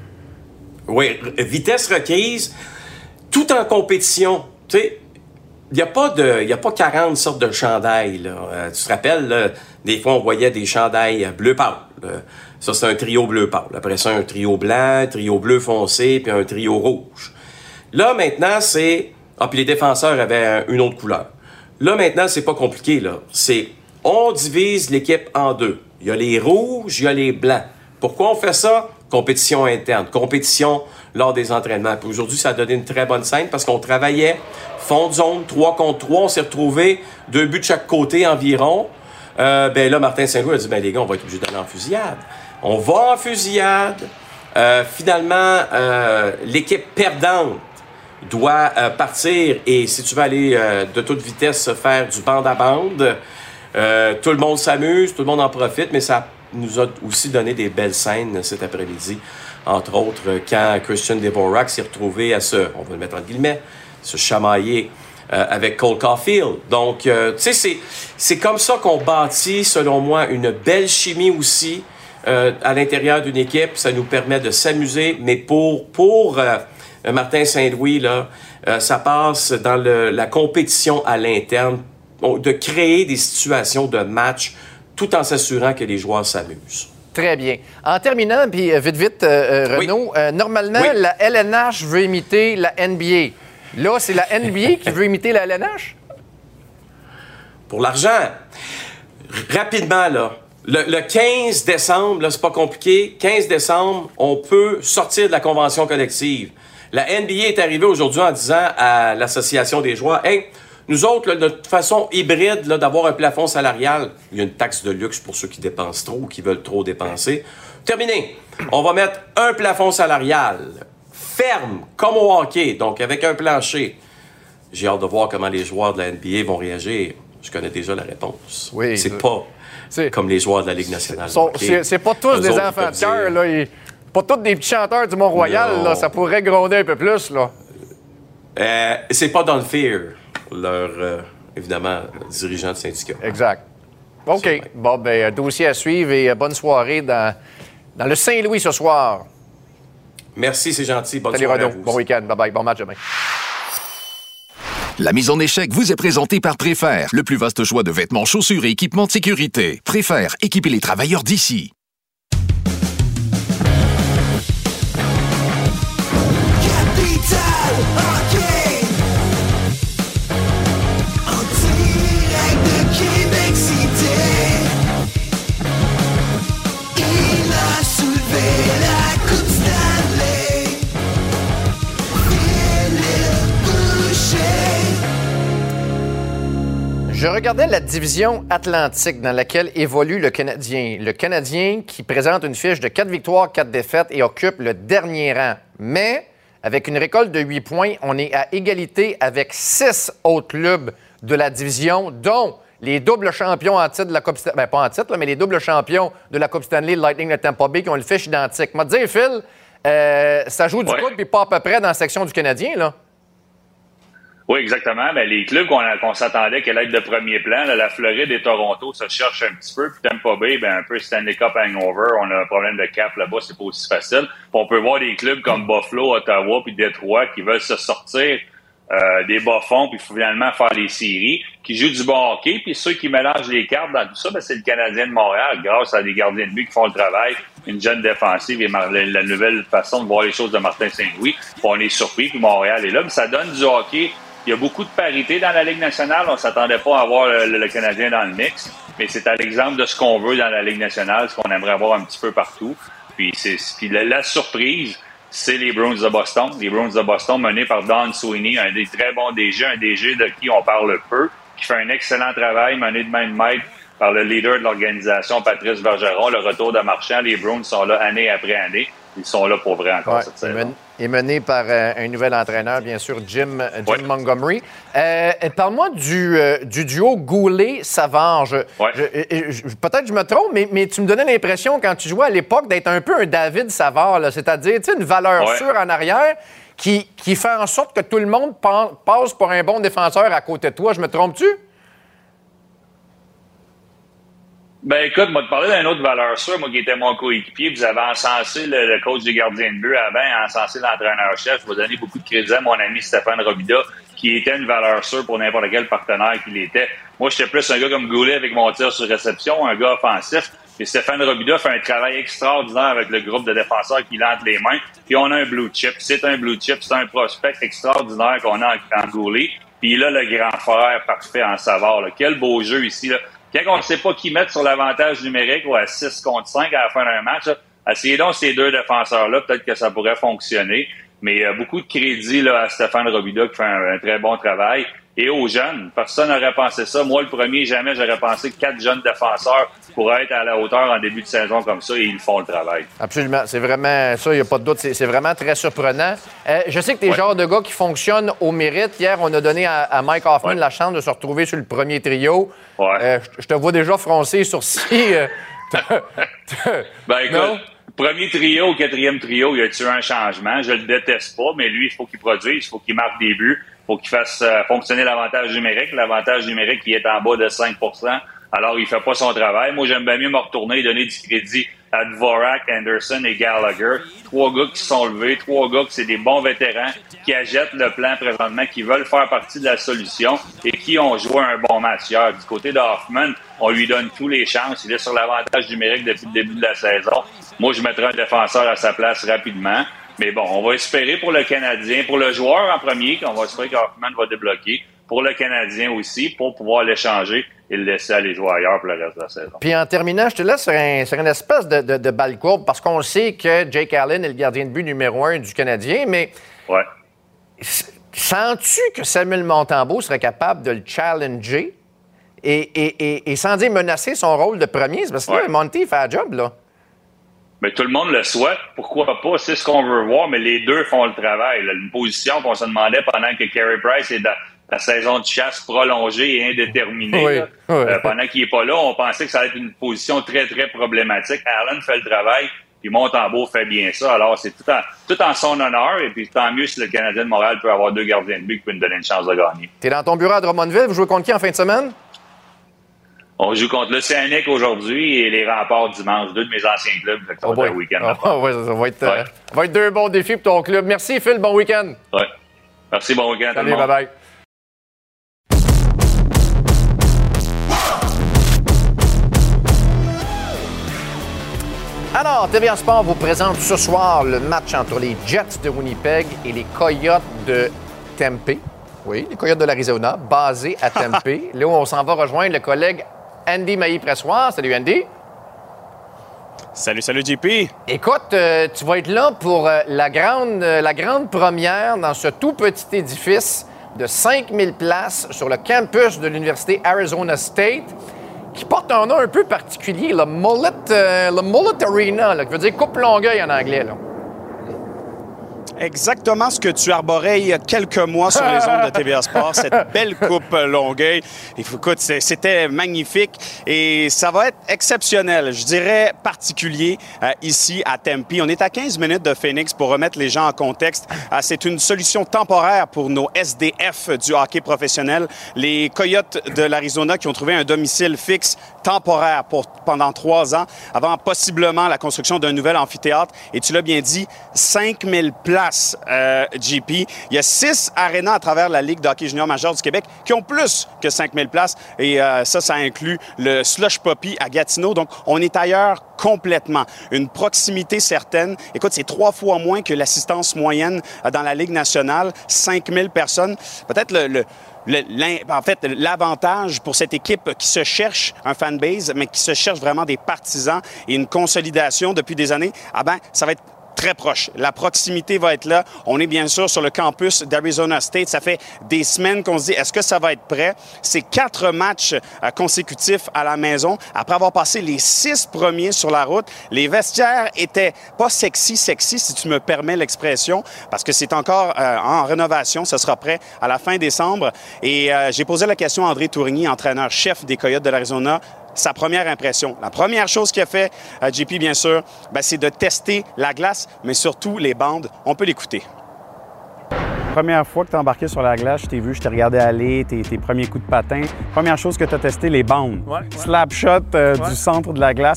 Oui, vitesse requise, tout en compétition. Tu sais, il n'y a pas de, y a pas quarante sortes de chandails. Là. Euh, tu te rappelles, là, des fois, on voyait des chandails bleu pâle. Euh, ça, c'est un trio bleu pâle. Après ça, un trio blanc, un trio bleu foncé, puis un trio rouge. Là, maintenant, c'est... Ah, puis les défenseurs avaient une autre couleur. Là, maintenant, c'est pas compliqué, là. C'est... On divise l'équipe en deux. Il y a les rouges, il y a les blancs. Pourquoi on fait ça? Compétition interne, compétition lors des entraînements. Puis aujourd'hui, ça a donné une très bonne scène parce qu'on travaillait fond de zone, trois contre trois. On s'est retrouvés deux buts de chaque côté environ. Euh, ben là, Martin Saint-Louis a dit, ben les gars, on va être obligés d'aller en fusillade. On va en fusillade. Euh, finalement, euh, l'équipe perdante doit euh, partir et si tu veux aller euh, de toute vitesse se faire du bande à bande, euh, tout le monde s'amuse, tout le monde en profite, mais ça nous a aussi donné des belles scènes cet après-midi. Entre autres, quand Christian Dvorak s'est retrouvé à se, on va le mettre en guillemets, se chamailler euh, avec Cole Caulfield. Donc, euh, tu sais, c'est, c'est comme ça qu'on bâtit, selon moi, une belle chimie aussi euh, à l'intérieur d'une équipe. Ça nous permet de s'amuser, mais pour, pour euh, Martin Saint-Louis, là, euh, ça passe dans le, la compétition à l'interne, de créer des situations de match tout en s'assurant que les joueurs s'amusent.
Très bien. En terminant, puis vite, vite, euh, Renaud, oui. euh, normalement, oui. la L N H veut imiter la N B A. Là, c'est la N B A qui veut imiter la L N H?
Pour l'argent. Rapidement, là. Le, le quinze décembre, là, c'est pas compliqué. quinze décembre, on peut sortir de la convention collective. La N B A est arrivée aujourd'hui en disant à l'Association des joueurs, « Hey, nous autres, là, notre façon hybride là, d'avoir un plafond salarial, il y a une taxe de luxe pour ceux qui dépensent trop ou qui veulent trop dépenser. Terminé. On va mettre un plafond salarial ferme, comme au hockey, donc avec un plancher. J'ai hâte de voir comment les joueurs de la N B A vont réagir. Je connais déjà la réponse.
Oui,
c'est pas c'est... comme les joueurs de la Ligue nationale.
Sont, c'est, c'est pas tous Eux des enfants de cœur, là. Ils... Pas tous des petits chanteurs du Mont-Royal, là. Ça pourrait gronder un peu plus, là.
Euh, c'est pas dans le fear. Leur, euh, évidemment, dirigeant de syndicat.
Exact. OK. Bon, bien, dossier à suivre et bonne soirée dans dans le Saint-Louis ce soir.
Merci, c'est gentil. Bonne
Salut
soirée
Renaud.
à vous.
Bon week-end. Bye-bye. Bon match demain.
La mise en échec vous est présentée par Préfère, le plus vaste choix de vêtements, chaussures et équipements de sécurité. Préfère, équipez les travailleurs d'ici.
Je regardais la division Atlantique dans laquelle évolue le Canadien. Le Canadien qui présente une fiche de quatre victoires, quatre défaites et occupe le dernier rang. Mais avec une récolte de huit points, on est à égalité avec six autres clubs de la division, dont les doubles champions en titre de la Coupe Stanley, ben pas en titre, là, mais les doubles champions de la Coupe Stanley, le Lightning de Tampa Bay, qui ont une fiche identique. Moi, te dire, Phil, euh, ça joue du
ouais.
coup, puis pas à peu près dans la section du Canadien, là.
Oui, exactement. Ben, les clubs qu'on, qu'on s'attendait qu'elle être de premier plan, là, la Floride et Toronto, ça cherche un petit peu. Puis Tampa Bay, ben, un peu Stanley Cup hangover. On a un problème de cap là-bas, c'est pas aussi facile. Puis on peut voir des clubs comme Buffalo, Ottawa puis Détroit qui veulent se sortir euh, des bas-fonds puis finalement faire les séries, qui jouent du bon hockey. Puis ceux qui mélangent les cartes dans tout ça, ben, c'est le Canadien de Montréal, grâce à des gardiens de but qui font le travail, une jeune défensive et la nouvelle façon de voir les choses de Martin Saint-Louis. Puis on est surpris, puis Montréal est là. Mais ça donne du hockey. Il y a beaucoup de parité dans la Ligue nationale. On ne s'attendait pas à avoir le, le Canadien dans le mix, mais c'est à l'exemple de ce qu'on veut dans la Ligue nationale, ce qu'on aimerait avoir un petit peu partout. Puis, c'est, puis la, la surprise, c'est les Bruins de Boston. Les Bruins de Boston menés par Don Sweeney, un des très bons D G, un D G de qui on parle peu, qui fait un excellent travail, mené de main de maître par le leader de l'organisation, Patrice Bergeron. Le retour de Marchand, les Bruins sont là année après année. Ils sont là pour vrai encore
ouais,
cette saison.
Et mené par euh, un nouvel entraîneur, bien sûr, Jim, Jim ouais. Montgomery. Euh, parle-moi du, euh, du duo Goulet-Savard. Je,
ouais.
je, je, peut-être que je me trompe, mais, mais tu me donnais l'impression, quand tu jouais à l'époque, d'être un peu un David Savard, là, c'est-à-dire une valeur ouais. sûre en arrière qui, qui fait en sorte que tout le monde passe pour un bon défenseur à côté de toi. Je me trompe-tu?
Ben écoute, moi, te parler d'une autre valeur sûre, moi qui était mon coéquipier, vous avez encensé le, le coach des gardiens de but avant, encensé l'entraîneur-chef. Je vais donner beaucoup de crédit à mon ami Stéphane Robida, qui était une valeur sûre pour n'importe quel partenaire qu'il était. Moi, j'étais plus un gars comme Goulet avec mon tir sur réception, un gars offensif. Et Stéphane Robida fait un travail extraordinaire avec le groupe de défenseurs qui l'entre les mains. Puis on a un blue chip. C'est un blue chip, c'est un prospect extraordinaire qu'on a en, en Goulet. Puis là, le grand frère parfait en Savard. Là. Quel beau jeu ici, là. Quand on ne sait pas qui mettre sur l'avantage numérique ou à six contre cinq à la fin d'un match, là, essayez donc ces deux défenseurs-là, peut-être que ça pourrait fonctionner. Mais euh, beaucoup de crédit là, à Stéphane Robida qui fait un, un très bon travail. Et aux jeunes, personne n'aurait pensé ça. Moi, le premier, jamais j'aurais pensé que quatre jeunes défenseurs pourraient être à la hauteur en début de saison comme ça et ils font le travail.
Absolument. C'est vraiment ça, il n'y a pas de doute. C'est, c'est vraiment très surprenant. Euh, je sais que tu es le ouais. genre de gars qui fonctionne au mérite. Hier, on a donné à, à Mike Hoffman ouais. la chance de se retrouver sur le premier trio. Ouais. Euh, je te vois déjà froncer les sourcils. Euh,
ben écoute, non? Premier trio ou quatrième trio, il a eu un changement. Je le déteste pas, mais lui, il faut qu'il produise, il faut qu'il marque des buts. Il faut qu'il fasse euh, fonctionner l'avantage numérique. L'avantage numérique qui est en bas de cinq pour cent. Alors, il fait pas son travail. Moi, j'aime bien mieux me retourner et donner du crédit à Dvorak, Anderson et Gallagher. Trois gars qui sont levés, trois gars qui c'est des bons vétérans, qui achètent le plan présentement, qui veulent faire partie de la solution et qui ont joué un bon match hier. Du côté de Hoffman, on lui donne tous les chances. Il est sur l'avantage numérique depuis le début de la saison. Moi, je mettrais un défenseur à sa place rapidement. Mais bon, on va espérer pour le Canadien, pour le joueur en premier, qu'on va espérer qu'Hoffman va débloquer, pour le Canadien aussi, pour pouvoir l'échanger et le laisser aller jouer ailleurs pour le reste de la saison.
Puis en terminant, je te laisse sur, un, sur une espèce de, de, de balle courbe, parce qu'on sait que Jake Allen est le gardien de but numéro un du Canadien, mais
ouais.
sens-tu que Samuel Montembeault serait capable de le challenger et, et, et, et sans dire menacer son rôle de premier? Parce que ouais. là, Monty fait la job, là.
Mais tout le monde le souhaite. Pourquoi pas? C'est ce qu'on veut voir, mais les deux font le travail. Là. Une position qu'on se demandait pendant que Carey Price est dans la saison de chasse prolongée et indéterminée.
Oui,
là.
Oui.
Euh, pendant qu'il n'est pas là, on pensait que ça allait être une position très, très problématique. Allen fait le travail, puis Montembeault fait bien ça. Alors, c'est tout en, tout en son honneur, et puis tant mieux si le Canadien de Montréal peut avoir deux gardiens de but qui peuvent nous donner une chance de gagner.
T'es dans ton bureau à Drummondville. Vous jouez contre qui en fin de semaine?
On joue contre l'Océanique aujourd'hui et les Remparts dimanche. Deux de mes anciens clubs. Fait que ça
oh
va
boy.
être un week-end.
Oh, ouais, ça va être,
ouais.
euh, va être deux bons défis pour ton club. Merci, Phil. Bon week-end.
Ouais. Merci, bon week-end.
Salut, bye-bye. Alors, T V A Sport vous présente ce soir le match entre les Jets de Winnipeg et les Coyotes de Tempe. Oui, les Coyotes de l'Arizona, basés à Tempe. Là où on s'en va rejoindre le collègue Andy Mailly-Pressoir. Salut, Andy.
Salut, salut, J P.
Écoute, euh, tu vas être là pour euh, la, grande, euh, la grande première dans ce tout petit édifice de cinq mille places sur le campus de l'Université Arizona State, qui porte un nom un peu particulier, le Mullet, euh, le Mullet Arena, là, qui veut dire coupe Longueuil en anglais. Là.
Exactement ce que tu arborais il y a quelques mois sur les ondes de T V A Sport, cette belle coupe Longueuil. Écoute, c'était magnifique et ça va être exceptionnel, je dirais particulier euh, ici à Tempe. On est à quinze minutes de Phoenix pour remettre les gens en contexte. Euh, c'est une solution temporaire pour nos S D F du hockey professionnel. Les Coyotes de l'Arizona qui ont trouvé un domicile fixe temporaire pour, pendant trois ans avant possiblement la construction d'un nouvel amphithéâtre. Et tu l'as bien dit, cinq mille places. Euh, J P. Il y a six arénas à travers la Ligue de hockey junior majeur du Québec qui ont plus que cinq mille places. Et euh, ça, ça inclut le Slush Poppy à Gatineau. Donc, on est ailleurs complètement. Une proximité certaine. Écoute, c'est trois fois moins que l'assistance moyenne dans la Ligue nationale. cinq mille personnes. Peut-être le... le Le, en fait, l'avantage pour cette équipe qui se cherche un fanbase, mais qui se cherche vraiment des partisans et une consolidation depuis des années, ah ben, ça va être très proche. La proximité va être là. On est bien sûr sur le campus d'Arizona State. Ça fait des semaines qu'on se dit, est-ce que ça va être prêt? C'est quatre matchs euh, consécutifs à la maison. Après avoir passé les six premiers sur la route, les vestiaires étaient pas sexy, sexy, si tu me permets l'expression, parce que c'est encore euh, en rénovation. Ça sera prêt à la fin décembre. Et euh, j'ai posé la question à André Tourigny, entraîneur-chef des Coyotes de l'Arizona, sa première impression. La première chose qu'il a fait, euh, J P, bien sûr, ben, c'est de tester la glace, mais surtout les bandes. On peut l'écouter.
Première fois que tu es embarqué sur la glace, je t'ai vu, je t'ai regardé aller, tes, tes premiers coups de patin. Première chose que tu as testé, les bandes. Ouais, ouais. Slap shot euh, ouais. du centre de la glace.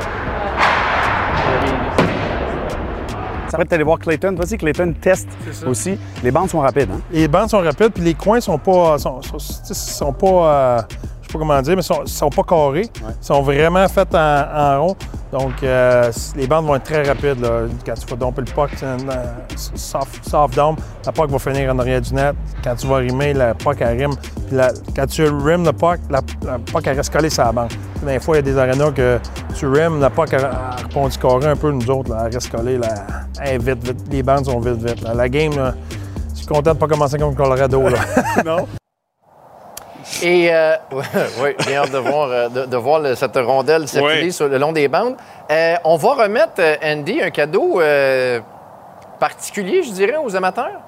Après, tu allé voir Clayton. Vas-y, Clayton teste aussi. Les bandes sont rapides. Hein?
Les bandes sont rapides, puis les coins sont pas... sont, sont, sont pas euh, je sais pas comment dire, mais sont, sont pas carrés. Ils ouais. sont vraiment faits en, en rond. Donc, euh, les bandes vont être très rapides. Là. Quand tu vas domper le puck, c'est un euh, soft, soft down, la puck va finir en arrière du net. Quand tu vas rimer, la puck, elle rime. Puis la, quand tu rimes le puck, la, la puck, elle reste collée sur la bande. Des fois, il y a des arénas que tu rimes, la puck, elle, elle répond du carré un peu, nous autres, là, elle reste collée. Là, elle vite, vite. Les bandes sont vite, vite. Là. La game, là, je suis content de ne pas commencer contre Colorado. Là.
Non?
Et, euh, oui, bien hâte de voir, de, de voir le, cette rondelle circuler oui. sur le long des bandes. Euh, on va remettre, Andy, un cadeau euh, particulier, je dirais, aux amateurs.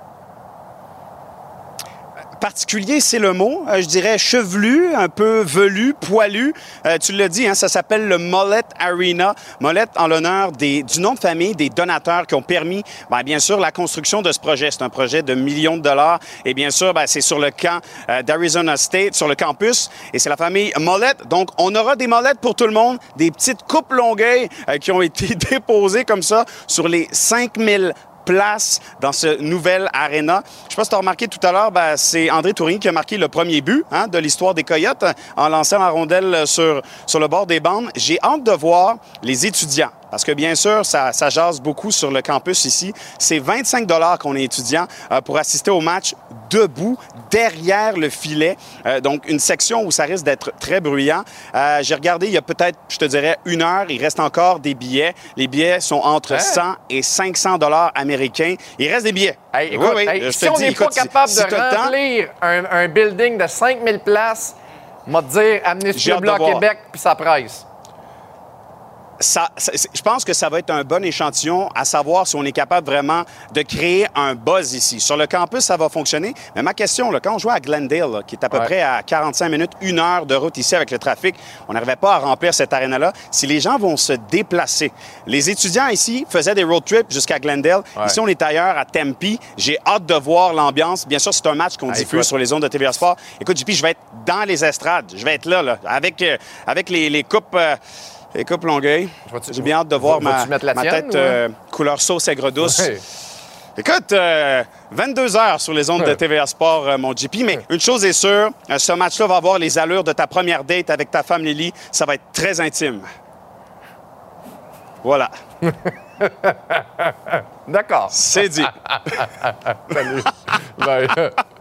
Particulier, c'est le mot. Euh, je dirais chevelu, un peu velu, poilu. Euh, tu l'as dit, hein, ça s'appelle le Mullet Arena. Mullet en l'honneur des, du nom de famille des donateurs qui ont permis, bien, bien sûr, la construction de ce projet. C'est un projet de millions de dollars. Et bien sûr, bien, c'est sur le camp euh, d'Arizona State, sur le campus. Et c'est la famille Mullet. Donc, on aura des molettes pour tout le monde, des petites coupes Longueuil euh, qui ont été déposées comme ça sur les cinq mille place dans ce nouvel aréna. Je ne sais pas si tu as remarqué tout à l'heure, ben, c'est André Tourigny qui a marqué le premier but hein, de l'histoire des Coyotes en lançant la rondelle sur, sur le bord des bandes. J'ai hâte de voir les étudiants. Parce que, bien sûr, ça, ça jase beaucoup sur le campus ici. C'est vingt-cinq dollars qu'on est étudiant euh, pour assister au match debout, derrière le filet. Euh, donc, une section où ça risque d'être très bruyant. Euh, j'ai regardé, il y a peut-être, je te dirais, une heure. Il reste encore des billets. Les billets sont entre hey. cent et cinq cents dollars américains. Il reste des billets.
Hey, écoute, oui, oui. Hey, si on n'est pas capable si, de si remplir un, un building de cinq mille places, on va te dire, amenez ce club-là à Québec, puis ça presse.
Ça, ça, je pense que ça va être un bon échantillon à savoir si on est capable vraiment de créer un buzz ici. Sur le campus, ça va fonctionner. Mais ma question, là, quand on joue à Glendale, là, qui est à peu ouais. près à quarante-cinq minutes, une heure de route ici avec le trafic, on n'arrivait pas à remplir cette aréna-là. Si les gens vont se déplacer, les étudiants ici faisaient des road trips jusqu'à Glendale. Ouais. Ici, on est ailleurs à Tempe. J'ai hâte de voir l'ambiance. Bien sûr, c'est un match qu'on ah, diffuse écoute. sur les ondes de T V A Sport. Écoute, J P, je vais être dans les estrades. Je vais être là, là avec, euh, avec les, les coupes... Euh, Les coupes Longueuil. J'ai bien hâte de voir ma, ma tête euh, couleur sauce aigre douce. Ouais. Écoute, euh, vingt-deux heures sur les ondes ouais. de T V A Sport, euh, mon J P. Mais ouais. une chose est sûre, euh, ce match-là va avoir les allures de ta première date avec ta femme Lily. Ça va être très intime. Voilà.
D'accord.
C'est dit.
Salut. Bye.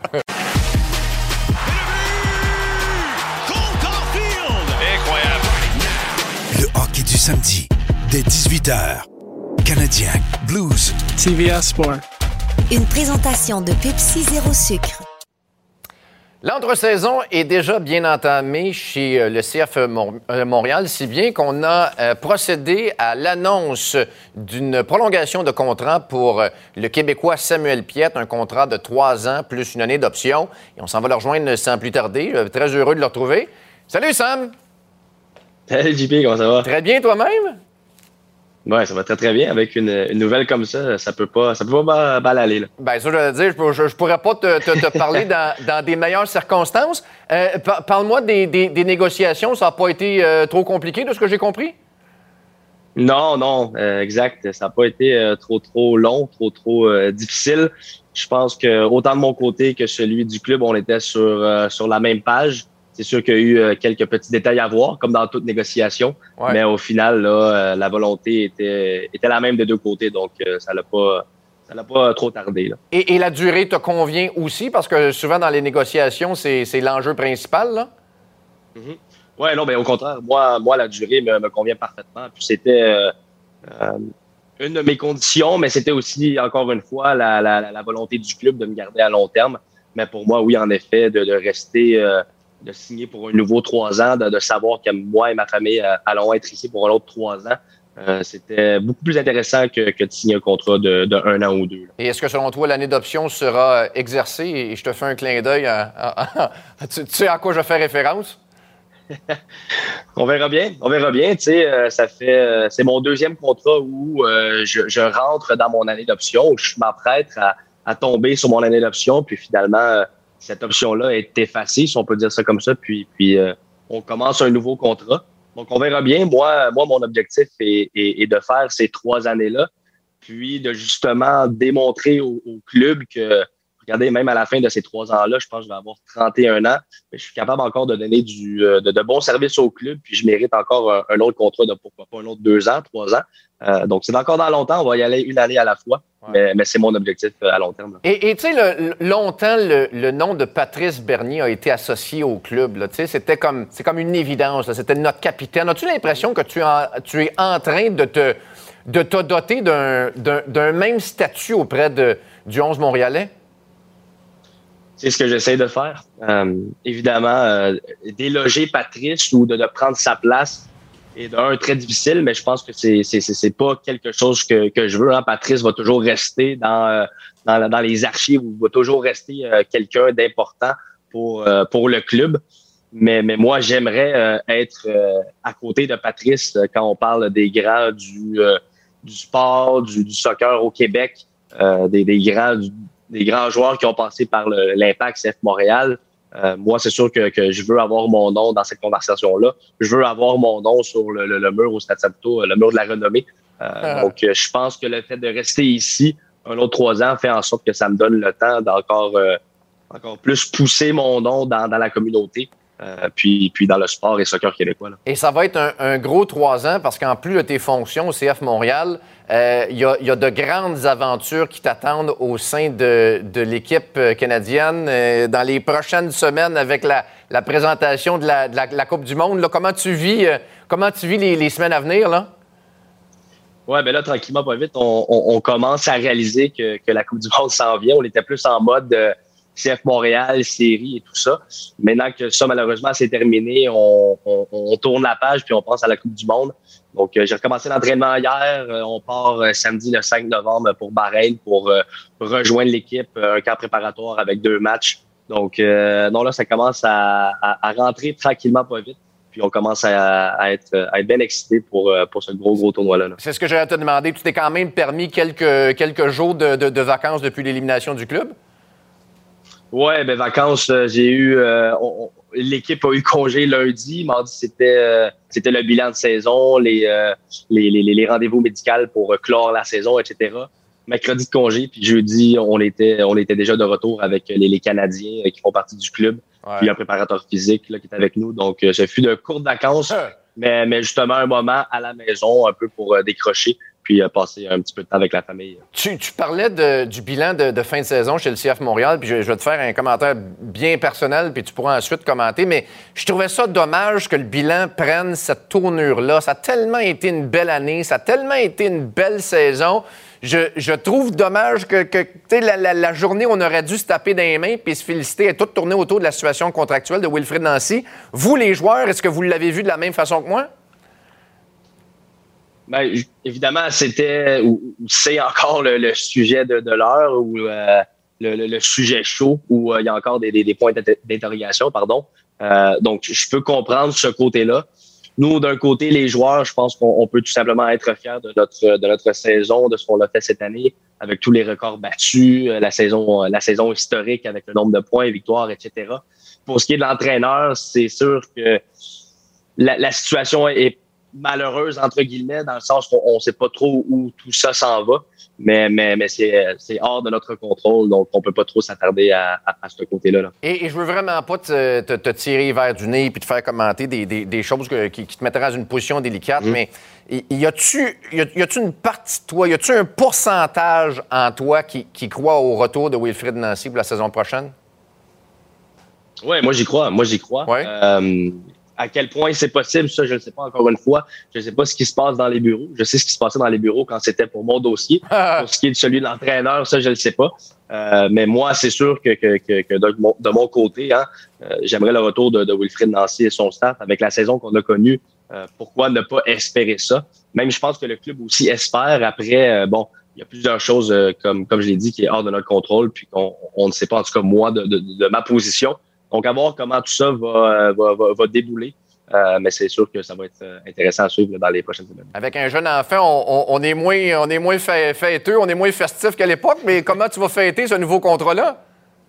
Le hockey du samedi, dès dix-huit heures. Canadien, Blues.
T V A Sport.
Une présentation de Pepsi Zéro Sucre.
L'entre-saison est déjà bien entamée chez le C F Montréal, si bien qu'on a procédé à l'annonce d'une prolongation de contrat pour le Québécois Samuel Piette, un contrat de trois ans plus une année d'option. Et on s'en va le rejoindre sans plus tarder. Très heureux de le retrouver. Salut, Sam!
Salut J P, comment ça va?
Très bien, toi-même?
Oui, ça va très très bien. Avec une, une nouvelle comme ça, ça peut pas, ça peut pas mal aller. Là.
Bien, ça, je veux dire, je, je, je pourrais pas te, te, te parler dans, dans des meilleures circonstances. Euh, par, parle-moi des, des, des négociations. Ça n'a pas été euh, trop compliqué, de ce que j'ai compris?
Non, non, euh, exact. Ça n'a pas été euh, trop trop long, trop trop euh, difficile. Je pense que autant de mon côté que celui du club, on était sur euh, sur la même page. C'est sûr qu'il y a eu euh, quelques petits détails à voir, comme dans toute négociation. Ouais. Mais au final, là, euh, la volonté était, était la même des deux côtés. Donc, euh, ça n'a pas, ça l'a pas trop tardé. Là.
Et, et la durée te convient aussi? Parce que souvent, dans les négociations, c'est, c'est l'enjeu principal, là?
Mm-hmm. Oui, non, bien au contraire. Moi, moi la durée me, me convient parfaitement. Puis c'était euh, euh, une de mes conditions, mais c'était aussi, encore une fois, la, la, la volonté du club de me garder à long terme. Mais pour moi, oui, en effet, de, de rester... Euh, de signer pour un nouveau trois ans, de, de savoir que moi et ma famille euh, allons être ici pour un autre trois ans. Euh, c'était beaucoup plus intéressant que, que de signer un contrat de, de un an ou deux. Là.
Et est-ce que, selon toi, l'année d'option sera exercée? Et je te fais un clin d'œil. À, à, à, tu, tu sais à quoi je fais référence?
On verra bien. On verra bien. Tu sais, euh, ça fait, euh, c'est mon deuxième contrat où euh, je, je rentre dans mon année d'option, où je m'apprête à, à tomber sur mon année d'option, puis finalement... Euh, cette option-là est effacée, si on peut dire ça comme ça, puis, puis euh, on commence un nouveau contrat. Donc, on verra bien. Moi, moi mon objectif est, est, est de faire ces trois années-là, puis de justement démontrer au, au club que, regardez, même à la fin de ces trois ans-là, je pense que je vais avoir trente et un ans, mais je suis capable encore de donner du, de, de bons services au club, puis je mérite encore un, un autre contrat de pourquoi pas un autre deux ans, trois ans. Euh, donc, c'est encore dans longtemps. On va y aller une année à la fois. Ouais. Mais, mais c'est mon objectif à long terme. Là.
Et tu sais, le, longtemps, le, le nom de Patrice Bernier a été associé au club. Là. C'était comme, c'est comme une évidence. Là. C'était notre capitaine. As-tu l'impression que tu, en, tu es en train de te, de te doter d'un, d'un, d'un même statut auprès de, du onze montréalais?
C'est ce que j'essaie de faire. Euh, évidemment, euh, déloger Patrice ou de, de prendre sa place est d'un très difficile, mais je pense que c'est c'est c'est pas quelque chose que que je veux. Hein. Patrice va toujours rester dans euh, dans dans les archives, ou va toujours rester euh, quelqu'un d'important pour euh, pour le club. Mais mais moi j'aimerais euh, être euh, à côté de Patrice euh, quand on parle des grands du euh, du sport, du, du soccer au Québec, euh, des des grands du, des grands joueurs qui ont passé par le, l'Impact C F Montréal. Euh, moi, c'est sûr que, que je veux avoir mon nom dans cette conversation-là. Je veux avoir mon nom sur le, le, le mur au Stade Saputo, le mur de la renommée. Euh, ah. Donc, je pense que le fait de rester ici un autre trois ans fait en sorte que ça me donne le temps d'encore euh, encore plus pousser mon nom dans, dans la communauté. Euh, puis, puis dans le sport et soccer québécois. Là.
Et ça va être un, un gros trois ans parce qu'en plus de tes fonctions au C F Montréal, il euh, y, y a de grandes aventures qui t'attendent au sein de, de l'équipe canadienne euh, dans les prochaines semaines avec la, la présentation de la, de la, de la Coupe du Monde. Là, comment tu vis, euh, comment tu vis les, les semaines à venir, là?
Oui, bien là, tranquillement, pas vite, on, on, on commence à réaliser que, que la Coupe du Monde s'en vient. On était plus en mode... Euh, C F Montréal, série et tout ça. Maintenant que ça, malheureusement, c'est terminé, on, on, on tourne la page puis on pense à la Coupe du Monde. Donc, euh, j'ai recommencé l'entraînement hier. Euh, on part euh, samedi le cinq novembre pour Bahreïn pour euh, rejoindre l'équipe, euh, un camp préparatoire avec deux matchs. Donc, euh, non, là, ça commence à, à, à rentrer tranquillement, pas vite. Puis on commence à, à, être, à être bien excité pour, pour ce gros, gros tournoi-là. Là.
C'est ce que j'allais te demander. Tu t'es quand même permis quelques, quelques jours de, de, de vacances depuis l'élimination du club?
Oui, bien, vacances, euh, j'ai eu... Euh, on, l'équipe a eu congé lundi. Mardi, c'était, euh, c'était le bilan de saison, les, euh, les, les, les rendez-vous médicaux pour clore la saison, et cetera. Mercredi de congé, puis jeudi, on était, on était déjà de retour avec les, les Canadiens qui font partie du club. Ouais. Puis un préparateur physique là, qui est avec nous. Donc, euh, ce fut de courtes vacances, ouais. mais, mais justement un moment à la maison, un peu pour euh, décrocher, puis euh, passer un petit peu de temps avec la famille.
Tu, tu parlais de, du bilan de, de fin de saison chez le C F Montréal, puis je, je vais te faire un commentaire bien personnel, puis tu pourras ensuite commenter, mais je trouvais ça dommage que le bilan prenne cette tournure-là. Ça a tellement été une belle année, ça a tellement été une belle saison. Je, je trouve dommage que, que la, la, la journée où on aurait dû se taper dans les mains puis se féliciter et tout tourner autour de la situation contractuelle de Wilfried Nancy. Vous, les joueurs, est-ce que vous l'avez vu de la même façon que moi?
Bien, évidemment, c'était ou c'est encore le, le sujet de, de l'heure ou euh, le, le, le sujet chaud où euh, il y a encore des, des, des points d'interrogation, pardon. Euh, donc, je peux comprendre ce côté-là. Nous, d'un côté, les joueurs, je pense qu'on on peut tout simplement être fiers de notre de notre saison, de ce qu'on a fait cette année, avec tous les records battus, la saison la saison historique avec le nombre de points, victoires, et cetera. Pour ce qui est de l'entraîneur, c'est sûr que la, la situation est malheureuse, entre guillemets, dans le sens qu'on ne sait pas trop où tout ça s'en va, mais, mais, mais c'est, c'est hors de notre contrôle, donc on ne peut pas trop s'attarder à, à, à ce côté-là. Là.
Et, et je veux vraiment pas te, te, te tirer vers du nez et te faire commenter des, des, des choses que, qui, qui te mettraient dans une position délicate, mmh. mais y a-tu, y a, y a-tu une partie de toi, y a-tu un pourcentage en toi qui, qui croit au retour de Wilfried Nancy pour la saison prochaine?
Oui, moi j'y crois, moi j'y crois. Ouais. Euh, À quel point c'est possible, ça, je ne sais pas encore une fois. Je ne sais pas ce qui se passe dans les bureaux. Je sais ce qui se passait dans les bureaux quand c'était pour mon dossier. Pour ce qui est de celui de l'entraîneur, ça, je ne le sais pas. Euh, mais moi, c'est sûr que, que, que, que de, mon, de mon côté, hein, euh, j'aimerais le retour de, de Wilfried Nancy et son staff avec la saison qu'on a connue. Euh, pourquoi ne pas espérer ça? Même, je pense que le club aussi espère. Après, euh, bon, il y a plusieurs choses, euh, comme, comme je l'ai dit, qui est hors de notre contrôle, puis qu'on on ne sait pas, en tout cas, moi, de, de, de ma position. Donc, à voir comment tout ça va, va, va, va débouler. Euh, mais c'est sûr que ça va être intéressant à suivre dans les prochaines semaines.
Avec un jeune enfant, on, on, on est moins, on est moins fêteux, on est moins festif qu'à l'époque. Mais comment tu vas fêter ce nouveau contrat-là?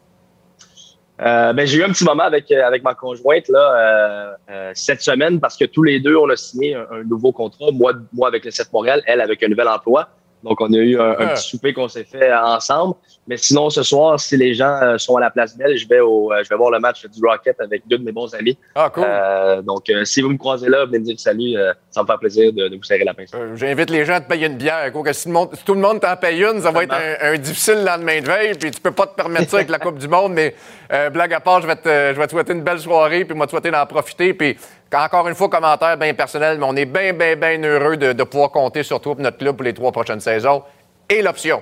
Euh, ben, j'ai eu un petit moment avec, avec ma conjointe là, euh, euh, cette semaine parce que tous les deux, on a signé un, un nouveau contrat. Moi, moi avec le C F Montréal, elle avec un nouvel emploi. Donc, on a eu un, un petit souper qu'on s'est fait ensemble. Mais sinon, ce soir, si les gens sont à la Place Belle, je vais au, je vais voir le match du Rocket avec deux de mes bons amis.
Ah, cool.
Euh, donc, euh, si vous me croisez là, venez me dire salut. Euh, ça me fait plaisir de, de vous serrer la pince.
Euh, j'invite les gens à te payer une bière. Quoi, que si, monde, si tout le monde t'en paye une, ça va être un, un difficile lendemain de veille. Puis tu peux pas te permettre ça avec la Coupe du Monde. Mais euh, blague à part, je vais, te, je vais te souhaiter une belle soirée. Puis moi, te souhaiter d'en profiter. Puis encore une fois, commentaire bien personnel, mais on est bien, bien, bien heureux de, de pouvoir compter sur toi pour notre club pour les trois prochaines saisons. Et l'option.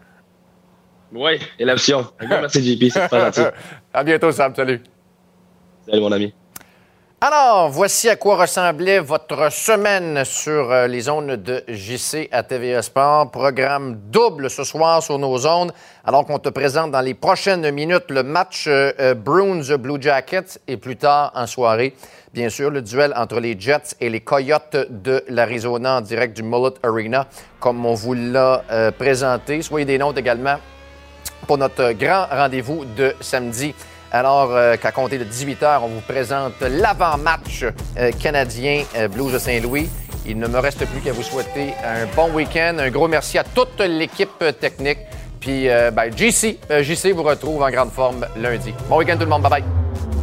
Oui, et l'option. Merci, J P, c'est pas gentil.
À bientôt, Sam. Salut.
Salut, mon ami.
Alors, voici à quoi ressemblait votre semaine sur euh, les zones de J C à T V A Sport. Programme double ce soir sur nos zones, alors qu'on te présente dans les prochaines minutes le match euh, euh, Bruins-Blue Jackets et plus tard en soirée, bien sûr, le duel entre les Jets et les Coyotes de l'Arizona en direct du Mullet Arena, comme on vous l'a euh, présenté. Soyez des nôtres également pour notre grand rendez-vous de samedi. Alors euh, qu'à compter de dix-huit heures, on vous présente l'avant-match euh, canadien euh, Blues de Saint-Louis. Il ne me reste plus qu'à vous souhaiter un bon week-end. Un gros merci à toute l'équipe technique. Puis, euh, ben, J C, euh, J C vous retrouve en grande forme lundi. Bon week-end tout le monde. Bye-bye.